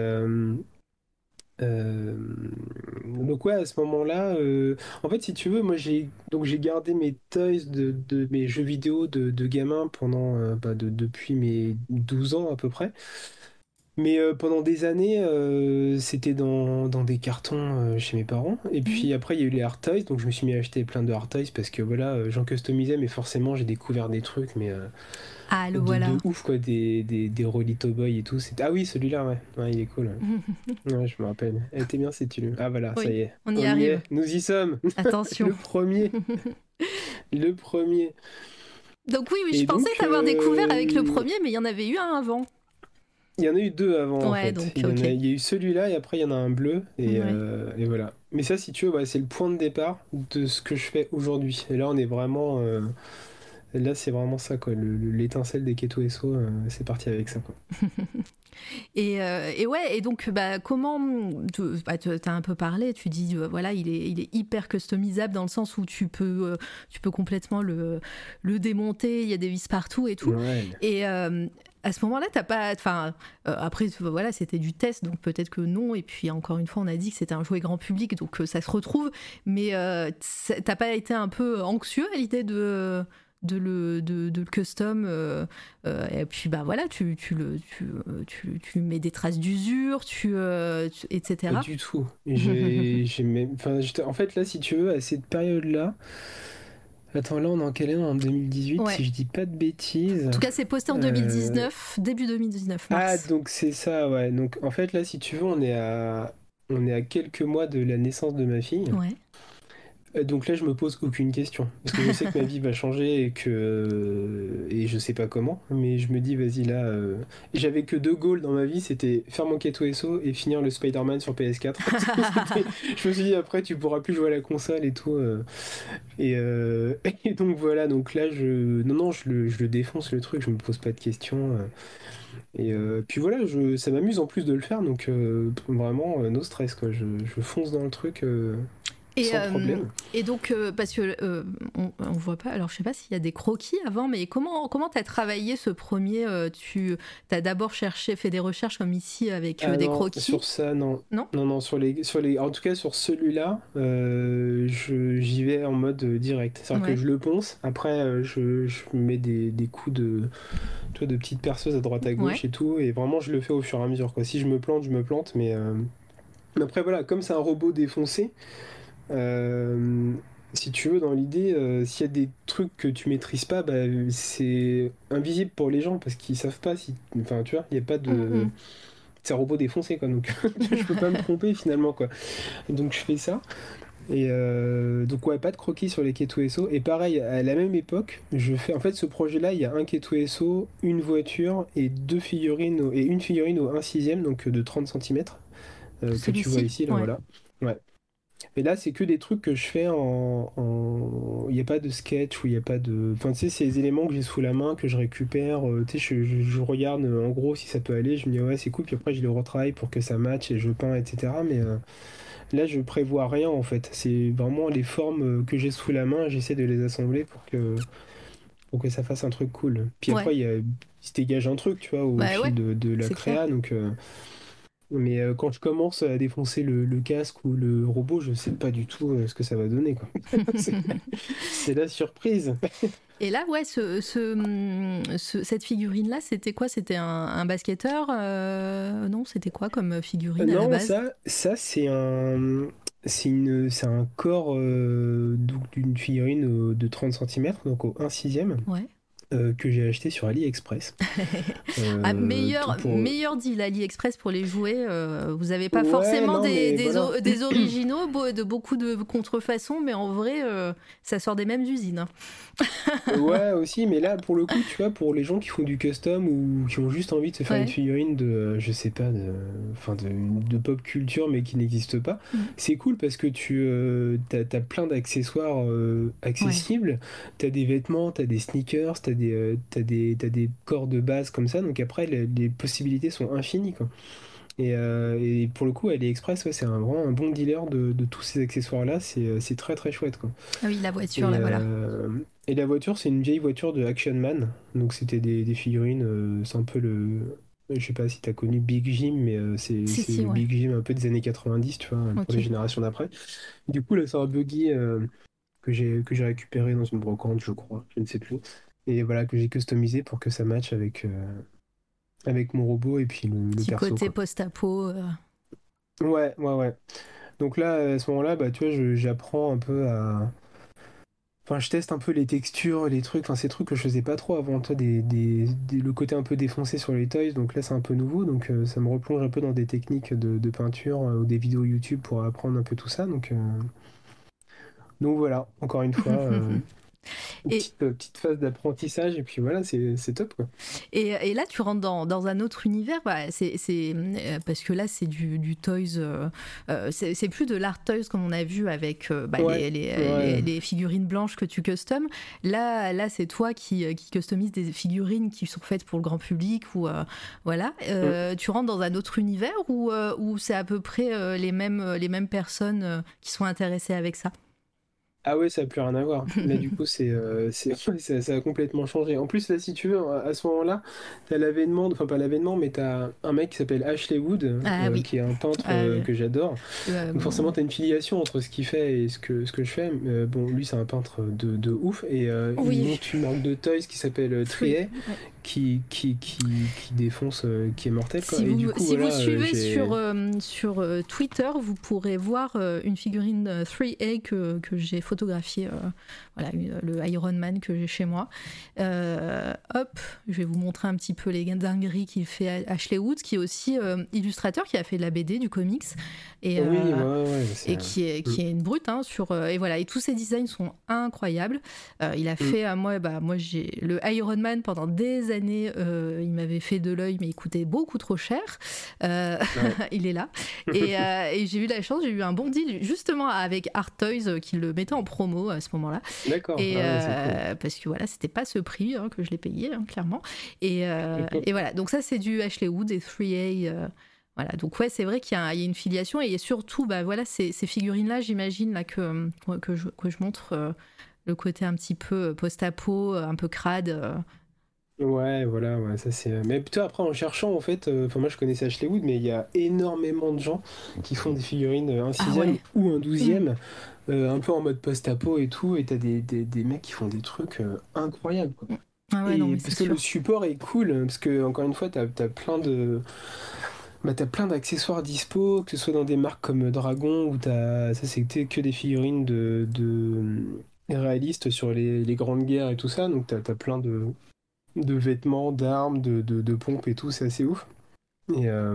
Euh, Donc ouais, à ce moment-là, en fait, si tu veux, moi j'ai gardé mes toys de mes jeux vidéo de gamin pendant depuis mes 12 ans à peu près. Mais pendant des années, c'était dans des cartons chez mes parents. Et puis après, il y a eu les hard toys, donc je me suis mis à acheter plein de hard toys parce que voilà, j'en customisais, mais forcément j'ai découvert des trucs, mais Ah, le de voilà. ouf quoi, des Rolito Boy et tout. Ah oui, celui-là, ouais. Ouais, il est cool. Ouais, je me rappelle. Elle était bien cette tenue. Ah voilà, ça Oui, y est. on y arrive. Est. Nous y sommes. Attention. Le premier. Le premier. Donc oui, je Et pensais donc, t'avoir découvert avec le premier, mais il y en avait eu un avant. il y en a eu deux avant en Ouais, fait. donc, Il y en ok. il y a eu celui-là et après il y en a un bleu Ouais. et voilà. Mais ça, si tu veux, c'est le point de départ de ce que je fais aujourd'hui. Et là, on est vraiment. Là, c'est vraiment ça quoi. L'étincelle des Keto SO, c'est parti avec ça quoi. Et ouais, et donc comment t'as un peu parlé, tu dis voilà, il est hyper customisable dans le sens où tu peux complètement le démonter, il y a des vis partout et tout. Ouais. Et à ce moment-là, t'as pas, enfin après voilà, c'était du test, donc peut-être que non. Et puis encore une fois, on a dit que c'était un jouet grand public, donc ça se retrouve. Mais t'as pas été un peu anxieux à l'idée de le custom et puis voilà, tu mets des traces d'usure, etc. Pas du tout. En fait, là, si tu veux, à cette période-là, attends, là, on est en quelle année? En 2018, Ouais. si je dis pas de bêtises. En tout cas, c'est posté en 2019, début 2019, Ah, mars. donc c'est ça, ouais. Donc, en fait, là, si tu veux, on est à quelques mois de la naissance de ma fille. Ouais. Donc là, je me pose aucune question. Parce que je sais que ma vie va changer et je sais pas comment. Mais je me dis, vas-y, là. J'avais que deux goals dans ma vie, c'était faire mon Keto et finir le Spider-Man sur PS4. Je me suis dit, après, tu pourras plus jouer à la console et tout. Et donc voilà, donc là, non, je le défonce le truc, je me pose pas de questions. Puis voilà, ça m'amuse en plus de le faire, donc vraiment, no stress, quoi. Je fonce dans le truc. Sans problème. Et donc, parce que on voit pas, alors je sais pas s'il y a des croquis avant, mais comment t'as travaillé ce premier tu as d'abord fait des recherches comme ici avec des non, croquis? sur ça, non. Non, Non, en tout cas, sur celui-là, j'y vais en mode direct. C'est-à-dire ouais. que je le ponce, après, je mets des coups tu vois, de petites perceuses à droite à gauche Ouais. et tout, et vraiment, je le fais au fur et à mesure, quoi. Si je me plante, mais après, voilà, comme c'est un robot défoncé, Euh, si tu veux, dans l'idée, s'il y a des trucs que tu maîtrises pas, c'est invisible pour les gens parce qu'ils savent pas si. Enfin, tu vois, il n'y a pas de. C'est un robot défoncé, quoi. Donc, je peux pas me tromper finalement, quoi. Donc, je fais ça. Donc, ouais, pas de croquis sur les Keto SO. Et pareil, à la même époque, je fais. En fait, ce projet-là, il y a un Keto SO, une voiture et deux figurines, et une figurine au 1/6, donc de 30 cm, que tu vois ici, là, ouais. voilà. Ouais. Mais là, c'est que des trucs que je fais Il n'y a pas de sketch ou il n'y a pas de. Enfin, tu sais, c'est les éléments que j'ai sous la main, que je récupère. Tu sais, je regarde en gros si ça peut aller. Je me dis, ouais, c'est cool. Puis après, je les retravaille pour que ça matche et je peins, etc. Mais là, je prévois rien en fait. C'est vraiment les formes que j'ai sous la main. J'essaie de les assembler pour que ça fasse un truc cool. Puis Ouais. après, il se dégage un truc, tu vois, au Bah fil ouais, de la c'est clair. créa. Donc. Mais quand je commence à défoncer le casque ou le robot, je sais pas du tout ce que ça va donner, quoi. C'est c'est la surprise. Et là, ouais, cette figurine-là, c'était quoi? C'était un basketteur? Non, c'était quoi comme figurine à la Non, base? ça c'est un corps donc d'une figurine de 30 centimètres donc au 1/6, Ouais. que j'ai acheté sur AliExpress. Ah, Tout pour... meilleur deal AliExpress pour les jouets. Vous n'avez pas Ouais, forcément non, mais voilà. des originaux, de beaucoup de contrefaçons, mais en vrai, ça sort des mêmes usines, hein. Ouais, aussi, mais là, pour le coup, tu vois, pour les gens qui font du custom ou qui ont juste envie de se faire une Ouais. figurine de, je sais pas, enfin de pop culture, mais qui n'existe pas, Mm. c'est cool parce que t'as plein d'accessoires Ouais. accessibles. T'as des vêtements, t'as des sneakers, t'as des corps de base comme ça. Donc après, les possibilités sont infinies, quoi. Et pour le coup, AliExpress, ouais, c'est vraiment un bon dealer de tous ces accessoires-là. C'est très très chouette, quoi. Ah oui, la voiture, Et, là, voilà. euh, et la voiture, c'est une vieille voiture de Action Man. Donc c'était des figurines, c'est un peu le... Je sais pas si t'as connu Big Jim, mais Si, c'est si, le ouais. Big Jim un peu des années 90, tu vois, pour les Ok. générations d'après. Du coup, là, c'est un buggy que j'ai récupéré dans une brocante, je crois, je ne sais plus. Et voilà, que j'ai customisé pour que ça matche avec mon robot et puis le Petit perso, côté quoi. post-apo. Ouais, ouais, ouais. Donc là, à ce moment-là, bah, tu vois, j'apprends un peu à... Enfin, je teste un peu les textures, les trucs, enfin, ces trucs que je faisais pas trop avant, toi, le côté un peu défoncé sur les toys, donc là, c'est un peu nouveau, donc ça me replonge un peu dans des techniques de peinture ou des vidéos YouTube pour apprendre un peu tout ça, donc voilà, encore une fois, une Et, petite phase d'apprentissage, et puis voilà, c'est top, quoi. et là, tu rentres dans un autre univers, bah, parce que là, c'est du toys. C'est plus de l'art toys comme on a vu avec bah, Ouais, ouais. les figurines blanches que tu customes. Là c'est toi qui customise des figurines qui sont faites pour le grand public. Ou, voilà. Mm. Tu rentres dans un autre univers où c'est à peu près les mêmes personnes qui sont intéressées avec ça. Ah ouais, ça n'a plus rien à voir. Là, du coup, ouais, ça a complètement changé. En plus, là, si tu veux, à ce moment-là, t'as l'avènement, enfin pas l'avènement, mais t'as un mec qui s'appelle Ashley Wood, Ah oui. qui est un peintre Euh, que j'adore. Donc euh, forcément, t'as une filiation entre ce qu'il fait et ce que je fais. Bon, lui, c'est un peintre de ouf, et il oui. monte une marque de toys qui s'appelle Three. Trier, Ouais. qui défonce, qui est mortel, quoi. Si Et du vous, coup, si vous voilà, suivez j'ai... sur Twitter, vous pourrez voir une figurine 3A que j'ai photographiée, voilà, le Iron Man que j'ai chez moi. Hop, je vais vous montrer un petit peu les dingueries qu'il fait Ashley Wood, qui est aussi illustrateur, qui a fait de la BD, du comics, et, Oui, ouais, euh, ouais, ouais, et c'est... qui est une brute, hein, et voilà, et tous ses designs sont incroyables. Il a Mm. fait moi j'ai le Iron Man pendant des années. Il m'avait fait de l'œil, mais il coûtait beaucoup trop cher. Euh, Ouais. il est là, et j'ai eu la chance, j'ai eu un bon deal justement avec Art Toys qui le mettait en promo à ce moment-là, D'accord, et ah ouais, c'est cool. parce que voilà, c'était pas ce prix, hein, que je l'ai payé, hein, clairement. Et voilà, donc ça c'est du Ashley Wood et 3A. Voilà, donc ouais, c'est vrai qu'il y a une filiation, et surtout, bah voilà, ces figurines-là, j'imagine là que je montre le côté un petit peu post-apo, un peu crade. Ouais, voilà, ouais, ça c'est. Mais plutôt après en cherchant en fait, enfin moi je connaissais Ashley Wood, mais il y a énormément de gens qui font des figurines un Ah sixième ouais. ou un Mm. douzième, un peu en mode post-apo et tout, et t'as des mecs qui font des trucs incroyables, quoi. Ah ouais, non, Et mais c'est parce que le sûr. support est cool, parce que encore une fois, t'as plein d'accessoires dispo, que ce soit dans des marques comme Dragon, où ça c'était que des figurines de réalistes sur les grandes guerres et tout ça, donc t'as plein de vêtements, d'armes, de pompes et tout, c'est assez ouf. Et, euh,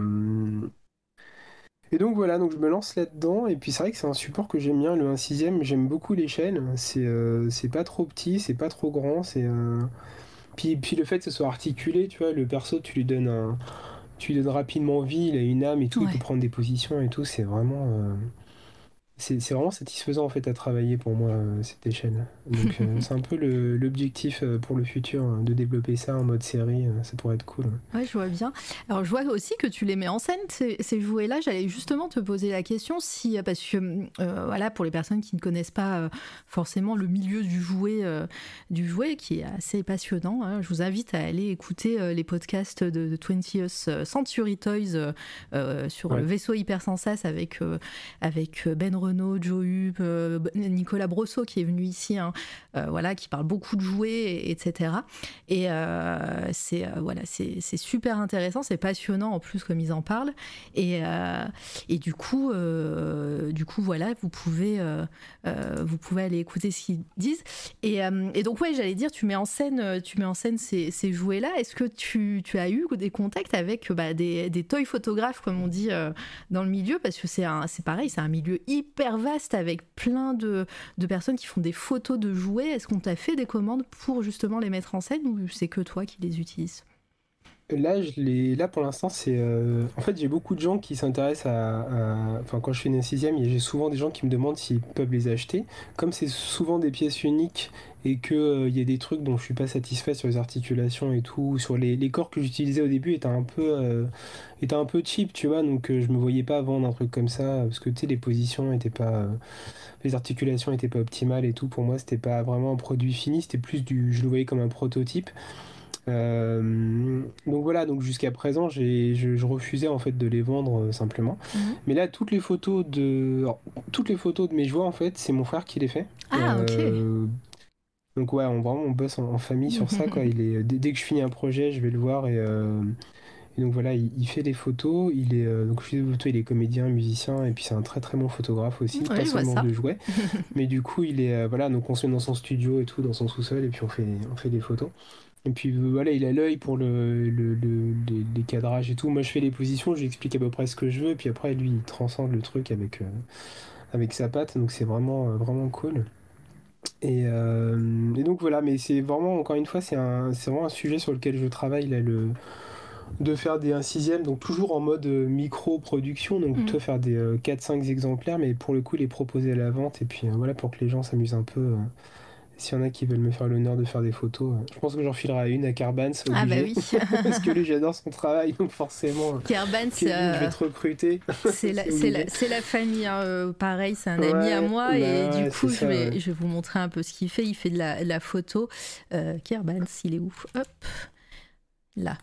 et donc voilà, donc je me lance là-dedans, et puis c'est vrai que c'est un support que j'aime bien, le 1/6, j'aime beaucoup l'échelle, c'est pas trop petit, c'est pas trop grand, puis le fait que ce soit articulé, tu vois, le perso, tu lui donnes rapidement vie, il a une âme et tout, il peut Ouais. prendre des positions et tout, c'est vraiment... c'est vraiment satisfaisant en fait à travailler pour moi cette échelle. Donc c'est un peu l'objectif pour le futur, de développer ça en mode série, ça pourrait être cool. Ouais, je vois bien. Alors, je vois aussi que tu les mets en scène, ces jouets-là. J'allais justement te poser la question si, parce que, voilà, pour les personnes qui ne connaissent pas forcément le milieu du jouet, qui est assez passionnant, hein, je vous invite à aller écouter les podcasts de 20th Century Toys sur le vaisseau hypersensas avec Ben Renaud, Joe Hupp, Nicolas Brosseau qui est venu ici, hein, voilà, qui parle beaucoup de jouets, etc. Et voilà, c'est super intéressant, c'est passionnant en plus comme ils en parlent. Et du coup, voilà, vous pouvez aller écouter ce qu'ils disent. Et donc ouais, j'allais dire, tu mets en scène ces jouets-là. Est-ce que tu as eu des contacts avec des toy photographes, comme on dit dans le milieu, parce que c'est pareil, c'est un milieu hyper vaste avec plein de personnes qui font des photos de jouets. Est-ce qu'on t'a fait des commandes pour justement les mettre en scène, ou c'est que toi qui les utilises? Là pour l'instant, en fait, j'ai beaucoup de gens qui s'intéressent enfin, quand je fais une sixième, j'ai souvent des gens qui me demandent s'ils peuvent les acheter. Comme c'est souvent des pièces uniques et que il y a des trucs dont je suis pas satisfait sur les articulations et tout, sur les corps que j'utilisais au début étaient un peu cheap, tu vois, donc je me voyais pas vendre un truc comme ça parce que tu sais, les positions étaient pas, les articulations étaient pas optimales et tout. Pour moi, c'était pas vraiment un produit fini, c'était plus je le voyais comme un prototype. Donc voilà, donc jusqu'à présent, je refusais en fait de les vendre simplement. Mais là, toutes les photos de mes jouets, en fait, c'est mon frère qui les fait. Ah, ok. Donc ouais, on bosse en famille sur ça, quoi. Dès que je finis un projet, je vais le voir et donc voilà, il fait des photos. Donc je fais des photos, il est comédien, musicien et puis c'est un très très bon photographe aussi, Ouais, pas je vois seulement ça. de jouets. Mais du coup, voilà, donc on se met dans son studio et tout, dans son sous-sol et puis on fait des photos. Et puis voilà, il a l'œil pour les cadrages et tout. Moi, je fais les positions, j'explique à peu près ce que je veux, puis après, lui, il transcende le truc avec sa patte, donc c'est vraiment cool. Et donc voilà, mais c'est vraiment, encore une fois, c'est vraiment un sujet sur lequel je travaille, là, de faire un sixième, donc toujours en mode micro-production, donc toi faire des 4-5 exemplaires, mais pour le coup, les proposer à la vente, et puis voilà, pour que les gens s'amusent un peu. S'il y en a qui veulent me faire l'honneur de faire des photos, je pense que j'en filerai une à Carbans, Ah bah obligé. oui. Parce que lui, j'adore son travail, donc forcément, Kerban, Kevin, je vais te recruter. C'est obligé. c'est la famille, hein. Pareil, c'est un ami à Ouais, moi, et bah du ouais, coup, c'est ça, ouais. je vais vous montrer un peu ce qu'il fait. Il fait de la photo. Kerban, il est où? Hop, là.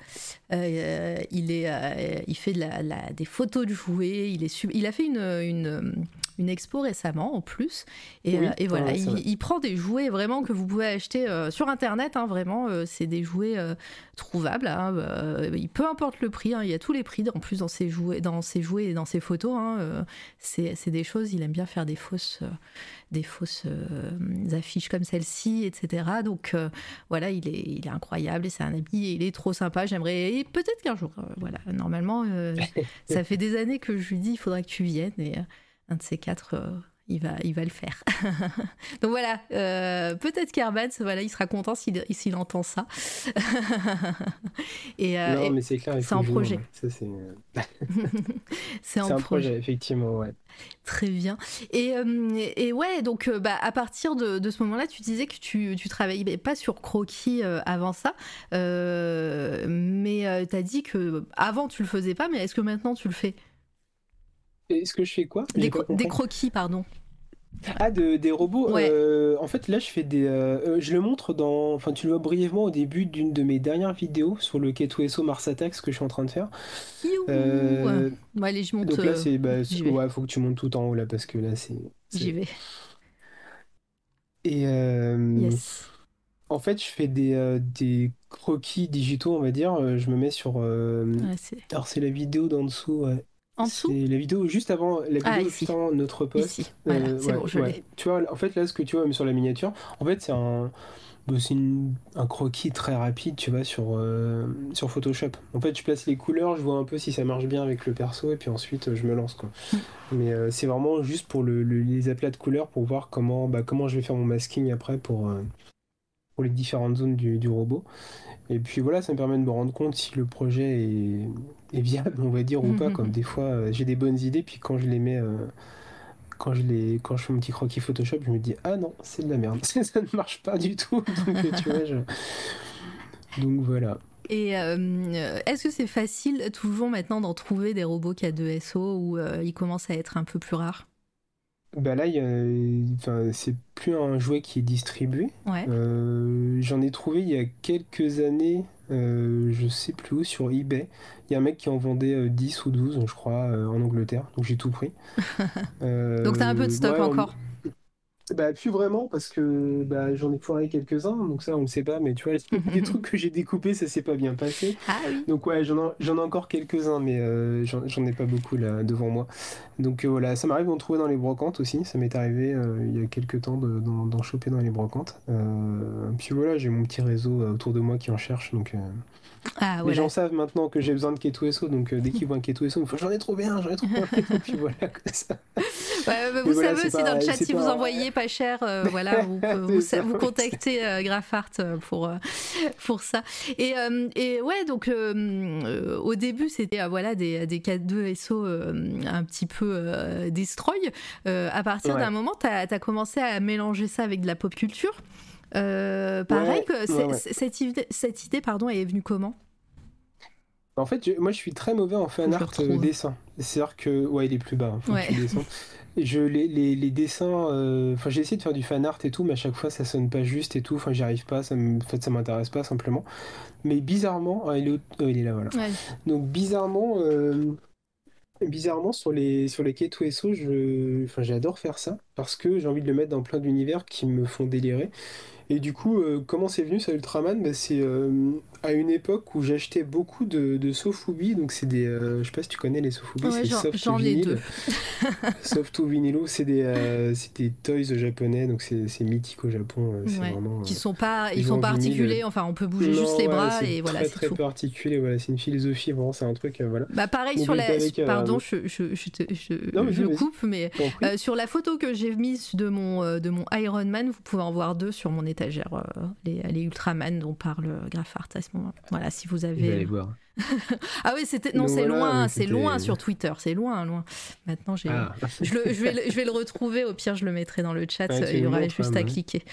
Il fait des photos de jouets. Il a fait une expo récemment en plus. Oui, Et voilà, ouais, c'est vrai. il prend des jouets vraiment que vous pouvez acheter sur internet, hein, vraiment. C'est des jouets trouvables, hein, peu importe le prix, hein, il y a tous les prix en plus dans ses jouets et dans ses photos, hein, c'est des choses. Il aime bien faire des fausses affiches comme celle-ci, etc. Donc voilà, il est incroyable et c'est un ami et il est trop sympa. J'aimerais, et peut-être qu'un jour, voilà, normalement, ça fait des années que je lui dis il faudra que tu viennes, et un de ces quatre, il va le faire. Donc voilà, peut-être qu'Herman, voilà, il sera content s'il entend ça. Non, Et mais c'est clair, il c'est faut en que je vienne, projet. ouais. Ça, C'est c'est en un projet. projet, effectivement, ouais. Très bien. Et ouais, donc à partir de ce moment-là, tu disais que tu travaillais pas sur Croquis avant ça, mais tu as dit que avant tu le faisais pas, mais est-ce que maintenant tu le fais? Est-ce que je fais quoi? J'ai pas Des compris. croquis, pardon. Ah, des robots. Ouais. En fait, là, je le montre enfin, tu le vois brièvement au début d'une de mes dernières vidéos sur le K2SO Mars Attacks que je suis en train de faire. Youhou. Euh, Bon, allez, je monte. donc là, J'y vais. ouais, faut que tu montes tout en haut là parce que là, J'y vais. Et Yes. en fait, je fais des croquis digitaux, on va dire. Je me mets sur. Ouais, c'est Alors, c'est la vidéo d'en dessous, ouais. en dessous. C'est la Ah, vidéo juste ici. avant notre Ici. post. Voilà, c'est Ouais, bon, je ouais. l'ai. Tu vois, en fait, là, ce que tu vois même sur la miniature, en fait, c'est un croquis très rapide, tu vois, sur Photoshop. En fait, je place les couleurs, je vois un peu si ça marche bien avec le perso, et puis ensuite, je me lance, quoi. Mais c'est vraiment juste pour les aplats de couleurs, pour voir comment je vais faire mon masking après pour les différentes zones du robot. Et puis voilà, ça me permet de me rendre compte si le projet est viable, on va dire, ou pas. Comme des fois, j'ai des bonnes idées, puis quand je fais mon petit croquis Photoshop, je me dis ah non, c'est de la merde, ça ne marche pas du tout. Donc tu vois, donc voilà. Et est-ce que c'est facile toujours maintenant d'en trouver des robots K2SO ou ils commencent à être un peu plus rares? Bah là, enfin, c'est plus un jouet qui est distribué. Ouais. J'en ai trouvé il y a quelques années, je sais plus où, sur eBay. Il y a un mec qui en vendait 10 ou 12, je crois, en Angleterre. Donc j'ai tout pris. Donc t'as un peu de stock Ouais, encore. bah, plus vraiment, parce que bah, j'en ai foiré quelques-uns. Donc ça, on ne sait pas. Mais tu vois, les trucs que j'ai découpés, ça s'est pas bien passé. Ah oui. Donc ouais, j'en ai encore quelques-uns, mais j'en ai pas beaucoup là devant moi. Donc voilà, ça m'arrive d'en trouver dans les brocantes aussi. Ça m'est arrivé il y a quelques temps d'en choper dans les brocantes. Puis voilà, j'ai mon petit réseau autour de moi qui en cherche. Donc Ah les voilà. gens savent maintenant que j'ai besoin de K2SO. Donc dès qu'ils voient un K2SO, ils me font j'en ai trouvé un, j'en ai trouvé un. Et puis voilà, comme ça. Ouais, bah, Mais vous voilà, savez c'est aussi dans le pas- chat, c'est si vous pas- envoyez pas cher, voilà, C'est ça. vous contactez Graphart pour ça. Et ouais, donc au début, c'était voilà, des K2SO un petit peu destroy. À partir Ouais. d'un moment, tu as commencé à mélanger ça avec de la pop culture. Pareil, Ouais, que ouais, ouais. cette idée pardon, elle est venue comment? En fait, moi je suis très mauvais en fan Faut que je le art retrouve. dessin. C'est-à-dire que, ouais, il est plus bas, hein, faut que Ouais. tu le descends. Et les dessins, enfin j'ai essayé de faire du fan art et tout, mais à chaque fois ça sonne pas juste et tout, enfin j'y arrive pas, en fait ça m'intéresse pas simplement. Mais bizarrement, il est là, voilà. Ouais. Donc bizarrement sur les K2SO, enfin j'adore faire ça, parce que j'ai envie de le mettre dans plein d'univers qui me font délirer. Et du coup, comment c'est venu ça Ultraman? Bah, c'est à une époque où j'achetais beaucoup de Sofubi, donc c'est des, je sais pas si tu connais les Sofubi, Ouais, c'est soft j'en ai deux. vinyle, soft ou vinylo, c'est des toys japonais, donc c'est mythique au Japon, c'est Ouais. vraiment Qui ils ils jouent sont en pas vinyle. articulés, enfin on peut bouger juste Non, les ouais, bras c'est et voilà, très c'est très tout. particulier, voilà, c'est une philosophie, vraiment, c'est un truc, voilà. Bah pareil Donc sur il était la avec, pardon, non, vas-y, je vas-y, coupe mais je t'en prie. sur la photo que j'ai mise de mon Iron Man, vous pouvez en voir deux sur mon étagère, les Ultraman dont parle Graphart à ce moment. Voilà, si vous Je vais avez aller voir. Ah oui, non, Donc voilà, mais c'est loin c'était... sur Twitter, c'est loin. Maintenant, Ah, je vais le retrouver, au pire, je le mettrai dans le chat, ah, tu il y me aura montres, juste à ouais. cliquer.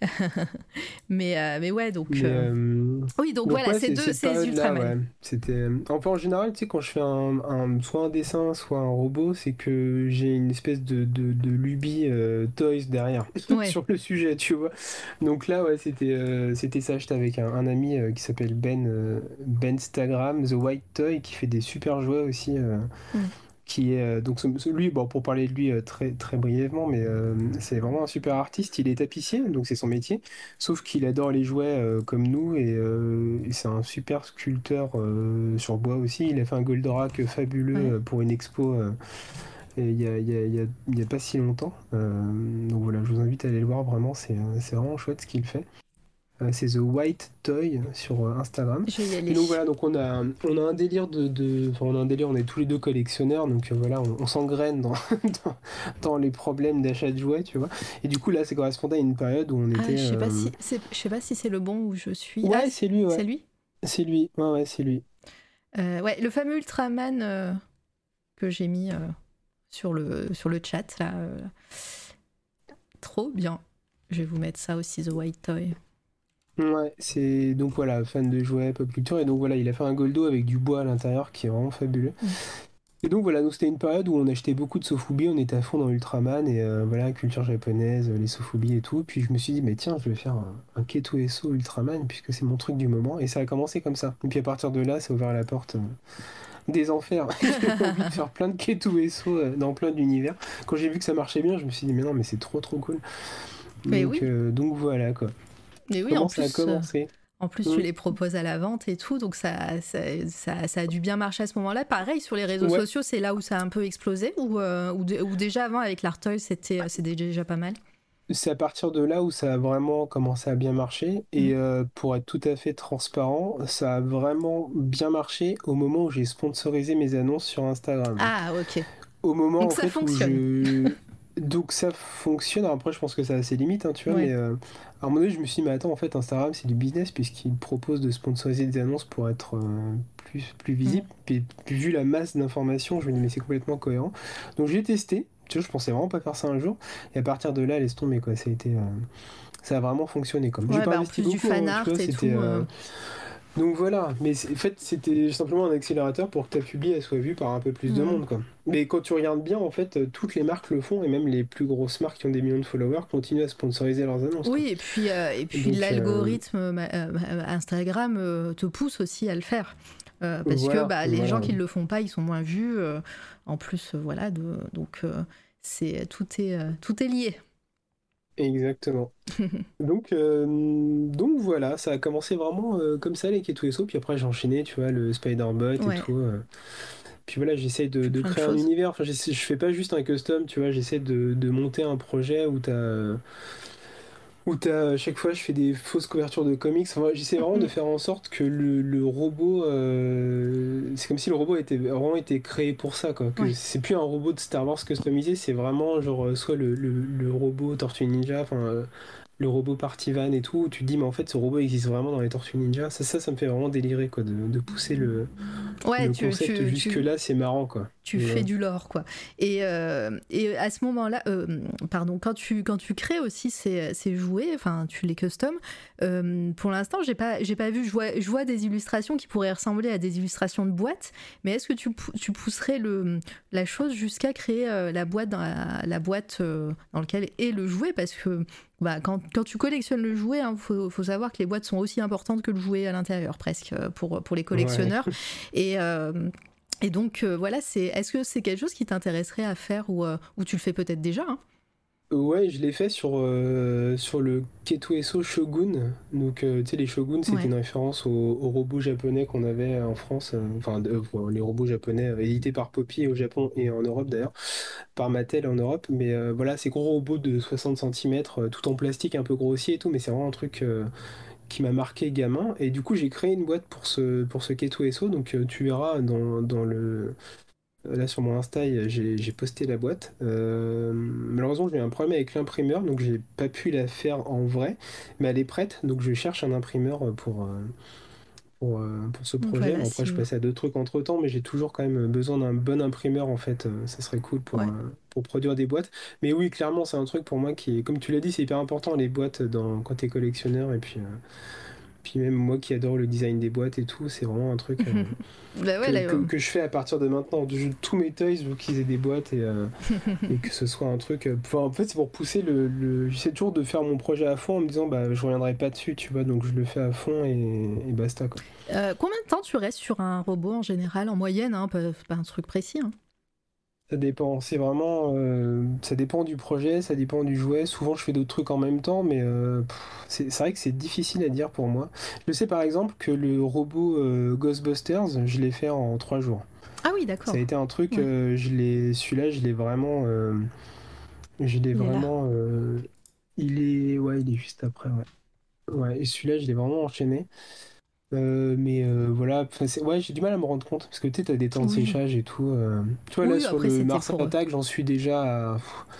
Mais ouais, donc. Mais, Oui, donc donc voilà, ouais, c'est cette ces période-là, Ultraman. ouais. C'était... Enfin, en général, tu sais, quand je fais soit un dessin, soit un robot, c'est que j'ai une espèce de lubie toys derrière Ouais. sur le sujet, tu vois. Donc là, ouais, c'était ça. J'étais avec un ami qui s'appelle Ben Stagram, The White Toy, qui fait des super jouets aussi. Mm. Qui est donc lui, bon, pour parler de lui très très brièvement, mais c'est vraiment un super artiste. Il est tapissier, donc c'est son métier. Sauf qu'il adore les jouets comme nous et c'est un super sculpteur sur bois aussi. Il a fait un Goldorak fabuleux Ouais. pour une expo et il y a pas si longtemps. Donc voilà, je vous invite à aller le voir. Vraiment, c'est vraiment chouette ce qu'il fait. C'est The White Toy sur Instagram. Je vais y Et aller. donc voilà, donc on a un délire enfin, on a un délire, on est tous les deux collectionneurs, donc voilà, on s'engraine dans les problèmes d'achat de jouets, tu vois. Et du coup là, ça correspondait à une période où on Ah, était. je sais pas si c'est le bon où je suis. Ah, Ouais, c'est lui, c'est ouais. lui. C'est lui, ouais, c'est lui. Ouais, le fameux Ultraman que j'ai mis sur le chat là. Trop bien. Je vais vous mettre ça aussi, The White Toy. Ouais, c'est donc voilà, fan de jouets, pop culture, et donc voilà, il a fait un Goldo avec du bois à l'intérieur qui est vraiment fabuleux. Mm. Et donc voilà, nous c'était une période où on achetait beaucoup de Sofubi, on était à fond dans Ultraman et voilà, culture japonaise, les Sofubi et tout. Puis je me suis dit, mais tiens, je vais faire un K2SO Ultraman puisque c'est mon truc du moment. Et ça a commencé comme ça. Et puis à partir de là, ça a ouvert la porte des enfers. J'ai envie de faire plein de K2SO dans plein d'univers. Quand j'ai vu que ça marchait bien, je me suis dit, mais non, mais c'est trop trop cool. Mais Donc, oui. donc voilà quoi. Mais oui, Comment ça a commencé? en plus, tu les proposes à la vente et tout, donc ça a dû bien marcher à ce moment-là. Pareil, sur les réseaux Ouais. sociaux, c'est là où ça a un peu explosé, ou déjà avant avec l'Artoy, c'était déjà pas mal. C'est à partir de là où ça a vraiment commencé à bien marcher. Et pour être tout à fait transparent, ça a vraiment bien marché au moment où j'ai sponsorisé mes annonces sur Instagram. Ah, ok. Au moment Donc en ça fait fonctionne. Donc ça fonctionne. Alors, après, je pense que ça a ses limites, hein, tu vois. Ouais. Mais à un moment donné, je me suis dit, mais attends, en fait, Instagram, c'est du business puisqu'il propose de sponsoriser des annonces pour être plus visible. Puis vu la masse d'informations, je me dis, mais c'est complètement cohérent. Donc j'ai testé. tu vois, je pensais vraiment pas faire ça un jour. Et à partir de là, laisse tomber, quoi. Ça a vraiment fonctionné, quoi. J'ai Ouais, pas en investi plus du beaucoup, fan tu art vois, et tout. Donc voilà, mais en fait c'était simplement un accélérateur pour que ta publi elle soit vue par un peu plus de Mm. monde quoi. Mais quand tu regardes bien en fait toutes les marques le font et même les plus grosses marques qui ont des millions de followers continuent à sponsoriser leurs annonces quoi. Oui, et puis Donc l'algorithme Instagram te pousse aussi à le faire. Parce que voilà, les gens voilà, qui ne le font pas, ils sont moins vus. En plus, voilà, donc tout est lié. exactement. Donc voilà, ça a commencé vraiment comme ça les Keto puis après j'ai enchaîné, tu vois, le Spider-Bot et Ouais, tout. Puis voilà, j'essaye puis de plein de créer un choses. univers. Enfin, je fais pas juste un custom, tu vois, j'essaie de monter un projet où à chaque fois je fais des fausses couvertures de comics. Enfin, j'essaie vraiment de Mm. faire en sorte que le robot, c'est comme si le robot était vraiment été créé pour ça, quoi. Que Ouais. c'est plus un robot de Star Wars customisé, c'est vraiment genre soit le robot Tortue Ninja, enfin le robot Partivan et tout. Où tu te dis mais en fait ce robot existe vraiment dans les Tortues Ninja. Ça me fait vraiment délirer, quoi, de pousser Ouais, le tu, concept tu, jusque tu, là, c'est marrant, quoi. tu fais du lore, quoi. Et à ce moment-là, pardon, quand tu crées aussi ces jouets, enfin, tu les custom, pour l'instant, j'ai pas vu, je vois des illustrations qui pourraient ressembler à des illustrations de boîtes, mais est-ce que tu pousserais la chose jusqu'à créer la boîte la boîte dans laquelle est le jouet? Parce que quand tu collectionnes le jouet, faut savoir que les boîtes sont aussi importantes que le jouet à l'intérieur, presque, pour les Ouais. collectionneurs. Et donc, voilà, est-ce que c'est quelque chose qui t'intéresserait à faire ou tu le fais peut-être déjà, hein? Ouais, je l'ai fait sur le Keto Shogun. Donc, tu sais, les Shogun, c'était Ouais. une référence aux robots japonais qu'on avait en France. Enfin, les robots japonais édités par Poppy au Japon et en Europe d'ailleurs, par Mattel en Europe. Mais voilà, ces gros robots de 60 cm, tout en plastique, un peu grossier et tout. Mais c'est vraiment un truc qui m'a marqué gamin. Et du coup, j'ai créé une boîte pour ce Keto. Donc, tu verras dans le. Là sur mon Insta, j'ai posté la boîte. Malheureusement, j'ai eu un problème avec l'imprimeur, donc j'ai pas pu la faire en vrai, mais elle est prête, donc je cherche un imprimeur pour ce Donc projet. voilà, Bon, après, je si. passe à d'autres trucs entre-temps, mais j'ai toujours quand même besoin d'un bon imprimeur en fait. Ça serait cool Ouais. pour produire des boîtes. Mais oui, clairement, c'est un truc pour moi qui est, comme tu l'as dit, c'est hyper important les boîtes quand t'es collectionneur, et puis même moi qui adore le design des boîtes et tout, c'est vraiment un truc. Bah ouais, Que, là, que, que je fais à partir de maintenant. Tous mes toys, je veux qu'ils aient des boîtes et que ce soit un truc. Enfin, en fait, c'est pour pousser j'essaie toujours de faire mon projet à fond en me disant, bah, je reviendrai pas dessus, tu vois, donc je le fais à fond et basta, quoi. combien de temps tu restes sur un robot en général, en moyenne, hein, pas un truc précis, hein? Ça dépend, c'est vraiment. Ça dépend du projet, ça dépend du jouet. Souvent, je fais d'autres trucs en même temps, mais c'est vrai que c'est difficile à dire pour moi. Je sais par exemple que le robot Ghostbusters, je l'ai fait en 3 jours. Ah oui, Ça a d'accord. été un truc, Ouais, celui-là, je l'ai vraiment. Je l'ai il est là. vraiment. Ouais, il est juste après, ouais. Ouais, et celui-là, je l'ai vraiment enchaîné. Mais voilà, enfin, ouais, j'ai du mal à me rendre compte parce que tu sais, t'as des temps de Oui. séchage et tout. Tu vois, là, Oui, sur après, le c'était Mars pour eux. Attack, j'en suis déjà à.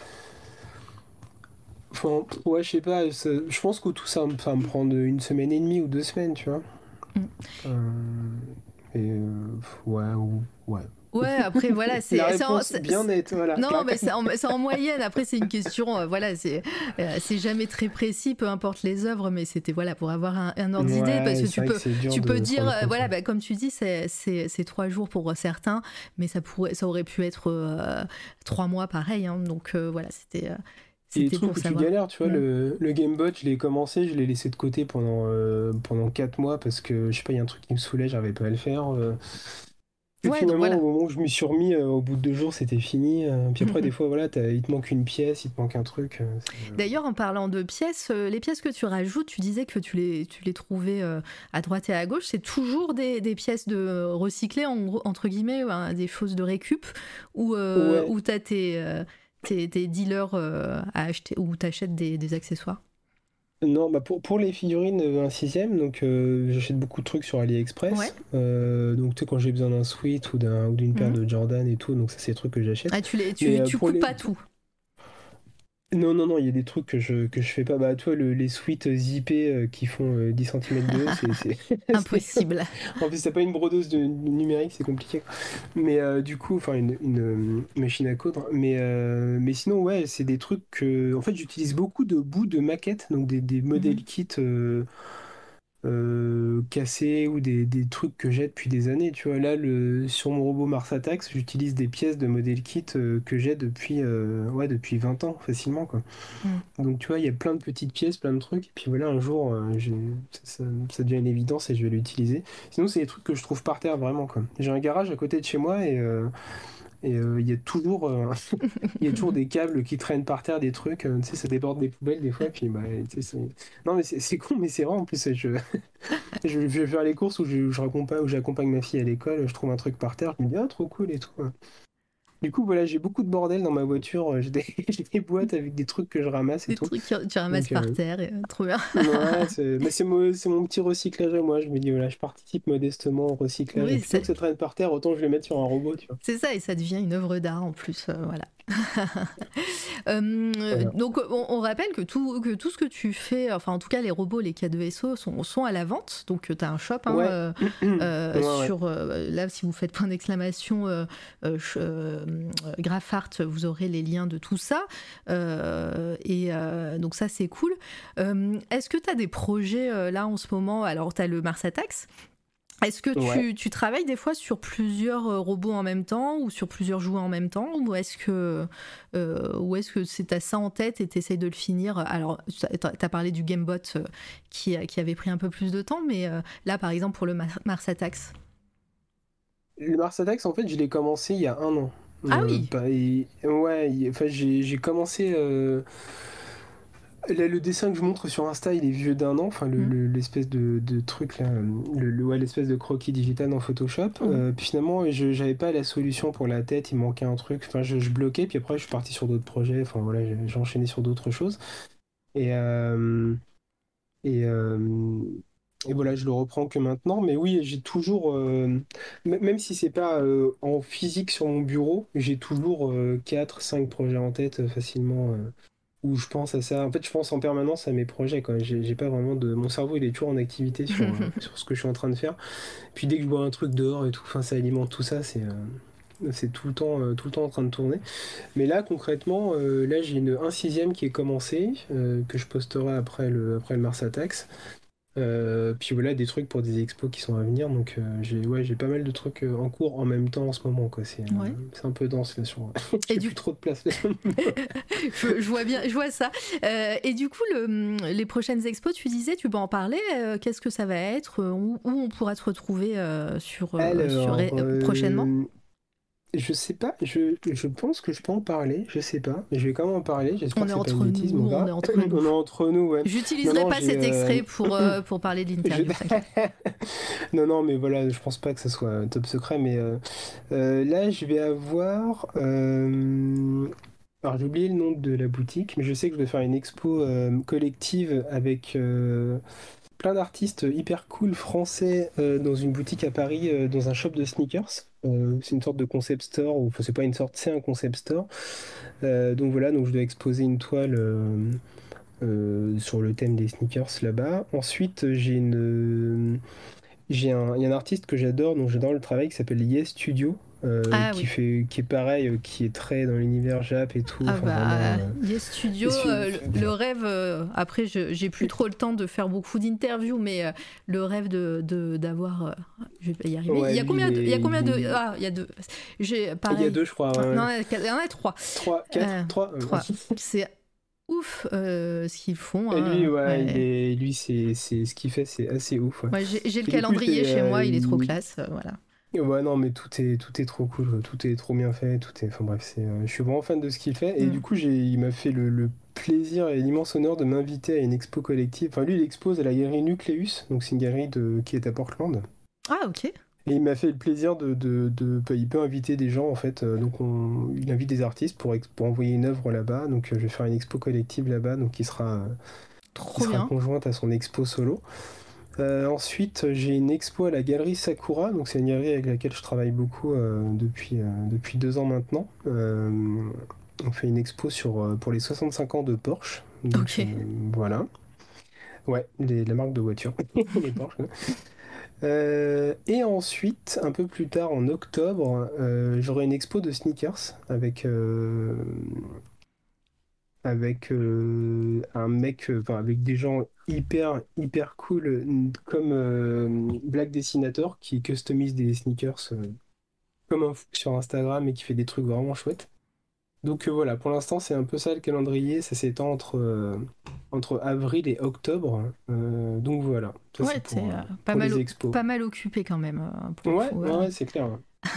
Enfin, ouais, je sais pas, je pense qu'au tout, ça va me prendre une semaine et demie ou 2 semaines, tu vois. Mm. Euh, ouais, ouais. Ouais, après, voilà, La réponse bien nette, voilà, non, clac. mais c'est en moyenne. Après, c'est une question, voilà, c'est jamais très précis, peu importe les œuvres, mais c'était voilà pour avoir un ordre d'idée, parce Ouais, que c'est vrai que c'est dur tu peux de se dire, rendre compte. voilà, comme tu dis, c'est 3 jours pour certains, mais ça aurait pu être 3 mois pareil, hein, donc voilà, c'était Et les c'était trucs pour où tu savoir. galères, tu vois, Mm. le Gamebot, je l'ai commencé, je l'ai laissé de côté pendant 4 mois parce que, je sais pas, il y a un truc qui me saoulait, j'arrivais pas à le faire. Et Ouais, donc finalement, voilà. au moment où je m'y suis remis, au bout de 2 jours, c'était fini. Puis après, des fois, voilà, il te manque une pièce, il te manque un truc. D'ailleurs, en parlant de pièces, les pièces que tu rajoutes, tu disais que tu les trouvais à droite et à gauche. C'est toujours des pièces de recyclées, entre guillemets, hein, des choses de récup, Ouais, ou tu as tes dealers à acheter, ou tu achètes des accessoires. non, bah pour les figurines, un sixième, donc j'achète beaucoup de trucs sur Ouais. AliExpress. Donc, tu sais, quand j'ai besoin d'un sweat ou d'une paire Mhm. de Jordan et tout, donc ça, c'est des trucs que j'achète. Ah, tu, les, Mais tu, tu pour coupes les, pas tout. Non, non, non, il y a des trucs que je fais pas. Bah, toi, les suites zippées qui font 10 cm de haut, Impossible. En plus, t'as pas une brodeuse numérique, c'est compliqué. Mais du coup, enfin, une machine à coudre. Mais sinon, ouais, c'est des trucs que. En fait, j'utilise beaucoup de bouts de maquettes, donc des modèles Mhm. kits cassés ou des trucs que j'ai depuis des années. Tu vois, là, sur mon robot Mars Attacks, j'utilise des pièces de modèle kit que j'ai ouais, depuis 20 ans, facilement, quoi. Mm. Donc tu vois, il y a plein de petites pièces, plein de trucs, et puis voilà, un jour, ça devient une évidence et je vais l'utiliser. Sinon, c'est des trucs que je trouve par terre, vraiment, quoi. J'ai un garage à côté de chez moi et il y a toujours, il y a toujours des câbles qui traînent par terre, des trucs, tu sais, ça déborde des poubelles des fois, puis bah, tu sais, non, mais c'est con, mais c'est vrai, en plus, je vais faire les courses où j'accompagne ma fille à l'école, je trouve un truc par terre, je me dis, ah, trop cool et tout. Du coup, voilà, j'ai beaucoup de bordel dans ma voiture. J'ai des, j'ai des boîtes avec des trucs que je ramasse et Des tout. trucs que tu ramasses Donc, par terre, trop bien. ouais, mais c'est mon petit recyclage à moi. Je me dis, voilà, je participe modestement au recyclage. Et Oui, plutôt que ça traîne par terre, autant je le mette sur un robot, tu vois. c'est ça, et ça devient une œuvre d'art en plus, voilà. Voilà. Donc on rappelle que tout ce que tu fais, enfin en tout cas les robots, les cas de vaisseau sont à la vente. Donc tu as un shop hein, Ouais. Ouais, ouais. sur là si vous faites point d'exclamation Graphart, vous aurez les liens de tout ça. Donc ça c'est cool. Est-ce que tu as des projets là en ce moment? Alors tu as le Mars Attacks. Est-ce que Ouais. tu travailles des fois sur plusieurs robots en même temps ou sur plusieurs jouets en même temps ou est-ce que t'as ça en tête et t'essayes de le finir? Alors, t'as parlé du Gamebot qui avait pris un peu plus de temps, mais là, par exemple, pour le Mars Attacks. Le Mars Attacks, en fait, je l'ai commencé il y a un an. Ah oui! Ouais, enfin, j'ai commencé. Là, le dessin que je montre sur Insta, il est vieux d'un an. Enfin, Mm. l'espèce de truc là, ouais, l'espèce de croquis digital dans Photoshop. Mhm. Puis finalement, j'avais pas la solution pour la tête. Il me manquait un truc. Enfin, je bloquais. Puis après, je suis parti sur d'autres projets. Enfin voilà, j'ai enchaîné sur d'autres choses. Et et euh, et voilà, je le reprends que maintenant. Mais oui, j'ai toujours, même si c'est pas en physique sur mon bureau, j'ai toujours 4-5 projets en tête facilement. Où je pense à ça. En fait, je pense en permanence à mes projets, quoi. J'ai pas vraiment de. Mon cerveau, il est toujours en activité sur ce que je suis en train de faire. Puis dès que je vois un truc dehors et tout, enfin, ça alimente tout ça, c'est tout le temps en train de tourner. Mais là, concrètement, là, j'ai un sixième qui est commencé, que je posterai après le Mars Attacks. Puis voilà, des trucs pour des expos qui sont à venir. Donc, j'ai pas mal de trucs en cours en même temps en ce moment, quoi. Ouais. C'est un peu dense là sur. Et J'ai du plus trop de place. je vois bien, je vois ça. Et du coup, les prochaines expos, tu disais, tu peux en parler. Qu'est-ce que ça va être? Où on pourra te retrouver Alors, prochainement? je sais pas, je pense que je peux en parler, je sais pas, mais je vais quand même en parler, j'espère On que est c'est pas une entre bêtise, mais nous, on on verra. est entre nous. On est entre nous, ouais. Non, J'utiliserai non, pas cet extrait pour parler de je- l'interview, t'inquiète. non, non, mais voilà, je pense pas que ça soit top secret, mais là, je vais avoir... Alors, j'ai oublié le nom de la boutique, mais je sais que je vais faire une expo collective avec plein d'artistes hyper cool français dans une boutique à Paris, dans un shop de sneakers. C'est une sorte de concept store, ou enfin, c'est pas une sorte, c'est un concept store. Donc voilà, donc je dois exposer une toile sur le thème des sneakers là-bas. Ensuite, il y a un artiste que j'adore, dont j'adore le travail, qui s'appelle Yes Studio. Ah oui. Qui est pareil, qui est très dans l'univers Jap et tout, Ah enfin vraiment. bah, Yes Studio, le rêve, après j'ai plus trop le temps de faire beaucoup d'interviews, mais le rêve d'avoir, je vais pas y arriver. Ouais, lui, Il y a combien de, ah, il y a deux, j'ai, il y a pareil, deux, je crois. Ouais, non, ouais. il y en a trois. Trois, quatre, trois. Trois. C'est ouf ce qu'ils font. Et lui, ouais, Ouais. c'est ce qu'il fait, c'est assez ouf. Ouais. Ouais, j'ai le Puis du coup, calendrier chez moi, il est trop classe, voilà. ouais, non, mais tout est trop cool, tout est trop bien fait, enfin bref, je suis vraiment fan de ce qu'il fait. Et Mm. du coup, il m'a fait le plaisir et l'immense honneur de m'inviter à une expo collective. Enfin, lui, il expose à la galerie Nucleus, donc c'est une galerie qui est à Portland. Ah ok. Et il m'a fait le plaisir il peut inviter des gens en fait, donc il invite des artistes pour envoyer une œuvre là-bas. Donc je vais faire une expo collective là-bas, donc qui Trop sera bien. conjointe à son expo solo. Ensuite, j'ai une expo à la galerie Sakura, donc c'est une galerie avec laquelle je travaille beaucoup depuis 2 ans maintenant. On fait une expo pour les 65 ans de Porsche. Donc, Ok. voilà. Ouais, la marque de voiture. Les Porsche. Et ensuite, un peu plus tard, en octobre, j'aurai une expo de sneakers avec un mec, enfin, avec des gens hyper, hyper cool, comme Black Dessinator, qui customise des sneakers comme un fou sur Instagram et qui fait des trucs vraiment chouettes. Donc voilà, pour l'instant, c'est un peu ça le calendrier. Ça s'étend entre avril et octobre. Donc voilà, ça Ouais, c'est t'es pour les expos. pas mal occupé quand même, pour le Ouais, coup. ouais, ouais, c'est clair.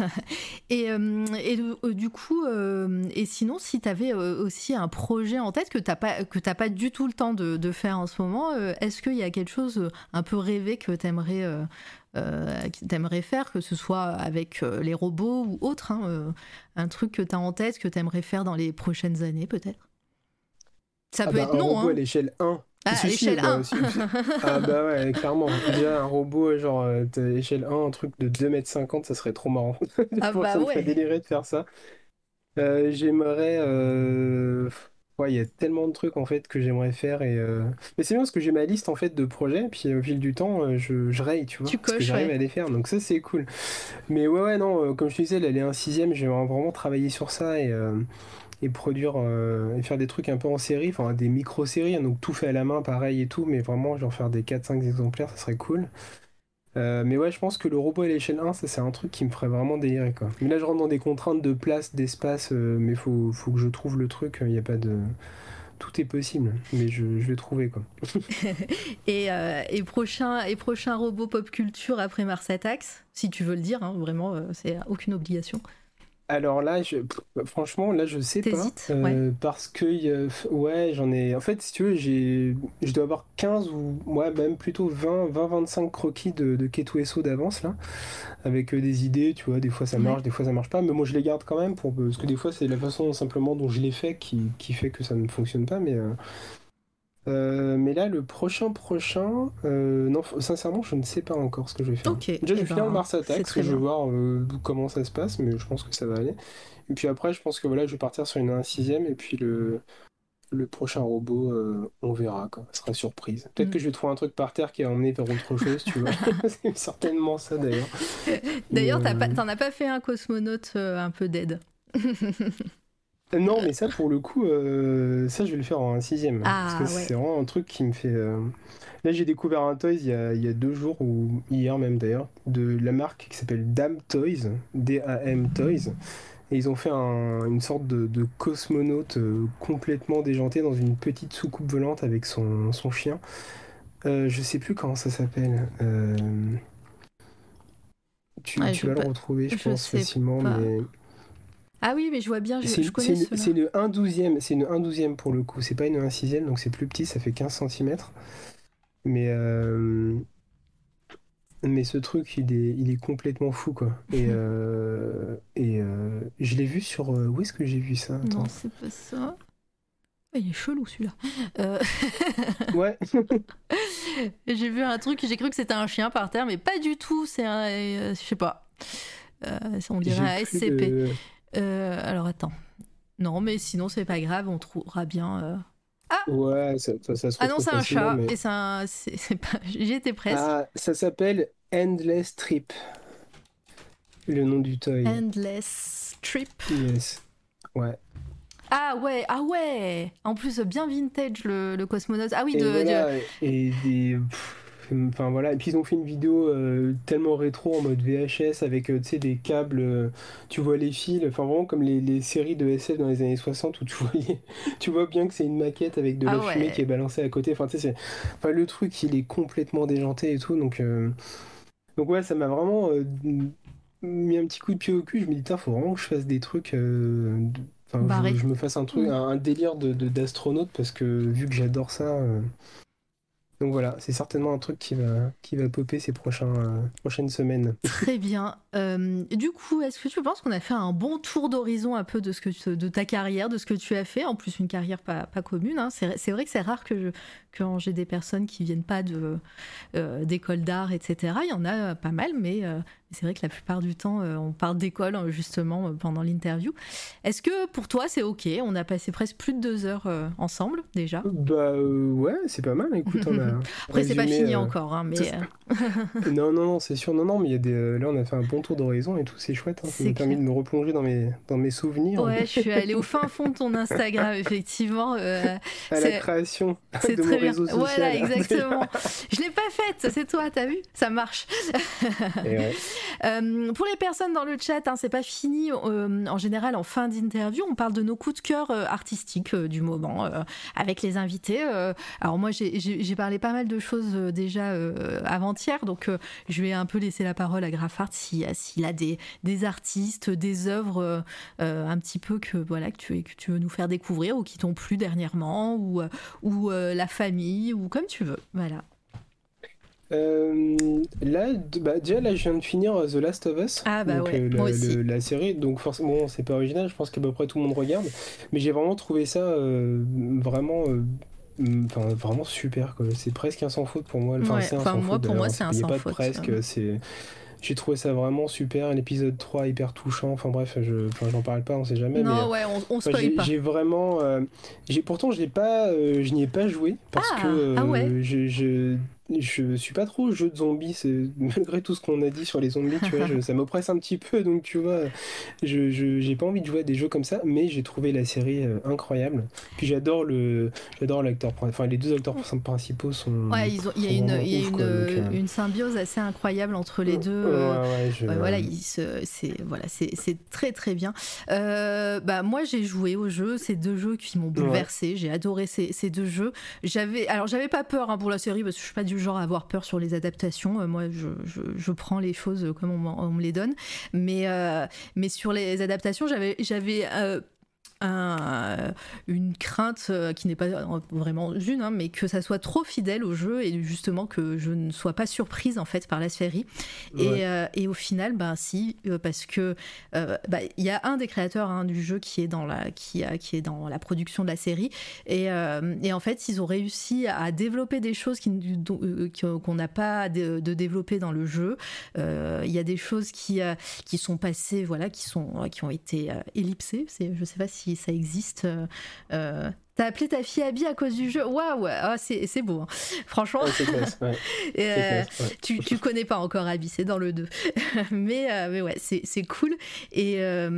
Du coup, et sinon, si tu avais aussi un projet en tête que t'as pas du tout le temps de faire en ce moment, est-ce qu'il y a quelque chose un peu rêvé que t'aimerais faire, que ce soit avec les robots ou autre, hein, un truc que tu as en tête, que t'aimerais faire dans les prochaines années, peut-être? Ça Ah peut bah être un non, robot à hein. l'échelle 1. Ah, à Si, si, l'échelle bah, 1. Ah bah ouais, clairement. Déjà un robot genre échelle 1, un truc de 2,50 m, ça serait trop marrant. Ah bah Ça me ferait ouais. délirer de faire ça. J'aimerais... Ouais, il y a tellement de trucs en fait que j'aimerais faire mais c'est bien parce que j'ai ma liste en fait de projets, puis au fil du temps, je raye, tu vois, Tu parce que coches, j'arrive ouais. à les faire, donc ça c'est cool. Mais ouais, non, comme je te disais, l'aller un sixième, j'aimerais vraiment travailler sur ça et produire et faire des trucs un peu en série, enfin des micro-séries, hein, donc tout fait à la main, pareil et tout, mais vraiment genre faire des 4-5 exemplaires, ça serait cool. Mais ouais, je pense que le robot à l'échelle 1, ça c'est un truc qui me ferait vraiment délirer quoi. Mais là je rentre dans des contraintes de place, d'espace, mais faut que je trouve le truc, il y a pas de... Tout est possible, mais je vais trouver quoi. Et prochain robot pop culture après Mars Attacks, si tu veux le dire, hein, vraiment, c'est aucune obligation. Alors là, franchement, là, je sais pas. T'hésites? Ouais. Parce que, ouais, j'en ai. En fait, si tu veux, je dois avoir 15 ou, ouais, même plutôt 20-25 croquis de Ketouesso d'avance, là, avec des idées, tu vois. Des fois, ça Ouais. marche, des fois, ça marche pas. Mais moi, je les garde quand même, parce que des fois, c'est la façon simplement dont je les fais qui fait que ça ne fonctionne pas. Mais là, le prochain, non, sincèrement, je ne sais pas encore ce que je vais faire. Ok, Déjà, je eh vais finir le ben, Mars c'est Attacks, je très vais bien. voir comment ça se passe, mais je pense que ça va aller. Et puis après, je pense que voilà, je vais partir sur un sixième, et puis le prochain robot, on verra, quoi. Ce sera surprise. Peut-être Mm. que je vais trouver un truc par terre qui va emmener vers autre chose, tu vois. C'est certainement ça, d'ailleurs. Mais D'ailleurs, t'en as pas fait un cosmonaute un peu dead? non, mais ça, pour le coup, ça, je vais le faire en un sixième. Parce que Ah ouais. c'est vraiment un truc qui me fait... Là, j'ai découvert un Toys il y a 2 jours, ou hier même d'ailleurs, de la marque qui s'appelle Dam Toys, DAM Toys. Et ils ont fait une sorte de cosmonaute complètement déjanté dans une petite soucoupe volante avec son chien. Je sais plus comment ça s'appelle. Tu, Ouais, tu vas le retrouver, je je pense, sais facilement, pas. mais... Ah oui, mais je vois bien, je C'est connais c'est ceux-là. une 1/12e, c'est une 1/12e pour le coup, c'est pas une 1/6e, donc c'est plus petit, ça fait 15 centimètres. Mais, mais ce truc, il est complètement fou, quoi. Et je l'ai vu sur... où est-ce que j'ai vu ça? Non, Attends. c'est pas ça. Ah, il est chelou celui-là. Euh, Ouais, J'ai vu un truc, j'ai cru que c'était un chien par terre, mais pas du tout. C'est un, je sais pas. On dirait j'ai un plus SCP. de... Alors attends. Non, mais sinon c'est pas grave, on trouvera bien. Ah, Ouais, ça se ah non, retrouve c'est un facilement, chat mais... et c'est pas. J'y étais presque. Ah, ça s'appelle Endless Trip, le nom du toy. Endless Trip. Yes. Ouais. Ah ouais, ah ouais. En plus bien vintage le cosmonaute. Ah oui, Et voilà, et enfin voilà, et puis ils ont fait une vidéo tellement rétro en mode VHS avec tu sais des câbles, tu vois les fils, enfin vraiment comme les séries de SF dans les années 60 où tu vois bien que c'est une maquette avec de la ah fumée qui est ouais. balancée à côté, enfin tu sais, enfin le truc il est complètement déjanté et tout, donc ouais, ça m'a vraiment mis un petit coup de pied au cul, je me dis, putain, faut vraiment que je fasse des trucs, enfin Barré. je me fasse un truc, Mm. un délire d'astronaute parce que vu que j'adore ça. Donc voilà, c'est certainement un truc qui va popper ces prochaines semaines. Très bien. Du coup, est-ce que tu penses qu'on a fait un bon tour d'horizon un peu de ta carrière, de ce que tu as fait, en plus une carrière pas commune, hein. C'est vrai que c'est rare quand j'ai des personnes qui viennent pas d'école d'art, etc. Il y en a pas mal, mais c'est vrai que la plupart du temps, on parle d'école justement pendant l'interview. Est-ce que pour toi c'est ok? On a passé presque plus de 2 heures ensemble déjà. Ouais, c'est pas mal. Écoute, on a Après c'est pas résumé, fini encore, hein, mais Non, c'est sûr. Non, mais il y a là, on a fait un bon tour d'horizon et tout, c'est chouette. Hein. Ça c'est m'a permis clair. de me replonger dans mes souvenirs. Ouais, je suis allée au fin fond de ton Instagram, effectivement. À la C'est création c'est de mon très bien. réseau social. Voilà, exactement. Je l'ai pas faite, c'est toi, t'as vu? Ça marche. Et ouais. Pour les personnes dans le chat, hein, c'est pas fini. En général, en fin d'interview, on parle de nos coups de cœur artistiques du moment avec les invités. Alors moi, j'ai parlé pas mal de choses déjà avant-hier, donc je vais un peu laisser la parole à Graffart s'il a des artistes, des œuvres un petit peu que tu veux nous faire découvrir ou qui t'ont plu dernièrement ou la famille ou comme tu veux. Voilà. Déjà là, je viens de finir The Last of Us, Ah bah donc ouais, moi aussi. la série. Donc forcément, bon, c'est pas original. Je pense qu'à peu près tout le monde regarde, mais j'ai vraiment trouvé ça vraiment. Enfin, vraiment super, quoi. C'est presque un sans faute pour moi. Enfin, Ouais, c'est un enfin sans moi faute pour moi d'ailleurs. c'est un Il n'y a sans pas de faute. presque. J'ai trouvé ça vraiment super. L'épisode 3 hyper touchant. Enfin bref, j'en parle pas, on sait jamais. Non, Mais ouais, on enfin, spoil pas. j'ai vraiment. Pourtant, je n'y ai pas joué parce Ah, que ah ouais. je suis pas trop jeu de zombies. Malgré tout ce qu'on a dit sur les zombies, tu vois, ça m'oppresse un petit peu. Donc, tu vois, j'ai pas envie de jouer à des jeux comme ça. Mais j'ai trouvé la série incroyable. Puis j'adore l'acteur. Enfin, les deux acteurs principaux sont. Ouais, il y a sont vraiment il y a ouf, quoi. Donc, une symbiose assez incroyable entre les deux. Ouais, voilà, c'est très très bien. Moi, j'ai joué aux jeux, ces 2 jeux qui m'ont bouleversée. J'ai adoré ces 2 jeux. J'avais pas peur hein, pour la série parce que je suis pas du genre à avoir peur sur les adaptations. Moi, je prends les choses comme on me les donne. Mais sur les adaptations, j'avais une crainte qui n'est pas vraiment une, hein, mais que ça soit trop fidèle au jeu et justement que je ne sois pas surprise en fait par la série. Et au final, si, parce que il y a un des créateurs hein, du jeu qui est dans la production de la série et en fait ils ont réussi à développer des choses qu'on n'a pas de développer dans le jeu. Il y a des choses qui sont passées, voilà, qui ont été ellipsées. Je sais pas si ça existe. T'as appelé ta fille Abby à cause du jeu? Waouh, c'est beau, hein. Franchement. Ouais, c'est classe, ouais. Tu connais pas encore Abby, c'est dans le 2. mais ouais, c'est cool. Et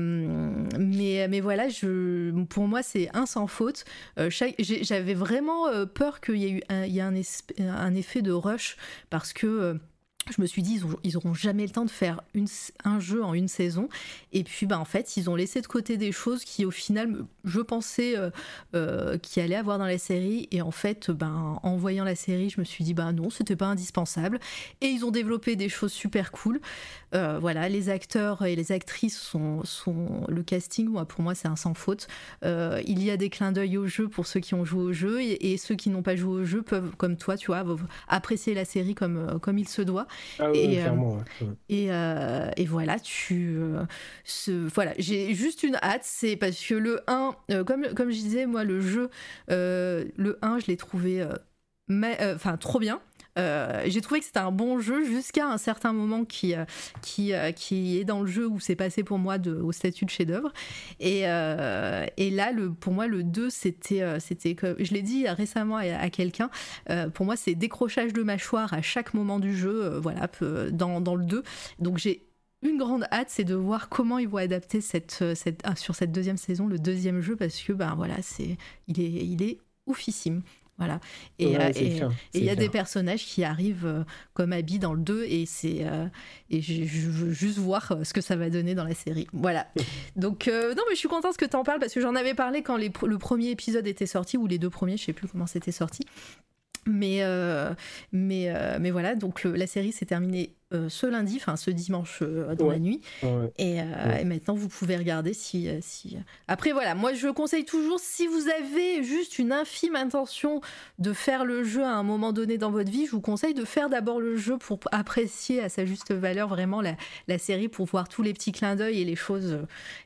mais voilà, pour moi c'est un sans faute. J'avais vraiment peur qu'il y ait un effet de rush parce que je me suis dit, ils auront jamais le temps de faire un jeu en une saison. Et puis, en fait, ils ont laissé de côté des choses qui, au final, je pensais qu'il allait avoir dans la série. Et en fait, en voyant la série, je me suis dit, non, c'était pas indispensable. Et ils ont développé des choses super cool. Voilà, les acteurs et les actrices sont le casting, pour moi, c'est un sans faute. Il y a des clins d'œil au jeu pour ceux qui ont joué au jeu. Et ceux qui n'ont pas joué au jeu peuvent, comme toi, tu vois, apprécier la série comme il se doit. Ah oui, clairement. Et voilà, voilà, j'ai juste une hâte, c'est parce que le 1, comme je disais, moi, le jeu, le 1, je l'ai trouvé trop bien. J'ai trouvé que c'était un bon jeu jusqu'à un certain moment qui est dans le jeu où c'est passé pour moi au statut de chef-d'œuvre. Et là, pour moi, le 2, c'était je l'ai dit récemment à quelqu'un, pour moi, c'est décrochage de mâchoire à chaque moment du jeu, voilà, dans le 2. Donc j'ai une grande hâte, c'est de voir comment ils vont adapter sur cette deuxième saison, le deuxième jeu, parce que voilà, il est oufissime. Voilà. Et il y a des personnages qui arrivent comme Abby dans le 2 et je veux juste voir ce que ça va donner dans la série. Voilà. Donc non, mais je suis contente que tu en parles parce que j'en avais parlé quand le premier épisode était sorti ou les 2 premiers, je sais plus comment c'était sorti. Mais voilà, donc la série s'est terminée ce lundi, enfin ce dimanche dans la nuit. Et maintenant, vous pouvez regarder si... Après, voilà, moi je conseille toujours, si vous avez juste une infime intention de faire le jeu à un moment donné dans votre vie, je vous conseille de faire d'abord le jeu pour apprécier à sa juste valeur vraiment la série, pour voir tous les petits clins d'œil et les choses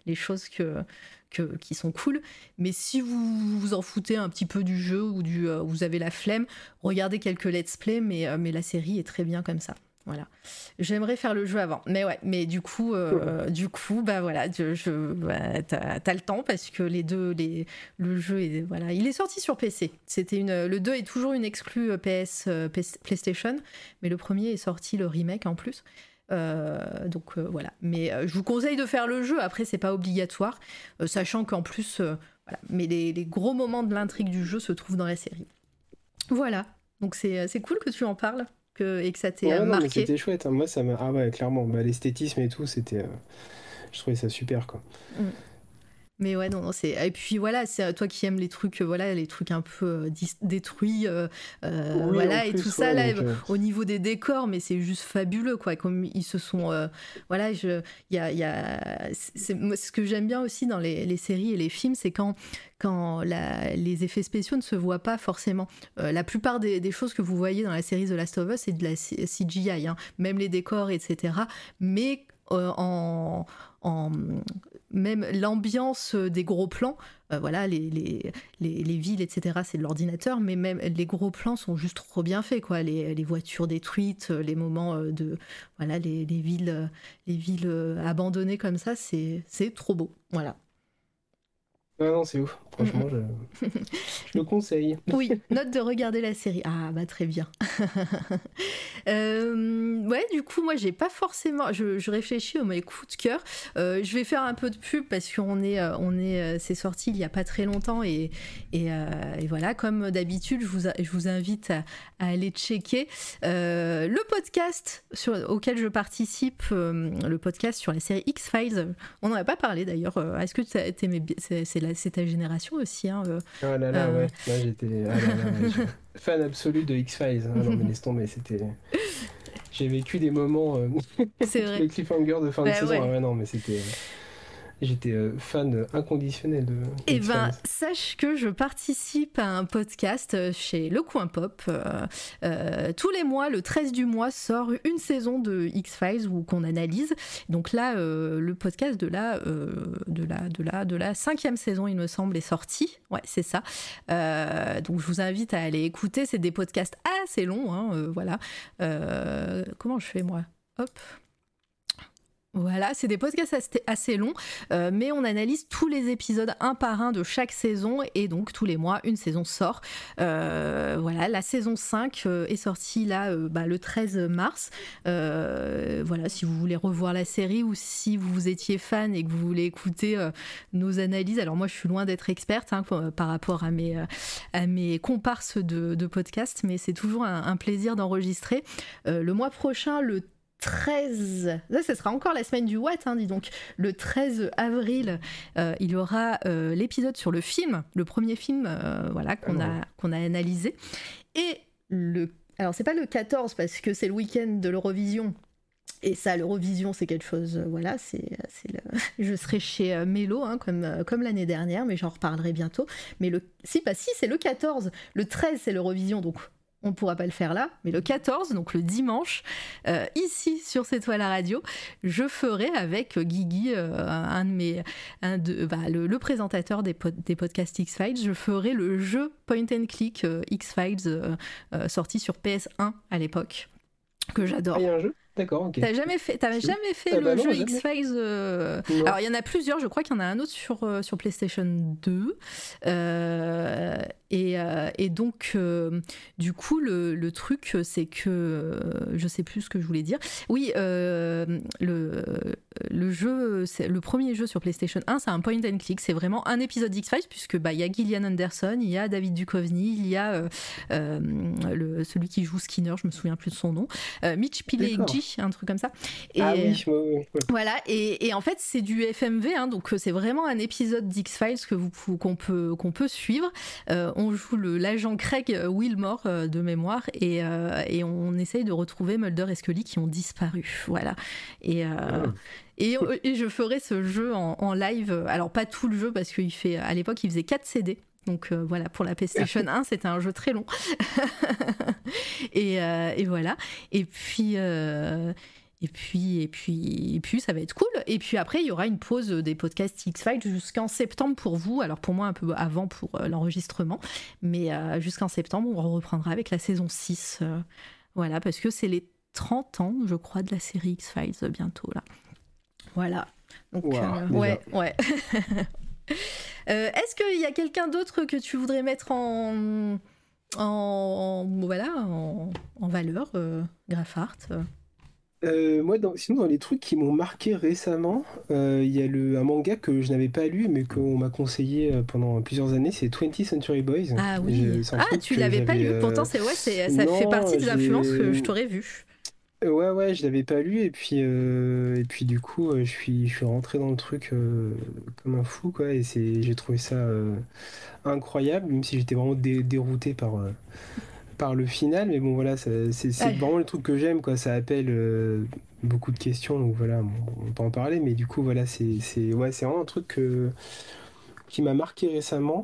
qui sont cool. Mais si vous vous en foutez un petit peu du jeu ou vous avez la flemme, regardez quelques let's play, mais la série est très bien comme ça. Voilà. J'aimerais faire le jeu avant, mais du coup, bah voilà, t'as le temps parce que le jeu est, voilà, il est sorti sur PC. Le 2 est toujours une exclue PlayStation, mais le premier est sorti, le remake en plus. Donc voilà, mais je vous conseille de faire le jeu. Après, c'est pas obligatoire, sachant qu'en plus, voilà, mais les gros moments de l'intrigue du jeu se trouvent dans la série. Voilà, donc c'est cool que tu en parles. Et que ça t'ait marqué. Non, mais c'était chouette, hein. Moi ça m'a... Ah ouais, clairement, l'esthétisme et tout, c'était... Je trouvais ça super, quoi. Mais ouais, non, c'est... Et puis voilà, c'est toi qui aimes les trucs, voilà, les trucs un peu détruits, voilà, et tout ça, là, au niveau des décors, mais c'est juste fabuleux, quoi, comme ils se sont... voilà, moi, ce que j'aime bien aussi dans les séries et les films, c'est quand les effets spéciaux ne se voient pas forcément. La plupart des choses que vous voyez dans la série The Last of Us, c'est de la CGI, hein, même les décors, etc. Mais même l'ambiance des gros plans, voilà, les villes, etc., c'est de l'ordinateur, mais même les gros plans sont juste trop bien faits, quoi. Les voitures détruites, les moments voilà, les villes abandonnées comme ça, c'est trop beau, voilà. Ah non, c'est ouf. Franchement, je le conseille. Oui, note de regarder la série. Ah, bah très bien. Ouais, du coup, moi, j'ai pas forcément... Je réfléchis à mes coups de cœur. Je vais faire un peu de pub parce qu'on c'est sorti il y a pas très longtemps et voilà, comme d'habitude, je vous invite à aller checker le podcast auquel je participe, le podcast sur la série X-Files. On n'en a pas parlé d'ailleurs. Est-ce que t'aimais bien? C'est ta génération aussi, hein. Ah là là, ouais. Là, j'étais fan absolu de X-Files. Hein. Non, mais laisse tomber, c'était... J'ai vécu des moments... C'est vrai. Les cliffhangers de fin de saison. Ouais. Ah ouais, non, mais c'était... J'étais fan inconditionnel de Eh ben, sache que je participe à un podcast chez Le Coin Pop. Tous les mois, le 13 du mois, sort une saison de X-Files qu'on analyse. Donc là, le podcast de la 5e saison, il me semble, est sorti. Ouais, c'est ça. Donc je vous invite à aller écouter. C'est des podcasts assez longs, hein, voilà. Comment je fais, moi? Hop. Voilà, c'est des podcasts assez longs, mais on analyse tous les épisodes un par un de chaque saison, et donc tous les mois, une saison sort. Voilà, la saison 5 est sortie là, le 13 mars. Voilà, si vous voulez revoir la série ou si vous étiez fan et que vous voulez écouter nos analyses. Alors moi, je suis loin d'être experte, hein, par rapport à mes comparses de podcasts, mais c'est toujours un plaisir d'enregistrer. Le mois prochain, le 13, là ce sera encore la semaine du Watt, hein, dis donc. Le 13 avril, il y aura l'épisode sur le film, le premier film, voilà, qu'on a analysé. Et alors c'est pas le 14 parce que c'est le week-end de l'Eurovision. Et ça, l'Eurovision, c'est quelque chose, voilà, je serai chez Mélo, hein, comme l'année dernière, mais j'en reparlerai bientôt. Mais si, c'est le 14, le 13, c'est l'Eurovision, donc on ne pourra pas le faire là, mais le 14, donc le dimanche, ici sur C'est toi la radio, je ferai avec Guigui, le présentateur des podcasts X-Files, je ferai le jeu Point and Click X-Files sorti sur PS1 à l'époque, que j'adore. Ah, il y a un jeu ? D'accord, ok. T'avais jamais fait le jeu X-Files Alors il y en a plusieurs, je crois qu'il y en a un autre sur PlayStation 2. Et donc, du coup, le truc, c'est que je sais plus ce que je voulais dire. Oui, le jeu, le premier jeu sur PlayStation 1, c'est un point and click. C'est vraiment un épisode d'X-Files, puisque il y a Gillian Anderson, il y a David Duchovny, il y a celui qui joue Skinner, je me souviens plus de son nom, Mitch Pileggi, un truc comme ça. Et, oui. Voilà, et en fait, c'est du FMV, hein, donc c'est vraiment un épisode d'X-Files qu'on peut suivre. on joue l'agent Craig Wilmore de mémoire et on essaye de retrouver Mulder et Scully qui ont disparu. Voilà. Et je ferai ce jeu en live. Alors, pas tout le jeu parce qu'à l'époque, il faisait 4 CD. Donc voilà, pour la PlayStation 1, c'était un jeu très long. et voilà. Et puis, ça va être cool. Et puis après, il y aura une pause des podcasts X-Files jusqu'en septembre pour vous. Alors pour moi, un peu avant pour l'enregistrement. Mais jusqu'en septembre, on reprendra avec la saison 6. Voilà, parce que c'est les 30 ans, je crois, de la série X-Files bientôt, là. Voilà. Donc, ouais. Est-ce qu'il y a quelqu'un d'autre que tu voudrais mettre en valeur, Graphart? Moi, sinon, dans les trucs qui m'ont marqué récemment, il y a un manga que je n'avais pas lu, mais qu'on m'a conseillé pendant plusieurs années, c'est 20th Century Boys. Ah oui. Tu l'avais pas lu, pourtant ça fait partie des influences que je t'aurais vu. Ouais, je l'avais pas lu, et puis du coup, je suis rentré dans le truc comme un fou, quoi, et j'ai trouvé ça incroyable, même si j'étais vraiment dérouté par le final, mais bon, voilà, c'est vraiment le truc que j'aime, quoi. Ça appelle beaucoup de questions, donc voilà, on peut en parler, mais du coup, voilà, c'est vraiment un truc qui m'a marqué récemment,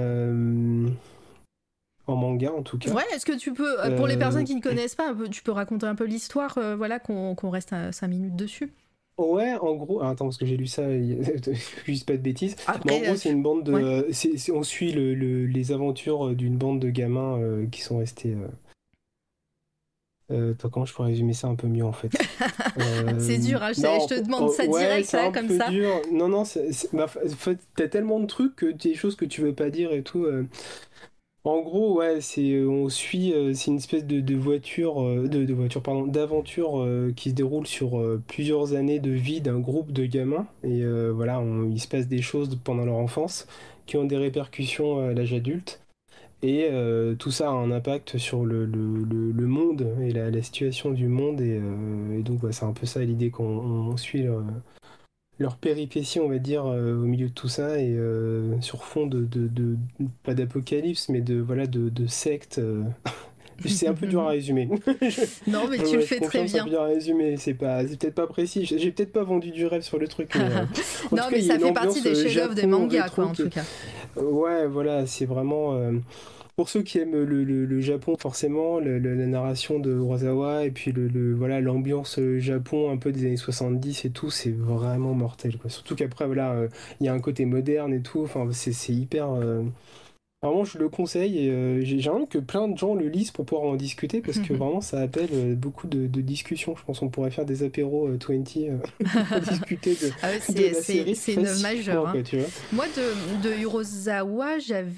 en manga en tout cas. Ouais, est-ce que tu peux, pour les personnes qui ne connaissent pas, tu peux raconter un peu l'histoire, voilà, qu'on reste à 5 minutes dessus? Ouais, en gros, attends, parce que j'ai lu ça, je dis pas de bêtises. Après, Mais en gros, c'est une bande de. On suit les aventures d'une bande de gamins qui sont restés. Attends, comment je pourrais résumer ça un peu mieux en fait? C'est dur, hein, je te demande ça direct, là, comme ça. C'est un peu dur. Non, en fait, t'as tellement de trucs que des choses que tu veux pas dire et tout. En gros, ouais, on suit, c'est une espèce de voiture, pardon, d'aventure qui se déroule sur plusieurs années de vie d'un groupe de gamins. Et voilà, il se passe des choses pendant leur enfance qui ont des répercussions à l'âge adulte. Et tout ça a un impact sur le monde et la situation du monde. Et donc, ouais, c'est un peu ça l'idée qu'on suit leur péripétie, on va dire, au milieu de tout ça, et sur fond pas d'apocalypse, mais de secte. C'est un peu dur à résumer. Non, mais tu le fais très bien. C'est un peu dur à résumer, c'est peut-être pas précis. J'ai peut-être pas vendu du rêve sur le truc. Non, mais ça fait partie des chefs-d'œuvre des mangas, quoi, en tout cas. Ouais, voilà, c'est vraiment. Pour ceux qui aiment le Japon, forcément, la narration de Urasawa et puis voilà, l'ambiance Japon un peu des années 70 et tout, c'est vraiment mortel, quoi. Surtout qu'après, voilà, il y a un côté moderne et tout, enfin, c'est hyper. Vraiment, je le conseille et j'ai envie que plein de gens le lisent pour pouvoir en discuter parce que vraiment, ça appelle beaucoup de discussions. Je pense qu'on pourrait faire des apéros 20 pour discuter de la série. C'est une œuvre majeure. Quoi, tu vois. Moi, de Urasawa,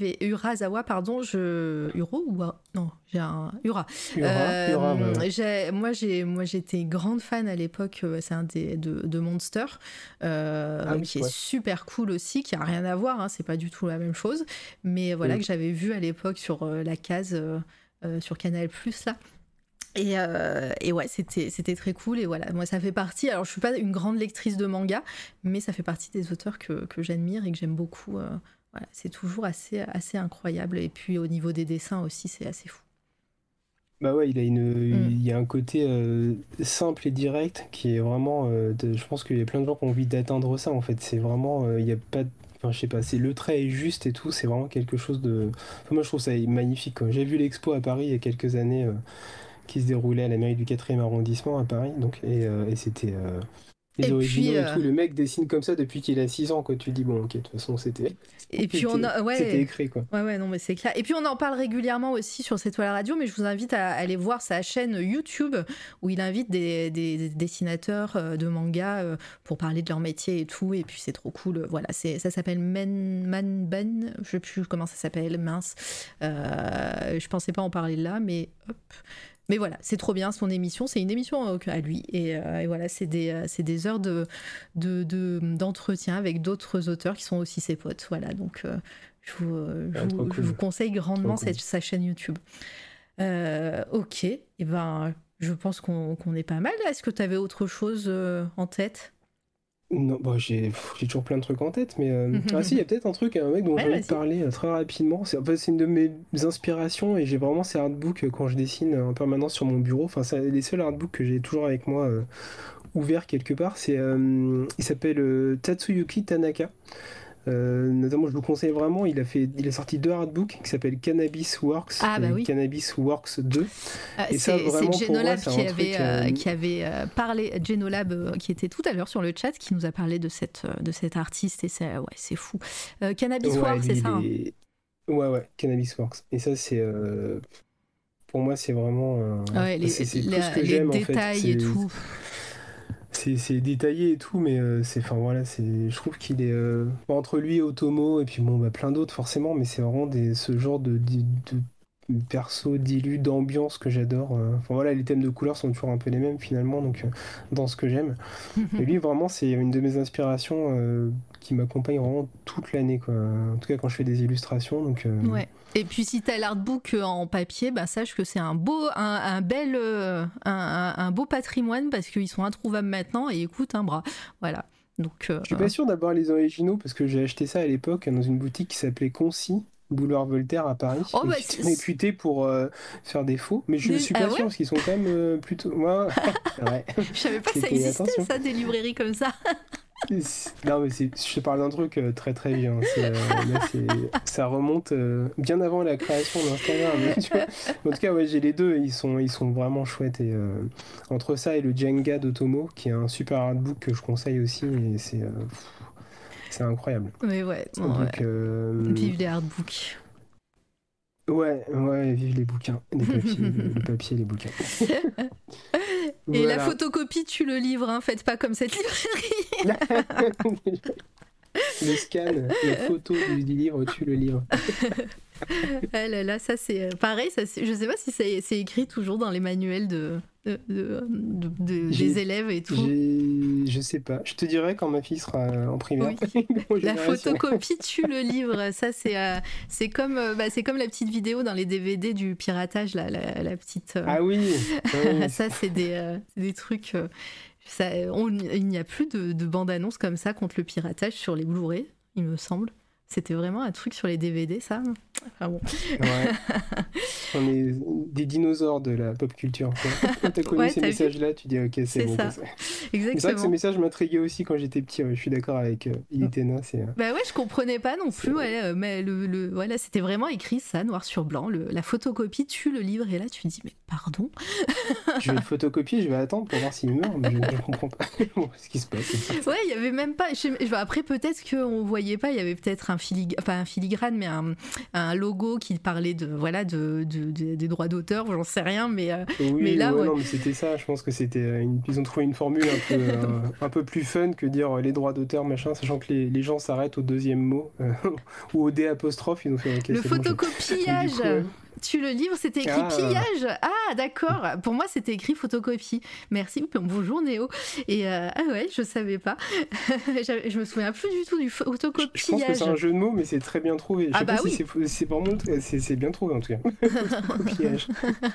Ura. Moi, j'étais grande fan à l'époque. C'est un de Monster, qui est super cool aussi, qui a rien à voir. Hein, c'est pas du tout la même chose, mais voilà que j'avais vu à l'époque sur la case sur Canal+ là. Et ouais, c'était très cool. Et voilà, moi, ça fait partie. Alors, je suis pas une grande lectrice de manga, mais ça fait partie des auteurs que j'admire et que j'aime beaucoup. Voilà, c'est toujours assez incroyable. Et puis, au niveau des dessins aussi, c'est assez fou. Bah ouais, il y a un côté simple et direct qui est vraiment. Je pense qu'il y a plein de gens qui ont envie d'atteindre ça en fait. C'est vraiment. Il y a pas. Enfin, je sais pas, le trait est juste et tout. C'est vraiment quelque chose de. Enfin, moi, je trouve ça magnifique, quoi. J'ai vu l'expo à Paris il y a quelques années qui se déroulait à la mairie du 4e arrondissement à Paris. Donc, et c'était. Les originaux et tout, le mec dessine comme ça depuis qu'il a 6 ans, quoi. Tu dis, bon, ok, de toute façon, c'était écrit, quoi. Ouais, non, mais c'est clair. Et puis, on en parle régulièrement aussi sur cette toile radio, mais je vous invite à aller voir sa chaîne YouTube où il invite des dessinateurs de manga pour parler de leur métier et tout. Et puis, c'est trop cool. Voilà, ça s'appelle Man, je sais plus comment ça s'appelle, mince. Je pensais pas en parler là, mais hop. Mais voilà, c'est trop bien son émission, c'est une émission à lui et voilà, c'est des heures d'entretien avec d'autres auteurs qui sont aussi ses potes. Voilà, donc je vous conseille grandement sa chaîne YouTube. Ok, et ben je pense qu'on est pas mal. Est-ce que tu avais autre chose en tête? Non, bah, j'ai toujours plein de trucs en tête, mais ah si, il y a peut-être un mec dont Ouais, j'ai envie de vas-y. parler très rapidement. En fait, c'est une de mes inspirations et j'ai vraiment ces artbooks quand je dessine en permanence sur mon bureau. Enfin, c'est les seuls artbooks que j'ai toujours avec moi ouverts quelque part. Il s'appelle Tatsuyuki Tanaka. Notamment, je vous conseille vraiment. Il a sorti 2 artbooks qui s'appellent Cannabis Works Ah bah et oui. Cannabis Works 2. Et ça, C'est vraiment, pour moi, Genolab c'est un truc. qui avait parlé, Genolab qui était tout à l'heure sur le chat, qui nous a parlé de cet artiste et c'est fou. Cannabis Ouais, War, c'est lui, ça, il hein. est. Ouais, ouais, Cannabis Works. Et ça, pour moi, c'est vraiment. Ouais, C'est tout ce que les j'aime, en fait. détails et tout. C'est détaillé et tout, mais enfin, voilà, je trouve qu'il est. Entre lui et Otomo, et puis bon, bah, plein d'autres, forcément, mais c'est vraiment ce genre de perso dilu, d'ambiance que j'adore. Enfin, voilà, les thèmes de couleurs sont toujours un peu les mêmes, finalement, donc dans ce que j'aime. Et lui, vraiment, c'est une de mes inspirations qui m'accompagne vraiment toute l'année, quoi. En tout cas, quand je fais des illustrations. Donc, Ouais. Et puis si t'as l'artbook en papier, bah sache que c'est un bel, un beau patrimoine parce qu'ils sont introuvables maintenant et ils coûtent un bras. Voilà. Donc, je suis pas sûr d'avoir les originaux parce que j'ai acheté ça à l'époque dans une boutique qui s'appelait Concy, boulevard Voltaire à Paris, oh et bah qui était réputée pour faire des faux. Mais je suis ah pas ouais, sûr parce qu'ils sont quand même plutôt. Ouais, ouais. je savais pas que ça C'était. existait Attention. ça, des librairies comme ça. Non, mais je te parle d'un truc très très vieux, hein. Là, ça remonte bien avant la création d'Instagram, hein, tu vois. En tout cas, ouais, j'ai les deux, et ils sont vraiment chouettes. Et entre ça et le Jenga d'Otomo, qui est un super artbook que je conseille aussi, et c'est incroyable. Mais ouais, bon, ouais. Donc, Vive les artbooks. ouais, ouais, vive les bouquins, les papiers, les papiers, les bouquins. Et la Voilà. photocopie, tu le livres, hein, faites pas comme cette librairie. Le scan, la photo du livre, tu le livres. Ah là là, ça c'est pareil, je sais pas si c'est écrit toujours dans les manuels des élèves et tout. Je sais pas. Je te dirai quand ma fille sera en primaire. Oui. Aux La générations. photocopie tue le livre. Ça c'est comme la petite vidéo dans les DVD du piratage, la petite. Ah oui. Ouais, Ça c'est des trucs. Il n'y a plus de bande-annonce comme ça contre le piratage sur les Blu-ray, il me semble. C'était vraiment un truc sur les DVD, ça. Ah bon. ouais. On est des dinosaures de la pop culture. Quand t'as connu Ouais, ces t'as vu. messages-là, tu dis ok, c'est C'est bon. ça. C'est vrai que ce Exactement. message m'intriguait aussi quand j'étais petit. Ouais, je suis d'accord avec Ilitena. Bah ouais, je comprenais pas non plus, ouais, mais voilà, c'était vraiment écrit ça, noir sur blanc. La photocopie tue le livre, et là tu te dis, mais pardon. Je vais le photocopier, je vais attendre pour voir s'il meurt, mais je comprends pas ce qui se passe. Ouais, il y avait même pas. Après, peut-être qu'on voyait pas, il y avait peut-être un filigrane, mais un logo qui parlait des droits d'auteur, j'en sais rien, mais Oui, là, ouais, ouais. non, mais c'était ça. Je pense que ils ont trouvé une formule un peu plus fun que dire les droits d'auteur, machin, sachant que les gens s'arrêtent au deuxième mot ou au D apostrophe. Ils ont fait ok, Le c'est bon. photocopiage. Donc, du coup, Tu le livre, c'était écrit ah, pillage. Ah, d'accord. Pour moi, c'était écrit photocopie. Merci. Bonjour Néo. Et ah ouais, je savais pas. Je me souviens plus du tout du je pense que photocopiage. c'est un jeu de mots, mais c'est très bien trouvé. Je Ah sais bah pas oui. si c'est vraiment c'est bien trouvé en tout cas. Photocopiage.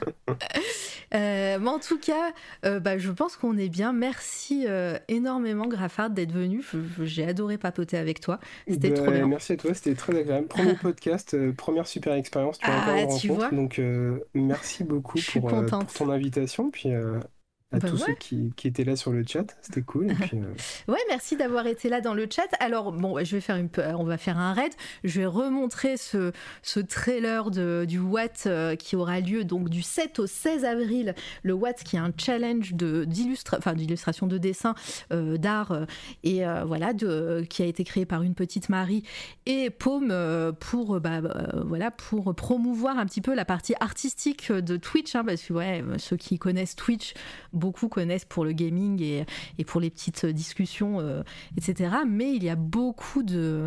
Mais en tout cas, je pense qu'on est bien. Merci énormément, Graffard, d'être venu. J'ai adoré papoter avec toi. C'était trop bien. Merci à toi, c'était très agréable. Premier podcast, première super expérience. Tu vois, encore une tu rencontre. vois. Donc merci beaucoup Je suis pour contente. ton invitation. Puis à tous ceux Ouais. qui étaient là sur le chat, c'était cool. Et puis, Ouais, merci d'avoir été là dans le chat. Alors, bon, on va faire un raid. Je vais remontrer ce trailer du Watt qui aura lieu donc du 7 au 16 avril. Le Watt qui est un challenge d'illustration de dessin, d'art, et voilà, qui a été créé par une petite Marie et Paume pour promouvoir un petit peu la partie artistique de Twitch, hein, parce que ouais, ceux qui connaissent Twitch, beaucoup connaissent pour le gaming et pour les petites discussions, etc. Mais il y a beaucoup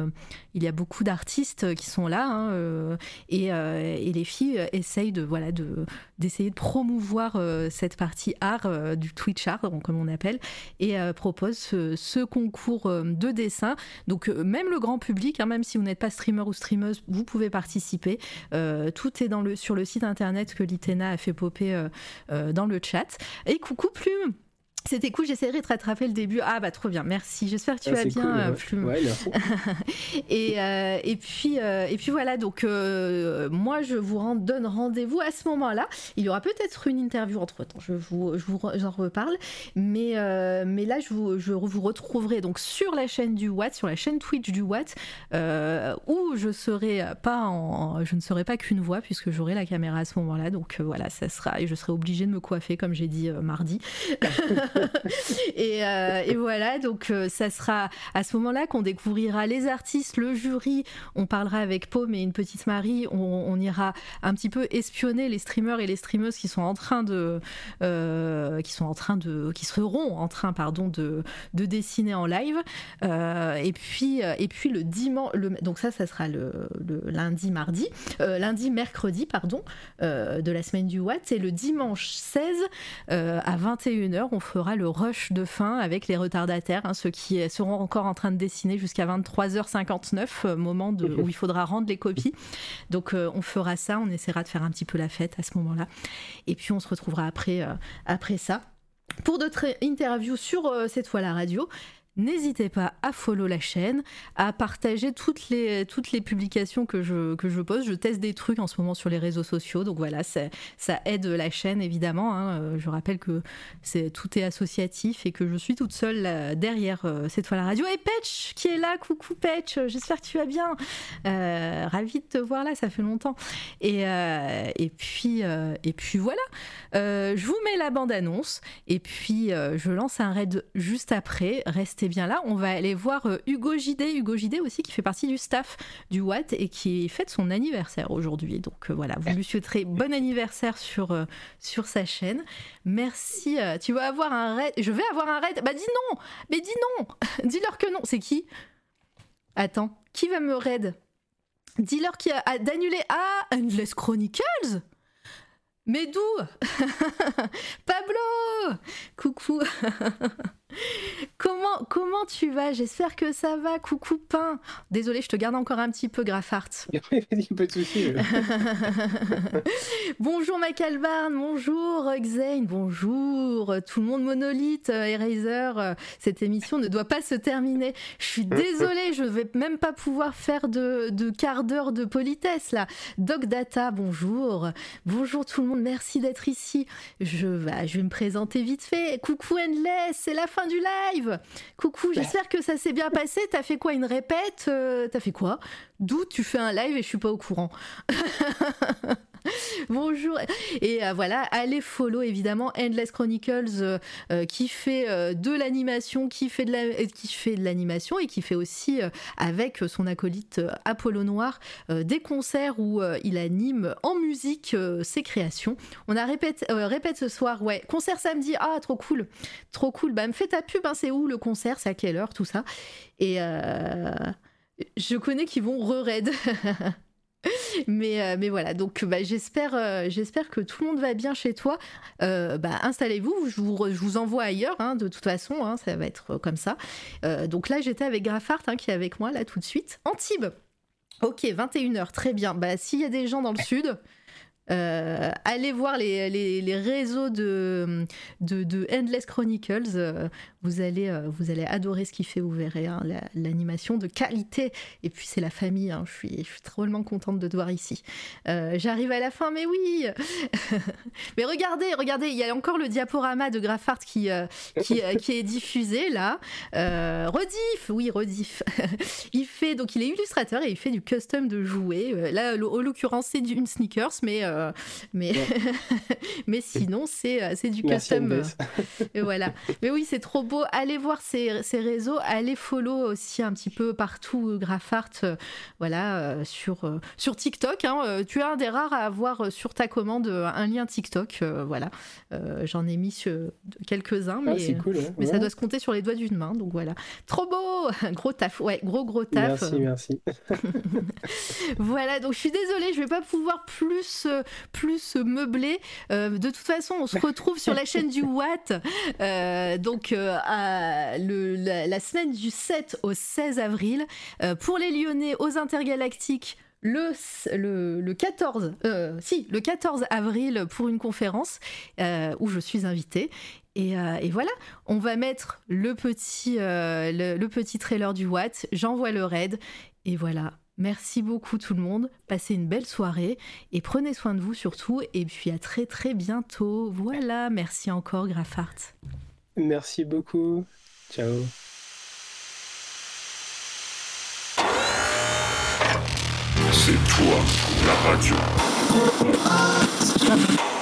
d'artistes qui sont là, hein, et les filles essayent d'essayer de promouvoir cette partie art du Twitch art, comme on appelle, et proposent ce concours de dessin. Donc même le grand public, hein, même si vous n'êtes pas streamer ou streameuse, vous pouvez participer. Tout est sur le site internet que l'Itena a fait popper dans le chat. Et coucou Plume. C'était cool, j'essaierai de rattraper le début. Ah bah trop bien, merci. J'espère que tu vas bien, Plume. Ouais, merci. et puis voilà, donc moi je vous donne rendez-vous à ce moment-là. Il y aura peut-être une interview entre-temps, j'en reparle. Mais là je vous retrouverai donc sur la chaîne du Watt, sur la chaîne Twitch du Watt, où je ne serai pas qu'une voix puisque j'aurai la caméra à ce moment-là. Donc voilà, ça sera, et je serai obligée de me coiffer comme j'ai dit mardi. et voilà, donc ça sera à ce moment-là qu'on découvrira les artistes, le jury, on parlera avec Paume et une petite Marie, on ira un petit peu espionner les streamers et les streameuses qui seront en train de dessiner en live, et puis le dimanche, donc ça sera le lundi mercredi de la semaine du Watt, et le dimanche 16 à 21h on fera le rush de fin avec les retardataires, ceux qui seront encore en train de dessiner jusqu'à 23h59, moment où il faudra rendre les copies. Donc on fera ça, on essaiera de faire un petit peu la fête à ce moment-là, et puis on se retrouvera après ça pour d'autres interviews sur cette fois la radio. N'hésitez pas à follow la chaîne, à partager toutes les publications que je poste. Je teste des trucs en ce moment sur les réseaux sociaux, donc voilà, ça aide la chaîne évidemment. Je rappelle que tout est associatif et que je suis toute seule là, derrière cette fois la radio. Et Petch qui est là, coucou Petch, j'espère que tu vas bien. Ravie de te voir là, ça fait longtemps. Et puis voilà. Je vous mets la bande-annonce et puis je lance un raid juste après. Restez bien là, on va aller voir Hugo JD aussi qui fait partie du staff du Watt et qui fête son anniversaire aujourd'hui. Donc voilà, vous lui souhaiterez bon anniversaire sur sa chaîne. Merci. Tu vas avoir un raid. Je vais avoir un raid. Bah dis non. Mais dis non. Dis-leur que non. C'est qui ? Attends, qui va me raid ? Dis-leur d'annuler. Ah, Endless Chronicles ? Mais d'où ? Pablo ! Coucou. Comment tu vas ? J'espère que ça va. Coucou Pain. Désolée, je te garde encore un petit peu, Graffart. Pas de soucis. Bonjour Macalbarn, bonjour Xane, bonjour tout le monde, Monolith, Eraser. Cette émission ne doit pas se terminer. Je suis désolée, je vais même pas pouvoir faire de quart d'heure de politesse là. Doc Data, bonjour. Bonjour tout le monde, merci d'être ici. Je vais me présenter vite fait. Coucou Endless, c'est la fin du live. Coucou, j'espère que ça s'est bien passé. T'as fait quoi, une répète ? T'as fait quoi ? D'où tu fais un live et je suis pas au courant. Bonjour. Et voilà, allez follow évidemment Endless Chronicles qui fait de l'animation, qui fait de l'animation et qui fait aussi avec son acolyte Apollo Noir des concerts où il anime en musique ses créations. On a répète ce soir, ouais, concert samedi. Ah, trop cool. Bah me fais ta pub, c'est où le concert, c'est à quelle heure, tout ça. Et je connais qu'ils vont re-raid. Mais voilà, donc j'espère que tout le monde va bien chez toi. Installez-vous, je vous envoie ailleurs, de toute façon, ça va être comme ça. Donc là, j'étais avec Graffart qui est avec moi là tout de suite. Antibes. Ok, 21h, très bien. S'il y a des gens dans le sud, allez voir les réseaux de Endless Chronicles. Vous allez adorer ce qu'il fait, vous verrez, l'animation de qualité. Et puis c'est la famille, je suis drôlement contente de te voir ici. J'arrive à la fin, mais oui. Mais regardez, il y a encore le diaporama de Graffart qui est diffusé là. Rediff. Il est illustrateur et il fait du custom de jouets. Là, en l'occurrence, c'est une sneakers, mais sinon c'est du custom. Et voilà. Mais oui, c'est trop beau. Allez voir ses réseaux, allez follow aussi un petit peu partout Graffart, sur TikTok. Tu es un des rares à avoir sur ta commande un lien TikTok. Voilà. J'en ai mis quelques-uns, mais c'est cool, mais ça doit se compter sur les doigts d'une main. Donc voilà. Trop beau, gros taf. Ouais, gros taf. Merci. Voilà. Donc je suis désolée, je vais pas pouvoir plus meubler. De toute façon, on se retrouve sur la chaîne du Watt. La semaine du 7 au 16 avril. Pour les Lyonnais, aux Intergalactiques, le 14, le 14 avril pour une conférence où je suis invitée. Et voilà, on va mettre le petit trailer du Watt, j'envoie le raid, et voilà. Merci beaucoup tout le monde, passez une belle soirée, et prenez soin de vous surtout, et puis à très très bientôt. Voilà, merci encore Grafart. Merci beaucoup. Ciao. C'est toi, la radio.